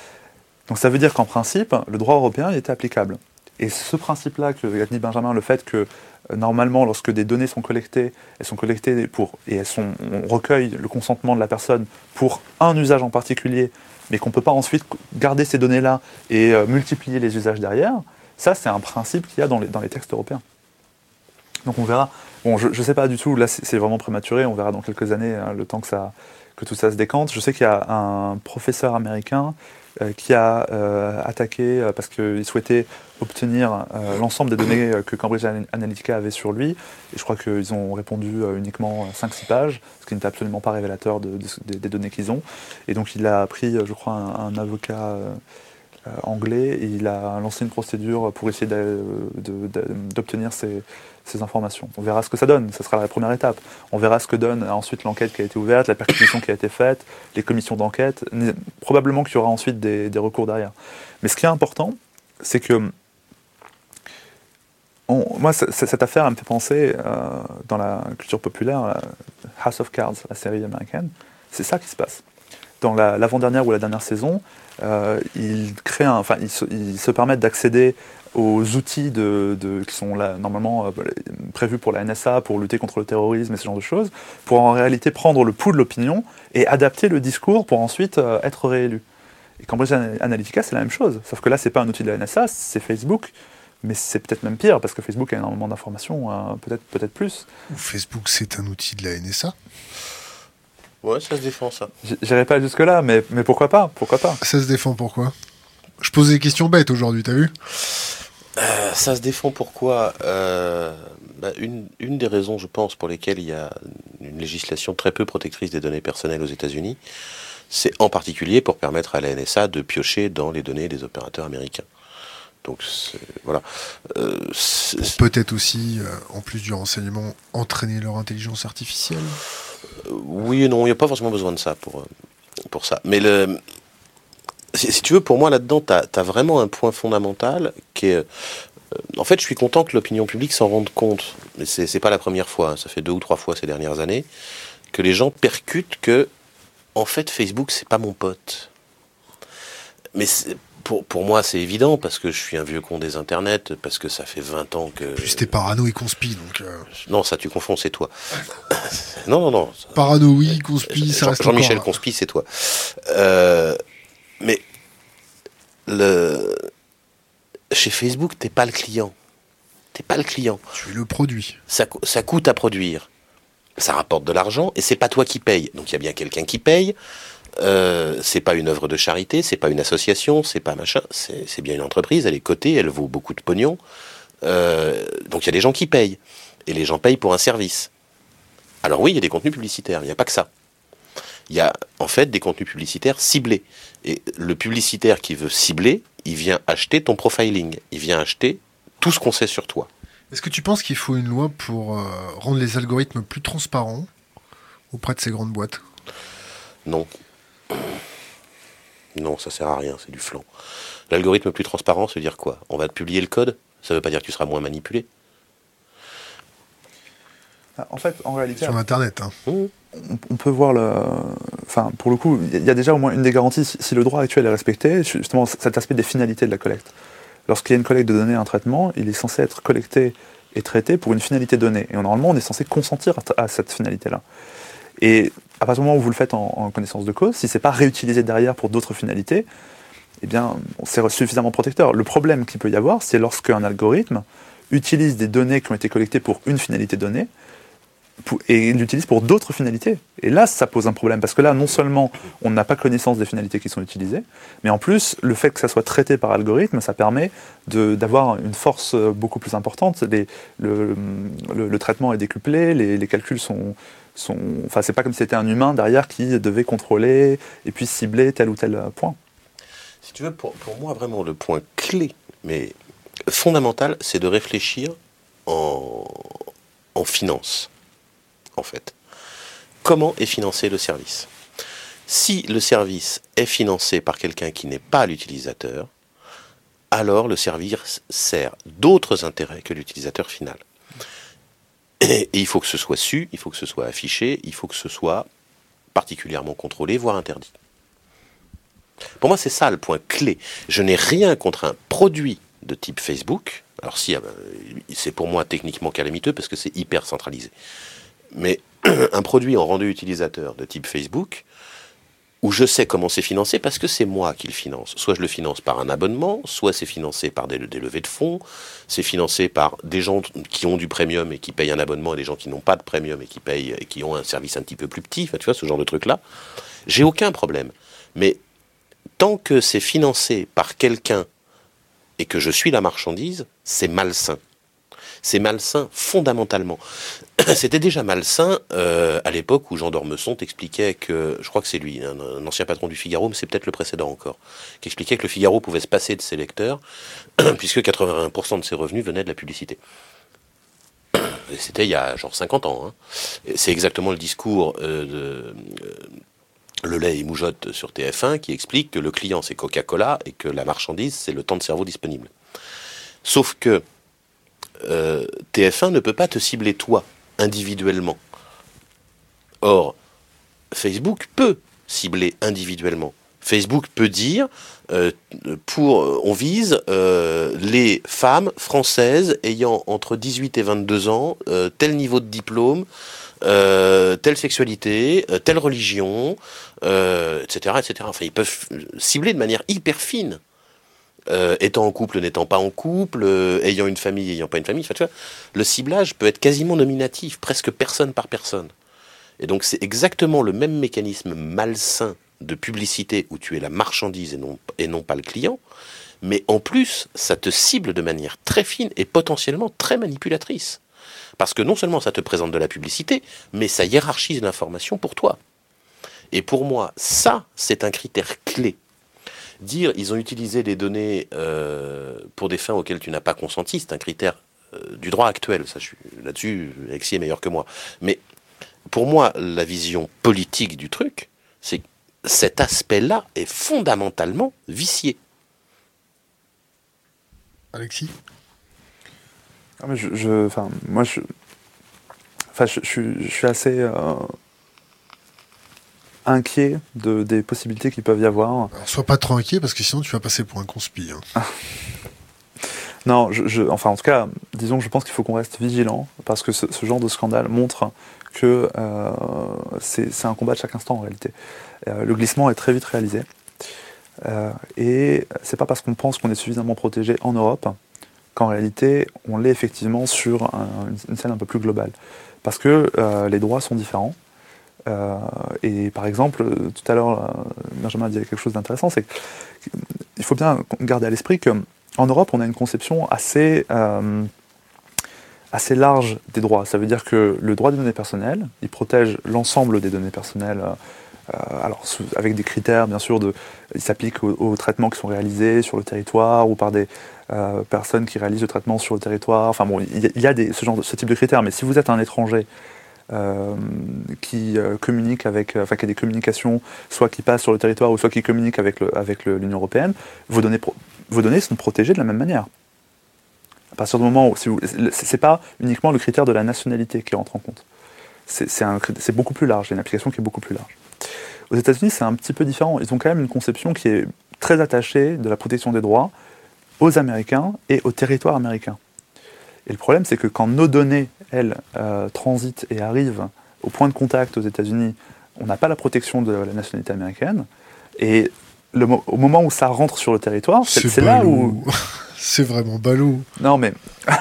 Donc ça veut dire qu'en principe, le droit européen il était applicable. Et ce principe-là que a dit Benjamin, le fait que normalement, lorsque des données sont collectées, elles sont collectées pour, et elles sont, on recueille le consentement de la personne pour un usage en particulier, mais qu'on ne peut pas ensuite garder ces données-là et euh, multiplier les usages derrière, ça, c'est un principe qu'il y a dans les, dans les textes européens. Donc on verra. Bon, je ne sais pas du tout, là, c'est, c'est vraiment prématuré, on verra dans quelques années, hein, le temps que, ça, que tout ça se décante. Je sais qu'il y a un professeur américain euh, qui a euh, attaqué euh, parce qu'il souhaitait obtenir euh, l'ensemble des données euh, que Cambridge Analytica avait sur lui. Et je crois qu'ils ont répondu euh, uniquement cinq six pages, ce qui n'était absolument pas révélateur de, de, de, des données qu'ils ont. Et donc il a pris, je crois, un, un avocat euh, euh, anglais et il a lancé une procédure pour essayer de, de, de, d'obtenir ces, ces informations. On verra ce que ça donne, ce sera la première étape. On verra ce que donne ensuite l'enquête qui a été ouverte, la perquisition qui a été faite, les commissions d'enquête. Probablement qu'il y aura ensuite des, des recours derrière. Mais ce qui est important, c'est que On, moi, c- c- cette affaire, elle me fait penser, euh, dans la culture populaire, euh, House of Cards, la série américaine, c'est ça qui se passe. Dans la, l'avant-dernière ou la dernière saison, euh, ils, créent un, enfin, ils, se, ils se permettent d'accéder aux outils de, de, qui sont là, normalement euh, prévus pour la N S A, pour lutter contre le terrorisme et ce genre de choses, pour en réalité prendre le pouls de l'opinion et adapter le discours pour ensuite euh, être réélu. Et Cambridge Analytica, c'est la même chose, sauf que là, c'est pas un outil de la N S A, c'est Facebook. Mais c'est peut-être même pire, parce que Facebook a énormément d'informations, euh, peut-être, peut-être plus. Facebook, c'est un outil de la N S A. Ouais, ça se défend, ça. J'irai pas jusque-là, mais, mais pourquoi pas, pourquoi pas. Ça se défend pourquoi ? Je pose des questions bêtes aujourd'hui, t'as vu ? euh, Ça se défend pourquoi euh, bah, une, une des raisons, je pense, pour lesquelles il y a une législation très peu protectrice des données personnelles aux États-Unis, c'est en particulier pour permettre à la N S A de piocher dans les données des opérateurs américains. Donc c'est, voilà. Euh, c'est, Peut-être aussi, euh, en plus du renseignement, entraîner leur intelligence artificielle. Euh, oui et non, il n'y a pas forcément besoin de ça pour, pour ça. Mais le, si, si tu veux, pour moi là-dedans, tu as vraiment un point fondamental qui est En fait, je suis content que l'opinion publique s'en rende compte. Mais c'est, c'est pas la première fois, hein. Ça fait deux ou trois fois ces dernières années que les gens percutent que, en fait, Facebook, c'est pas mon pote. Mais c'est, pour, pour moi, c'est évident, parce que je suis un vieux con des internets, parce que ça fait vingt ans que... Plus t'es parano et conspi, donc... Euh... Non, ça, tu confonds, c'est toi. non, non, non. Parano, oui, conspi, ça Jean, reste Jean-Michel encore... Conspi, c'est toi. Euh, mais, le... chez Facebook, t'es pas le client. T'es pas le client. Tu es le produit. Ça, ça coûte à produire. Ça rapporte de l'argent et c'est pas toi qui paye. Donc il y a bien quelqu'un qui paye. Euh, c'est pas une œuvre de charité, c'est pas une association, c'est pas machin. C'est, c'est bien une entreprise, elle est cotée, elle vaut beaucoup de pognon. Euh, donc il y a des gens qui payent. Et les gens payent pour un service. Alors oui, il y a des contenus publicitaires, il n'y a pas que ça. Il y a en fait des contenus publicitaires ciblés. Et le publicitaire qui veut cibler, il vient acheter ton profiling. Il vient acheter tout ce qu'on sait sur toi. Est-ce que tu penses qu'il faut une loi pour euh, rendre les algorithmes plus transparents auprès de ces grandes boîtes ? Non. Non, ça sert à rien, c'est du flan. L'algorithme plus transparent, ça veut dire quoi ? On va te publier le code ? Ça veut pas dire que tu seras moins manipulé ? En fait, en réalité... Sur Internet, hein. Mmh. On, on peut voir le... Enfin, pour le coup, il y a déjà au moins une des garanties, si, si le droit actuel est respecté, justement cet aspect des finalités de la collecte. Lorsqu'il y a une collecte de données, un traitement, il est censé être collecté et traité pour une finalité donnée. Et normalement, on est censé consentir à, à cette finalité-là. Et à partir du moment où vous le faites en, en connaissance de cause, si c'est pas réutilisé derrière pour d'autres finalités, eh bien, c'est suffisamment protecteur. Le problème qu'il peut y avoir, c'est lorsqu'un algorithme utilise des données qui ont été collectées pour une finalité donnée, et il l'utilise pour d'autres finalités. Et là, ça pose un problème, parce que là, non seulement on n'a pas connaissance des finalités qui sont utilisées, mais en plus, le fait que ça soit traité par algorithme, ça permet de, d'avoir une force beaucoup plus importante. Les, le, le, le traitement est décuplé, les, les calculs sont... sont enfin, c'est pas comme si c'était un humain derrière qui devait contrôler et puis cibler tel ou tel point. Si tu veux, pour, pour moi, vraiment, le point clé, mais fondamental, c'est de réfléchir en, en finance. En fait. Comment est financé le service ? Si le service est financé par quelqu'un qui n'est pas l'utilisateur, alors le service sert d'autres intérêts que l'utilisateur final. Et, et il faut que ce soit su, il faut que ce soit affiché, il faut que ce soit particulièrement contrôlé, voire interdit. Pour moi, c'est ça le point clé. Je n'ai rien contre un produit de type Facebook. Alors si, c'est pour moi techniquement calamiteux parce que c'est hyper centralisé. Mais un produit en rendu utilisateur de type Facebook, où je sais comment c'est financé, parce que c'est moi qui le finance. Soit je le finance par un abonnement, soit c'est financé par des, des levées de fonds, c'est financé par des gens qui ont du premium et qui payent un abonnement, et des gens qui n'ont pas de premium et qui payent et qui ont un service un petit peu plus petit, enfin, tu vois, ce genre de truc-là. J'ai aucun problème. Mais tant que c'est financé par quelqu'un et que je suis la marchandise, c'est malsain. C'est malsain fondamentalement. C'était déjà malsain euh, à l'époque où Jean d'Ormesson t'expliquait que, je crois que c'est lui, un, un ancien patron du Figaro, mais c'est peut-être le précédent encore, qui expliquait que le Figaro pouvait se passer de ses lecteurs, puisque quatre-vingt-un pour cent de ses revenus venaient de la publicité. Et c'était il y a genre cinquante ans. Hein. Et c'est exactement le discours euh, de euh, Le Lait et Moujotte sur T F un qui explique que le client c'est Coca-Cola et que la marchandise c'est le temps de cerveau disponible. Sauf que Euh, T F un ne peut pas te cibler toi, individuellement. Or, Facebook peut cibler individuellement. Facebook peut dire, euh, pour, on vise euh, les femmes françaises ayant entre dix-huit et vingt-deux ans, euh, tel niveau de diplôme, euh, telle sexualité, euh, telle religion, euh, et cetera, et cetera. Enfin, ils peuvent cibler de manière hyper fine. Euh, étant en couple, n'étant pas en couple, euh, ayant une famille, ayant pas une famille, enfin, tu vois, le ciblage peut être quasiment nominatif, presque personne par personne. Et donc c'est exactement le même mécanisme malsain de publicité où tu es la marchandise et non, et non pas le client, mais en plus, ça te cible de manière très fine et potentiellement très manipulatrice. Parce que non seulement ça te présente de la publicité, mais ça hiérarchise l'information pour toi. Et pour moi, ça, c'est un critère clé. Dire ils ont utilisé des données euh, pour des fins auxquelles tu n'as pas consenti, c'est un critère euh, du droit actuel. Ça, je suis là-dessus, Alexis est meilleur que moi. Mais pour moi, la vision politique du truc, c'est que cet aspect-là est fondamentalement vicié. Alexis ? Ah, mais je, je, enfin, moi, je, enfin, je, je, je suis assez euh, inquiet de, des possibilités qu'il peuvent y avoir. Alors, sois pas trop inquiet parce que sinon tu vas passer pour un conspi. Hein. Non, je, je, enfin en tout cas, disons que je pense qu'il faut qu'on reste vigilant parce que ce, ce genre de scandale montre que euh, c'est un combat de chaque instant en réalité. Euh, le glissement est très vite réalisé euh, et c'est pas parce qu'on pense qu'on est suffisamment protégé en Europe qu'en réalité on l'est effectivement sur un, une, une scène un peu plus globale. Parce que euh, les droits sont différents. Euh, et par exemple, tout à l'heure, euh, Benjamin a dit quelque chose d'intéressant, c'est qu'il faut bien garder à l'esprit que en Europe, on a une conception assez, euh, assez large des droits. Ça veut dire que le droit des données personnelles, il protège l'ensemble des données personnelles, euh, alors avec des critères, bien sûr, de, il s'applique aux, aux traitements qui sont réalisés sur le territoire ou par des euh, personnes qui réalisent le traitement sur le territoire. Enfin bon, il y a, il y a des, ce, genre de, ce type de critères, mais si vous êtes un étranger euh, qui euh, communique avec, enfin qui a des communications, soit qui passent sur le territoire ou soit qui communique avec le, avec l'Union européenne, vos données pro vos données sont protégées de la même manière. À partir du moment où, si c'est pas uniquement le critère de la nationalité qui rentre en compte. C'est beaucoup plus large, c'est une application qui est beaucoup plus large. Aux États-Unis, c'est un petit peu différent. Ils ont quand même une conception qui est très attachée de la protection des droits aux Américains et au territoire américain. Et le problème, c'est que quand nos données, elles, euh, transitent et arrivent au point de contact aux États-Unis, on n'a pas la protection de la nationalité américaine. Et Le, au moment où ça rentre sur le territoire, c'est là où... C'est vraiment ballot. Non, mais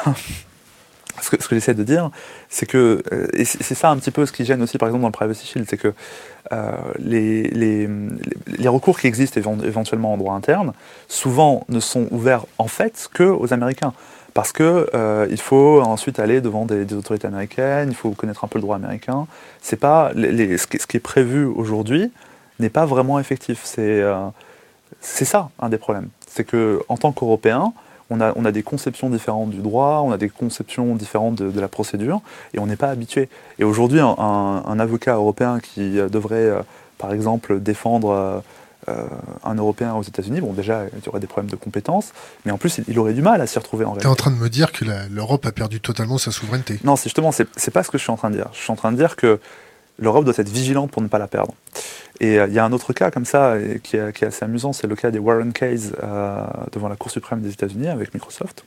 ce que, ce que j'essaie de dire, c'est que, et c'est ça un petit peu ce qui gêne aussi, par exemple, dans le Privacy Shield, c'est que euh, les, les, les recours qui existent éventuellement en droit interne, souvent ne sont ouverts en fait qu'aux Américains. Parce qu'il euh, faut ensuite aller devant des, des autorités américaines, il faut connaître un peu le droit américain. C'est pas les, les, ce, qui, ce qui est prévu aujourd'hui n'est pas vraiment effectif. C'est euh, ça, un des problèmes. C'est qu'en tant qu'Européens, on a, on a des conceptions différentes du droit, on a des conceptions différentes de, de la procédure, et on n'est pas habitué. Et aujourd'hui, un, un, un avocat européen qui devrait, euh, par exemple, défendre euh, un Européen aux États-Unis, bon, déjà, il y aurait des problèmes de compétences, mais en plus, il, il aurait du mal à s'y retrouver en réalité. Tu es en train de me dire que l'Europe a perdu totalement sa souveraineté? Non, c'est justement, c'est pas ce que je suis en train de dire. Je suis en train de dire que l'Europe doit être vigilante pour ne pas la perdre. Et il euh, y a un autre cas comme ça qui est, qui est assez amusant, c'est le cas des Warren Case euh, devant la Cour suprême des États-Unis avec Microsoft.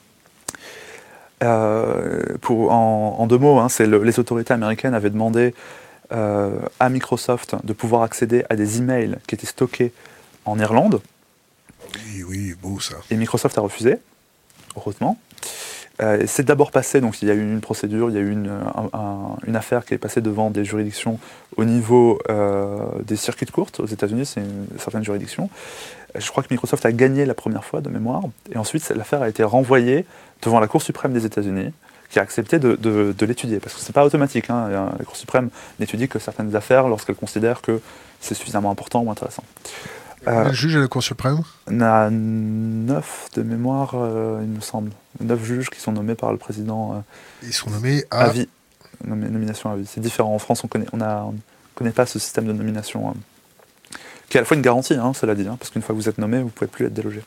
Euh, pour, en, en deux mots, hein, le, les autorités américaines avaient demandé euh, à Microsoft de pouvoir accéder à des emails qui étaient stockés en Irlande. Oui, oui, beau ça. Et Microsoft a refusé, heureusement. Euh, c'est d'abord passé, donc il y a eu une procédure, il y a eu une, un, un, une affaire qui est passée devant des juridictions au niveau euh, des circuits de courts. Aux États-Unis, c'est certaines juridictions. Je crois que Microsoft a gagné la première fois de mémoire, et ensuite l'affaire a été renvoyée devant la Cour suprême des États-Unis, qui a accepté de, de, de l'étudier, parce que c'est pas automatique. Hein. La Cour suprême n'étudie que certaines affaires lorsqu'elle considère que c'est suffisamment important ou intéressant. Euh, le juge à la Cour suprême? On a neuf de mémoire, euh, il me semble. Neuf juges qui sont nommés par le président. Euh, Ils sont nommés à... à vie. Nommé, nomination à vie. C'est différent. En France, on connaît, on a, on connaît pas ce système de nomination, euh, qui est à la fois une garantie, hein, cela dit, hein, parce qu'une fois que vous êtes nommé, vous ne pouvez plus être délogé.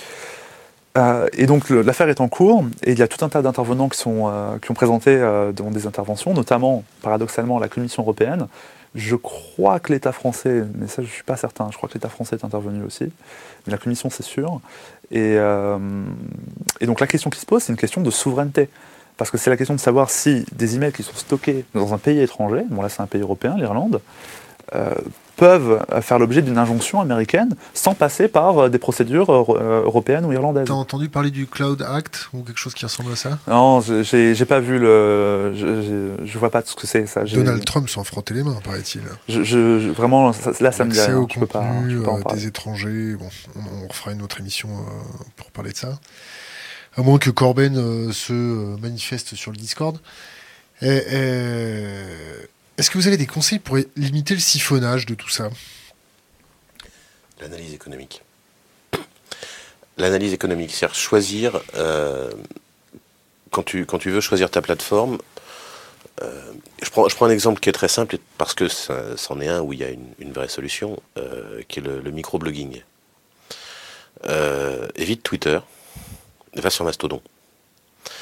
Euh, et donc l'affaire est en cours, et il y a tout un tas d'intervenants qui, euh, qui ont présenté euh, des interventions, notamment, paradoxalement, la Commission européenne. Je crois que l'État français, mais ça je ne suis pas certain, je crois que l'État français est intervenu aussi, mais la Commission c'est sûr. Et, euh, et donc la question qui se pose, c'est une question de souveraineté. Parce que c'est la question de savoir si des emails qui sont stockés dans un pays étranger, bon là c'est un pays européen, l'Irlande, euh, peuvent faire l'objet d'une injonction américaine sans passer par des procédures européennes ou irlandaises. T'as entendu parler du Cloud Act ou quelque chose qui ressemble à ça? Non, j'ai pas vu le... Je, je vois pas ce que c'est ça. Donald Trump s'en frottait les mains, paraît-il. Je, je, vraiment, ça, là ça me dit rien. Au je peux pas, je peux pas en parler. Des étrangers, bon, on, on refera une autre émission euh, pour parler de ça. À moins que Corben euh, se euh, manifeste sur le Discord. Et, et... Est-ce que vous avez des conseils pour limiter le siphonnage de tout ça? L'analyse économique. L'analyse économique, c'est-à-dire choisir, euh, quand, tu, quand tu veux choisir ta plateforme, euh, je, prends, je prends un exemple qui est très simple, parce que c'en est un où il y a une, une vraie solution, euh, qui est le, le microblogging. Euh, évite Twitter, va sur Mastodon.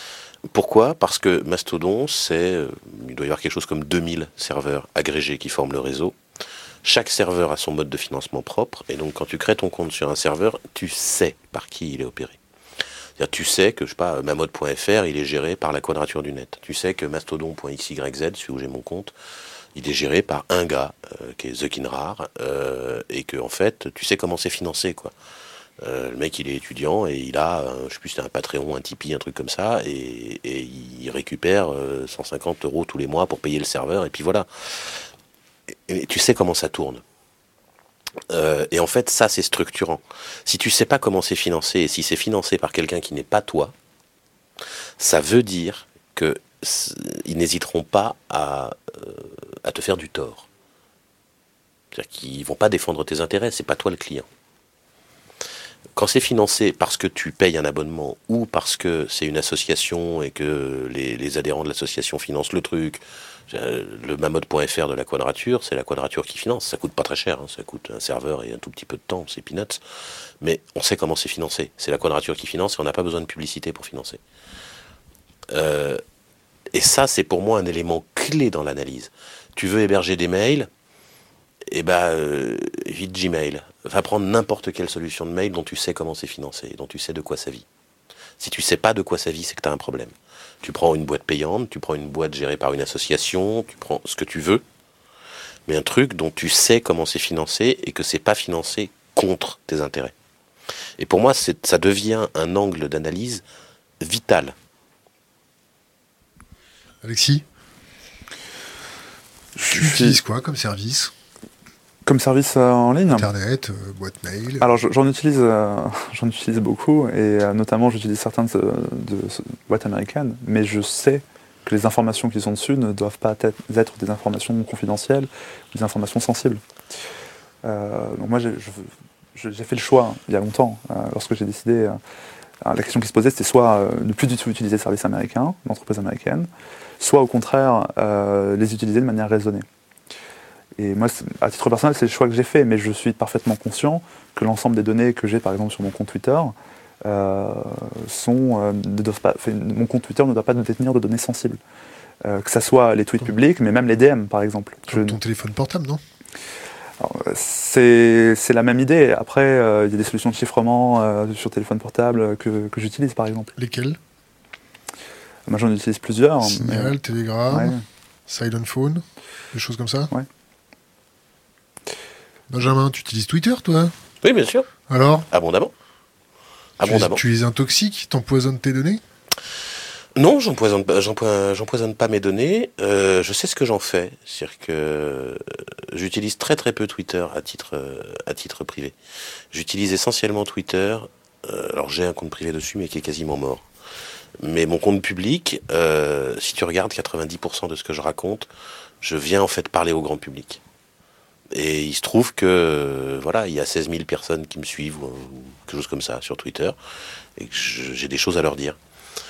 Pourquoi ? Parce que Mastodon, c'est, il doit y avoir quelque chose comme deux mille serveurs agrégés qui forment le réseau. Chaque serveur a son mode de financement propre, et donc quand tu crées ton compte sur un serveur, tu sais par qui il est opéré. C'est-à-dire, tu sais que, je sais pas, mamode point f r, il est géré par la Quadrature du Net. Tu sais que mastodon point x y z, celui où j'ai mon compte, il est géré par un gars, euh, qui est The Kinrar, euh, et que, en fait, tu sais comment c'est financé, quoi. Euh, le mec, il est étudiant, et il a, un, je sais plus, c'était un Patreon, un Tipeee, un truc comme ça, et, et il récupère euh, cent cinquante euros tous les mois pour payer le serveur, et puis voilà. Et, et tu sais comment ça tourne. Euh, et en fait, ça, c'est structurant. Si tu sais pas comment c'est financé, et si c'est financé par quelqu'un qui n'est pas toi, ça veut dire que ils n'hésiteront pas à, euh, à te faire du tort. C'est-à-dire qu'ils vont pas défendre tes intérêts, c'est pas toi le client. Quand c'est financé parce que tu payes un abonnement ou parce que c'est une association et que les, les adhérents de l'association financent le truc, le mamode point f r de la Quadrature, c'est la Quadrature qui finance. Ça coûte pas très cher, hein, ça coûte un serveur et un tout petit peu de temps, c'est peanuts. Mais on sait comment c'est financé. C'est la Quadrature qui finance et on n'a pas besoin de publicité pour financer. Euh, et ça, c'est pour moi un élément clé dans l'analyse. Tu veux héberger des mails, et ben, euh, vite Gmail. Va prendre n'importe quelle solution de mail dont tu sais comment c'est financé, dont tu sais de quoi ça vit. Si tu sais pas de quoi ça vit, c'est que tu as un problème. Tu prends une boîte payante, tu prends une boîte gérée par une association, tu prends ce que tu veux, mais un truc dont tu sais comment c'est financé et que c'est pas financé contre tes intérêts. Et pour moi, c'est, ça devient un angle d'analyse vital. Alexis, tu utilises quoi comme service ? Comme service euh, en ligne ? Internet, euh, boîte mail. Alors j'en utilise, euh, j'en utilise beaucoup, et euh, notamment j'utilise certaines de, de, de boîtes américaines, mais je sais que les informations qui sont dessus ne doivent pas être, être des informations confidentielles, des informations sensibles. Euh, donc moi j'ai, je, j'ai fait le choix, hein, il y a longtemps, euh, lorsque j'ai décidé, euh, la question qui se posait c'était soit euh, ne plus du tout utiliser de services américains, d'entreprises américaines, soit au contraire euh, les utiliser de manière raisonnée. Et moi, à titre personnel, c'est le choix que j'ai fait, mais je suis parfaitement conscient que l'ensemble des données que j'ai, par exemple, sur mon compte Twitter, euh, sont, euh, ne doivent pas, enfin, mon compte Twitter ne doit pas détenir de données sensibles. Euh, que ce soit les tweets publics, mais même les D M, par exemple. Sur je... ton téléphone portable, non ? Alors, c'est, c'est la même idée. Après, euh, il y a des solutions de chiffrement euh, sur téléphone portable que, que j'utilise, par exemple. Lesquelles ? Moi, j'en utilise plusieurs. Signal, mais... Telegram, ouais. Silent Phone, des choses comme ça ? Ouais. Benjamin, tu utilises Twitter, toi ? Oui, bien sûr. Alors ? Abondamment. Abondamment. Tu, tu es un toxique ? T'empoisonnes tes données ? Non, j'empoisonne, j'empoisonne, j'empoisonne pas mes données. Euh, je sais ce que j'en fais. C'est-à-dire que j'utilise très très peu Twitter à titre, à titre privé. J'utilise essentiellement Twitter. Euh, alors j'ai un compte privé dessus, mais qui est quasiment mort. Mais mon compte public, euh, si tu regardes quatre-vingt-dix pour cent de ce que je raconte, je viens en fait parler au grand public. Et il se trouve que voilà, il y a seize mille personnes qui me suivent ou quelque chose comme ça sur Twitter, et que j'ai des choses à leur dire.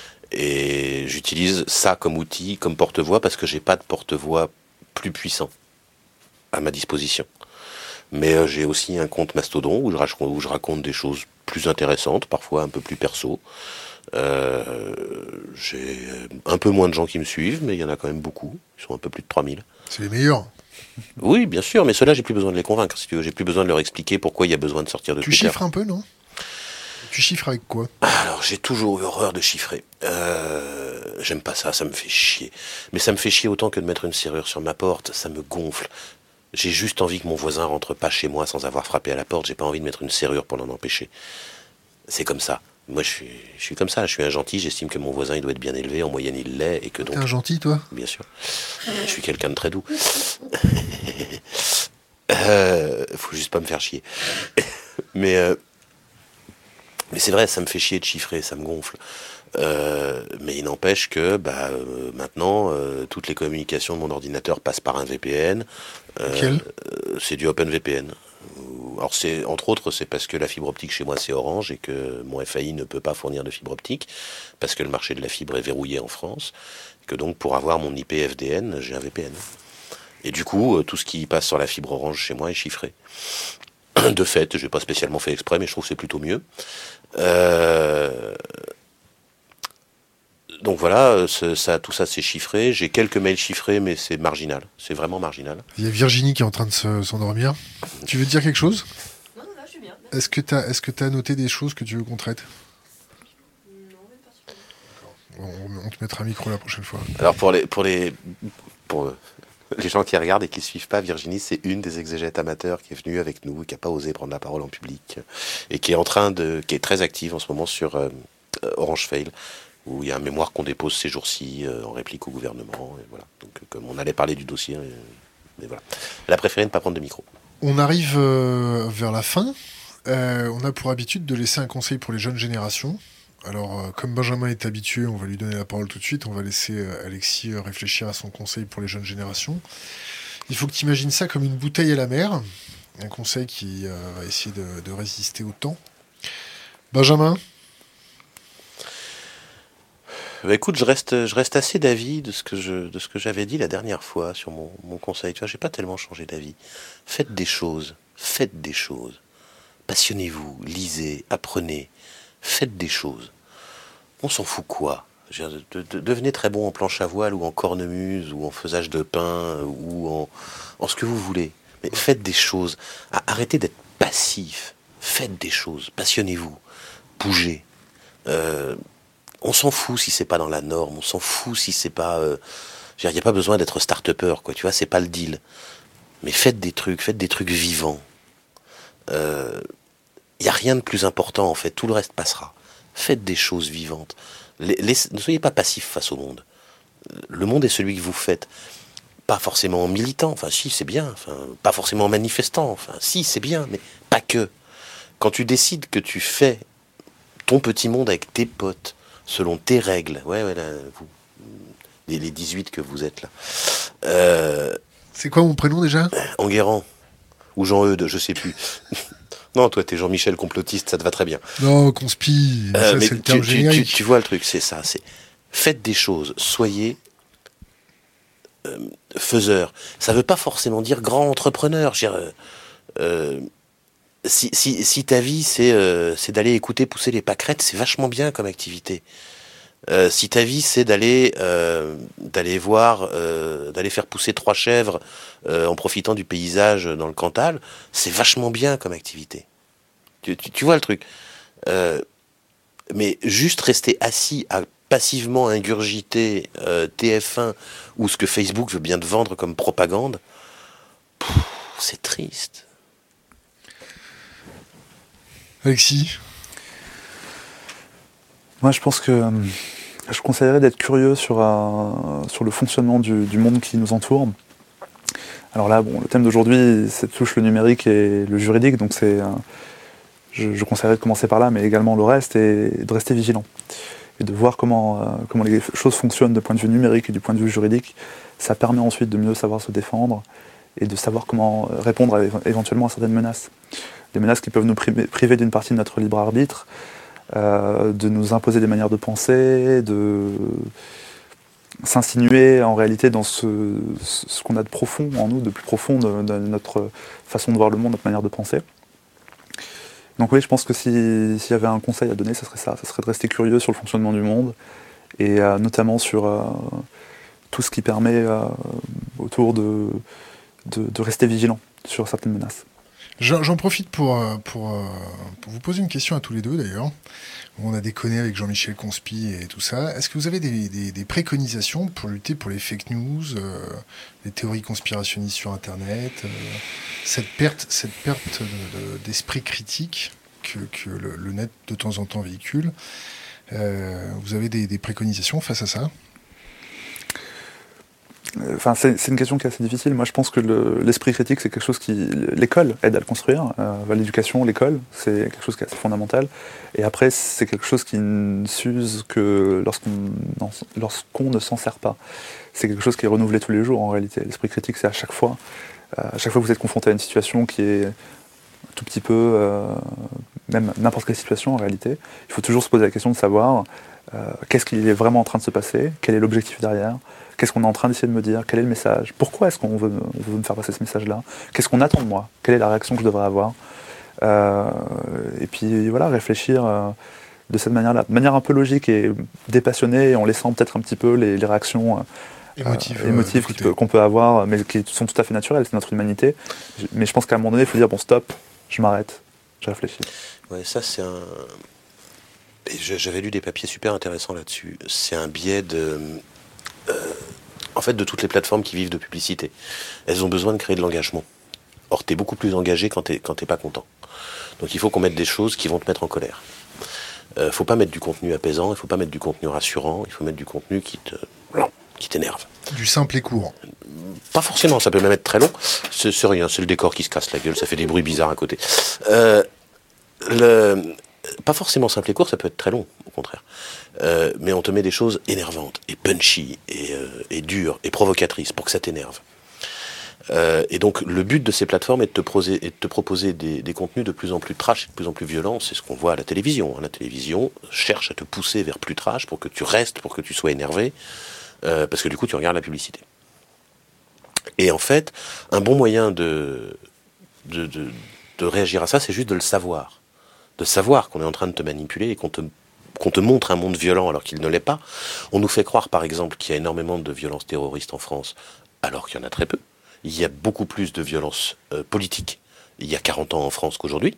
Et j'utilise ça comme outil, comme porte-voix, parce que j'ai pas de porte-voix plus puissant à ma disposition. Mais euh, j'ai aussi un compte Mastodon où je, raconte, où je raconte des choses plus intéressantes, parfois un peu plus perso. Euh, j'ai un peu moins de gens qui me suivent, mais il y en a quand même beaucoup. Ils sont un peu plus de trois mille. C'est les meilleurs. Oui, bien sûr, mais ceux-là, j'ai plus besoin de les convaincre, si tu veux. J'ai plus besoin de leur expliquer pourquoi il y a besoin de sortir de tu Twitter. Tu chiffres un peu, non ? Tu chiffres avec quoi ? Alors, j'ai toujours eu horreur de chiffrer. Euh, j'aime pas ça, ça me fait chier. Mais ça me fait chier autant que de mettre une serrure sur ma porte, ça me gonfle. J'ai juste envie que mon voisin rentre pas chez moi sans avoir frappé à la porte. J'ai pas envie de mettre une serrure pour l'en empêcher. C'est comme ça. Moi, je suis, je suis comme ça. Je suis un gentil. J'estime que mon voisin, il doit être bien élevé. En moyenne, il l'est. Et que donc. T'es un gentil, toi ? Bien sûr. Je suis quelqu'un de très doux. euh, faut juste pas me faire chier. mais, euh, mais c'est vrai, ça me fait chier de chiffrer. Ça me gonfle. Euh, mais il n'empêche que bah, euh, maintenant, euh, toutes les communications de mon ordinateur passent par un V P N. Euh, Quel ? euh, C'est du OpenVPN. Alors c'est, entre autres, c'est parce que la fibre optique chez moi c'est Orange et que mon F A I ne peut pas fournir de fibre optique parce que le marché de la fibre est verrouillé en France et que donc pour avoir mon I P F D N, j'ai un V P N. Et du coup, tout ce qui passe sur la fibre Orange chez moi est chiffré. De fait, je n'ai pas spécialement fait exprès, mais je trouve que c'est plutôt mieux. Euh... donc voilà, ça, tout ça c'est chiffré. J'ai quelques mails chiffrés, mais c'est marginal. C'est vraiment marginal. Il y a Virginie qui est en train de se, s'endormir. Tu veux dire quelque chose? Non, non, là, je suis bien. Est-ce que tu as est-ce que tu as noté des choses que tu veux qu'on traite? Non, même pas sûr. on, on te mettra un micro la prochaine fois. Alors pour les, pour les, pour les gens qui regardent et qui ne suivent pas, Virginie, c'est une des exégètes amateurs qui est venue avec nous, qui n'a pas osé prendre la parole en public, et qui est en train de, qui est très active en ce moment sur euh, Orange Fail, où il y a un mémoire qu'on dépose ces jours-ci euh, en réplique au gouvernement. Et voilà. Donc, comme on allait parler du dossier, euh, mais voilà. Elle a préféré ne pas prendre de micro. On arrive euh, vers la fin. Euh, on a pour habitude de laisser un conseil pour les jeunes générations. Alors, euh, comme Benjamin est habitué, on va lui donner la parole tout de suite. On va laisser euh, Alexis euh, réfléchir à son conseil pour les jeunes générations. Il faut que tu imagines ça comme une bouteille à la mer. Un conseil qui euh, va essayer de, de résister au temps. Benjamin ? Bah écoute, je reste, je reste assez d'avis de ce que je, de ce que j'avais dit la dernière fois sur mon, mon conseil. Tu vois, j'ai pas tellement changé d'avis. Faites des choses, faites des choses. Passionnez-vous, lisez, apprenez, faites des choses. On s'en fout quoi? Je veux dire, de, de, devenez très bon en planche à voile ou en cornemuse ou en faisage de pain ou en, en ce que vous voulez. Mais faites des choses. Arrêtez d'être passif. Faites des choses. Passionnez-vous. Bougez. Euh, On s'en fout si c'est pas dans la norme, on s'en fout si c'est pas... Euh, il n'y a pas besoin d'être start-upper, quoi, tu vois, c'est pas le deal. Mais faites des trucs, faites des trucs vivants. Il euh, n'y a rien de plus important, en fait, tout le reste passera. Faites des choses vivantes. Les, les, ne soyez pas passifs face au monde. Le monde est celui que vous faites. Pas forcément en militant, enfin si, c'est bien. Enfin, pas forcément en manifestant, enfin si, c'est bien, mais pas que. Quand tu décides que tu fais ton petit monde avec tes potes, selon tes règles, ouais, ouais, là, vous, les, les dix-huit que vous êtes là. Euh, C'est quoi mon prénom déjà? Enguerrand. Ou Jean-Eudes, je sais plus. Non, toi, t'es Jean-Michel complotiste, ça te va très bien. Non, conspi, euh, ça mais c'est le terme tu, générique. tu, tu vois le truc, c'est ça. C'est faites des choses, soyez euh, faiseurs. Ça veut pas forcément dire grand entrepreneur. Je veux dire, euh, si, si, si ta vie, c'est euh, c'est d'aller écouter pousser les pâquerettes, c'est vachement bien comme activité. Euh, si ta vie c'est d'aller euh, d'aller voir euh, d'aller faire pousser trois chèvres euh, en profitant du paysage dans le Cantal, c'est vachement bien comme activité. Tu, tu, tu vois le truc. Euh, mais juste rester assis à passivement ingurgiter euh, T F un ou ce que Facebook veut bien te vendre comme propagande, pff, c'est triste. Alexis? Moi, je pense que euh, je conseillerais d'être curieux sur, euh, sur le fonctionnement du, du monde qui nous entoure. Alors là, bon, le thème d'aujourd'hui, ça touche le numérique et le juridique, donc c'est, euh, je, je conseillerais de commencer par là, mais également le reste, et de rester vigilant. Et de voir comment, euh, comment les choses fonctionnent du point de vue numérique et du point de vue juridique. Ça permet ensuite de mieux savoir se défendre et de savoir comment répondre à, éventuellement à certaines menaces. Des menaces qui peuvent nous priver, priver d'une partie de notre libre arbitre, Euh, de nous imposer des manières de penser, de s'insinuer en réalité dans ce, ce qu'on a de profond en nous, de plus profond de, de notre façon de voir le monde, notre manière de penser. Donc oui, je pense que si, s'il y avait un conseil à donner, ce serait ça, ce serait de rester curieux sur le fonctionnement du monde, et euh, notamment sur euh, tout ce qui permet euh, autour de, de, de rester vigilant sur certaines menaces. J'en profite pour, pour, pour vous poser une question à tous les deux d'ailleurs. On a déconné avec Jean-Michel Conspi et tout ça. Est-ce que vous avez des, des, des préconisations pour lutter pour les fake news, euh, les théories conspirationnistes sur Internet, euh, cette perte, cette perte de, de, d'esprit critique que, que le, le net de temps en temps véhicule? euh, Vous avez des, des préconisations face à ça? Enfin, c'est, c'est une question qui est assez difficile. Moi, je pense que le, l'esprit critique, c'est quelque chose qui... L'école aide à le construire. Euh, l'éducation, l'école, c'est quelque chose qui est assez fondamental. Et après, c'est quelque chose qui ne s'use que lorsqu'on, lorsqu'on ne s'en sert pas. C'est quelque chose qui est renouvelé tous les jours, en réalité. L'esprit critique, c'est à chaque fois. Euh, à chaque fois que vous êtes confronté à une situation qui est un tout petit peu... Euh, même n'importe quelle situation, en réalité, il faut toujours se poser la question de savoir euh, qu'est-ce qui est vraiment en train de se passer, quel est l'objectif derrière. Qu'est-ce qu'on est en train d'essayer de me dire? Quel est le message? Pourquoi est-ce qu'on veut, on veut me faire passer ce message-là? Qu'est-ce qu'on attend de moi? Quelle est la réaction que je devrais avoir? euh, Et puis voilà, réfléchir euh, de cette manière-là, de manière un peu logique et dépassionnée, en laissant peut-être un petit peu les, les réactions euh, Émotive, euh, émotives euh, qui peut- qu'on peut avoir, mais qui sont tout à fait naturelles, c'est notre humanité. Je- Mais je pense qu'à un moment donné, il faut dire, bon, stop, je m'arrête, je réfléchis. Ouais, ça c'est un. Et je- j'avais lu des papiers super intéressants là-dessus. C'est un biais de. euh, en fait, de toutes les plateformes qui vivent de publicité. Elles ont besoin de créer de l'engagement. Or, t'es beaucoup plus engagé quand t'es quand t'es pas content. Donc, il faut qu'on mette des choses qui vont te mettre en colère. Euh, faut pas mettre du contenu apaisant, il faut pas mettre du contenu rassurant, il faut mettre du contenu qui te qui t'énerve. Du simple et court. Pas forcément, ça peut même être très long. C'est c'est rien, c'est le décor qui se casse la gueule, ça fait des bruits bizarres à côté. Euh, le, pas forcément simple et court, ça peut être très long, au contraire. Euh, mais on te met des choses énervantes, et punchy, et, euh, et dures, et provocatrices, pour que ça t'énerve. Euh, et donc le but de ces plateformes est de te, proser, est de te proposer des, des contenus de plus en plus trash et de plus en plus violents. C'est ce qu'on voit à la télévision. La télévision cherche à te pousser vers plus trash pour que tu restes, pour que tu sois énervé, euh, parce que du coup tu regardes la publicité. Et en fait, un bon moyen de, de, de, de réagir à ça, c'est juste de le savoir. De savoir qu'on est en train de te manipuler et qu'on te, qu'on te montre un monde violent alors qu'il ne l'est pas. On nous fait croire, par exemple, qu'il y a énormément de violences terroristes en France, alors qu'il y en a très peu. Il y a beaucoup plus de violences euh, politiques il y a quarante ans en France qu'aujourd'hui.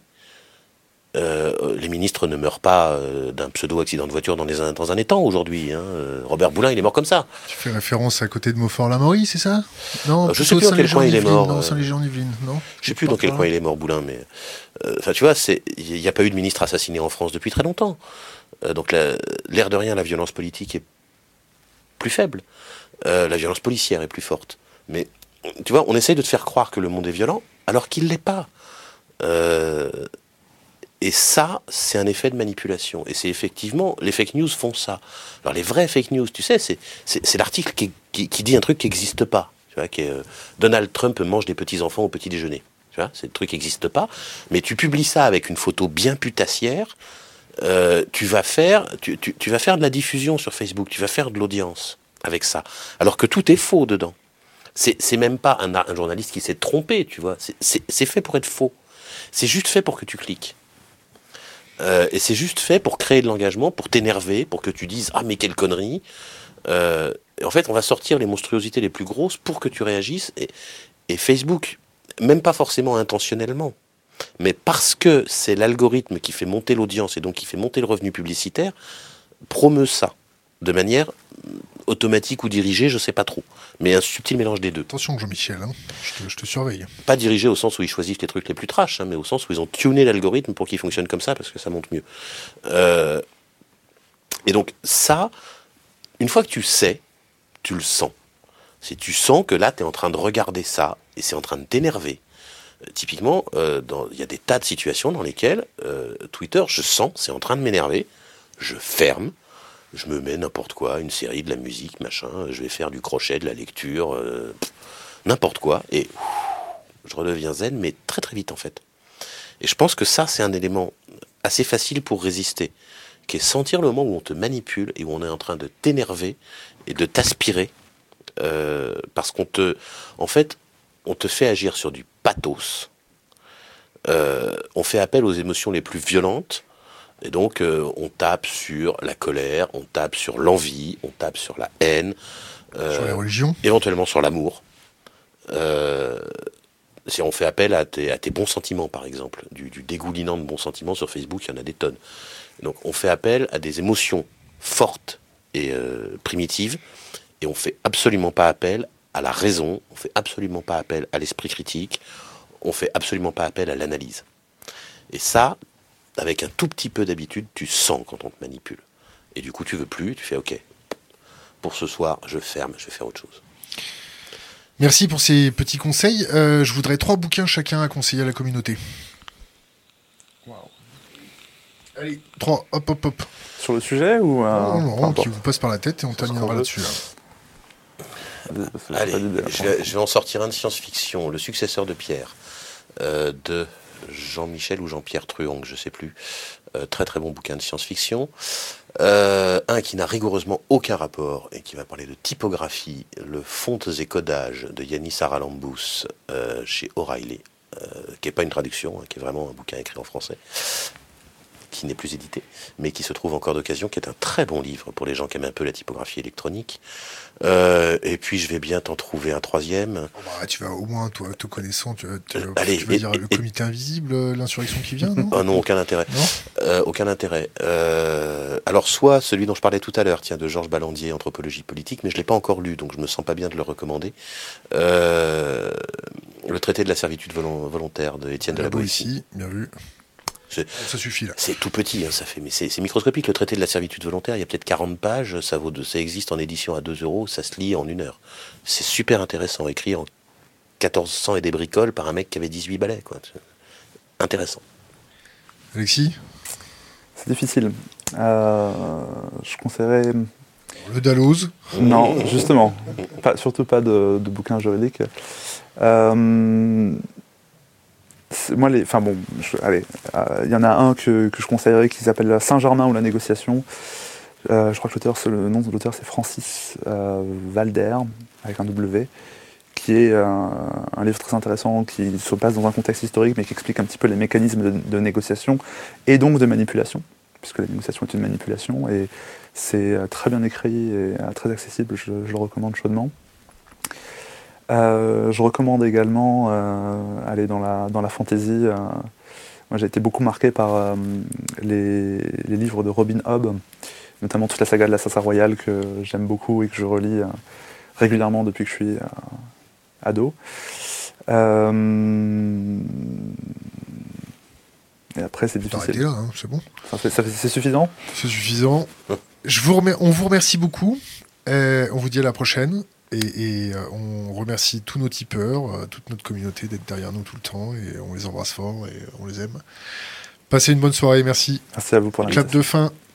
Euh, les ministres ne meurent pas euh, d'un pseudo-accident de voiture dans, les, dans un étang aujourd'hui. Hein. Euh, Robert Boulin, il est mort comme ça. Tu fais référence à côté de Montfort-l'Amaury, c'est ça? Non, Euh, je sais plus dans quel coin il est mort. Non, euh, Saint-Léger-en-Yvelines, non? Je sais plus dans quel coin il est mort, Boulin, mais... Enfin, euh, tu vois, il n'y a pas eu de ministre assassiné en France depuis très longtemps. Euh, donc, la, l'air de rien, la violence politique est plus faible. Euh, la violence policière est plus forte. Mais, tu vois, on essaye de te faire croire que le monde est violent, alors qu'il ne l'est pas. Euh... Et ça, c'est un effet de manipulation. Et c'est effectivement, les fake news font ça. Alors les vraies fake news, tu sais, c'est, c'est, c'est l'article qui, qui, qui dit un truc qui n'existe pas. Tu vois, qui est, euh, Donald Trump mange des petits-enfants au petit déjeuner. Tu vois, c'est le truc qui n'existe pas. Mais tu publies ça avec une photo bien putassière, euh, tu, vas faire, tu, tu, tu vas faire de la diffusion sur Facebook, tu vas faire de l'audience avec ça. Alors que tout est faux dedans. C'est, c'est même pas un, un journaliste qui s'est trompé, tu vois. C'est, c'est, c'est fait pour être faux. C'est juste fait pour que tu cliques. Euh, et c'est juste fait pour créer de l'engagement, pour t'énerver, pour que tu dises « Ah, mais quelle connerie !» euh, et en fait, on va sortir les monstruosités les plus grosses pour que tu réagisses. Et, et Facebook, même pas forcément intentionnellement, mais parce que c'est l'algorithme qui fait monter l'audience et donc qui fait monter le revenu publicitaire, promeut ça, de manière automatique ou dirigée, je sais pas trop. Mais un subtil mélange des deux. Attention Jean-Michel, hein. je, te, je te surveille. Pas dirigé au sens où ils choisissent les trucs les plus trash, hein, mais au sens où ils ont tuné l'algorithme pour qu'il fonctionne comme ça, parce que ça monte mieux. Euh, et donc ça, une fois que tu sais, tu le sens. Si tu sens que là, tu es en train de regarder ça, et c'est en train de t'énerver. Euh, typiquement, euh, dans, y a des tas de situations dans lesquelles euh, Twitter, je sens, c'est en train de m'énerver, je ferme, je me mets n'importe quoi, une série, de la musique, machin, je vais faire du crochet, de la lecture, euh, pff, n'importe quoi, et ouf, je redeviens zen, mais très très vite en fait. Et je pense que ça, c'est un élément assez facile pour résister, qui est sentir le moment où on te manipule et où on est en train de t'énerver et de t'aspirer, euh, parce qu'on te, en fait, on te fait agir sur du pathos, euh, on fait appel aux émotions les plus violentes. Et donc, euh, on tape sur la colère, on tape sur l'envie, on tape sur la haine. Euh, sur la religion. Éventuellement sur l'amour. Euh, si on fait appel à tes, à tes bons sentiments, par exemple. Du, du dégoulinant de bons sentiments sur Facebook, il y en a des tonnes. Donc, on fait appel à des émotions fortes et euh, primitives. Et on fait absolument pas appel à la raison. On fait absolument pas appel à l'esprit critique. On fait absolument pas appel à l'analyse. Et ça... avec un tout petit peu d'habitude, tu sens quand on te manipule. Et du coup, tu veux plus, tu fais « Ok, pour ce soir, je ferme, je vais faire autre chose. » Merci pour ces petits conseils. Euh, je voudrais trois bouquins chacun à conseiller à la communauté. Wow. Allez, trois, hop, hop, hop. Sur le sujet ou... Euh, non, non, non qui vous passe par la tête et on terminera là-dessus. Là. Allez, je vais, je vais en sortir un de science-fiction, Le successeur de Pierre, euh, de... Jean-Michel ou Jean-Pierre Truong, je ne sais plus. Euh, très très bon bouquin de science-fiction. Euh, un qui n'a rigoureusement aucun rapport et qui va parler de typographie, Le Fontes et Codages de Yanis Haralambous euh, chez O'Reilly, euh, qui n'est pas une traduction, hein, qui est vraiment un bouquin écrit en français, qui n'est plus édité, mais qui se trouve encore d'occasion, qui est un très bon livre pour les gens qui aiment un peu la typographie électronique. Euh, et puis je vais bien t'en trouver un troisième. Oh bah, tu vas au moins, toi, te connaissant, tu vas, tu vas, Euh, allez, tu vas et- dire et- le et- comité invisible, euh, l'insurrection qui vient, non? Oh non, aucun intérêt. Non. Euh, aucun intérêt. Euh, alors soit celui dont je parlais tout à l'heure, tiens, de Georges Ballandier, Anthropologie politique, mais je l'ai pas encore lu, donc je me sens pas bien de le recommander. Euh, le traité de la servitude volon- volontaire de Étienne de la Là-bas Boétie. ici, bien vu. C'est- Ça suffit là. C'est tout petit, hein, ça fait, mais c'est c'est microscopique. Le traité de la servitude volontaire, il y a peut-être quarante pages, ça vaut de, ça existe en édition à deux euros, ça se lit en une heure. C'est super intéressant, écrit en quatorze cents et des bricoles par un mec qui avait dix-huit balais, quoi. C'est intéressant. Alexis, C'est difficile. Euh, je conseillerais... le Dalloz. Non, justement. Pas, surtout pas de, de bouquins juridiques. Euh, c'est- moi, les, enfin bon, je- allez, euh, il y en a un que, que je conseillerais qui s'appelle Saint-Germain ou la négociation. Euh, je crois que l'auteur, c'est- le nom de l'auteur, c'est Francis euh, Valder, avec un W, qui est euh, un livre très intéressant qui se passe dans un contexte historique, mais qui explique un petit peu les mécanismes de, de négociation et donc de manipulation, puisque la négociation est une manipulation, et c'est euh, très bien écrit et euh, très accessible, je, je le recommande chaudement. Euh, je recommande également euh, aller dans la, dans la fantasy. Euh, moi, j'ai été beaucoup marqué par euh, les, les livres de Robin Hobb, notamment toute la saga de l'Assassin Royal que j'aime beaucoup et que je relis euh, régulièrement depuis que je suis euh, ado. Euh, et après, c'est T'arrêter difficile. là, hein, c'est bon. Ça fait- ça fait- c'est suffisant? C'est suffisant. Je vous remer- on vous remercie beaucoup. Euh, on vous dit à la prochaine. Et, et, euh, on remercie tous nos tipeurs, euh, toute notre communauté d'être derrière nous tout le temps. Et on les embrasse fort et on les aime. Passez une bonne soirée. Merci. Merci à vous pour Clap l'invitation. de fin.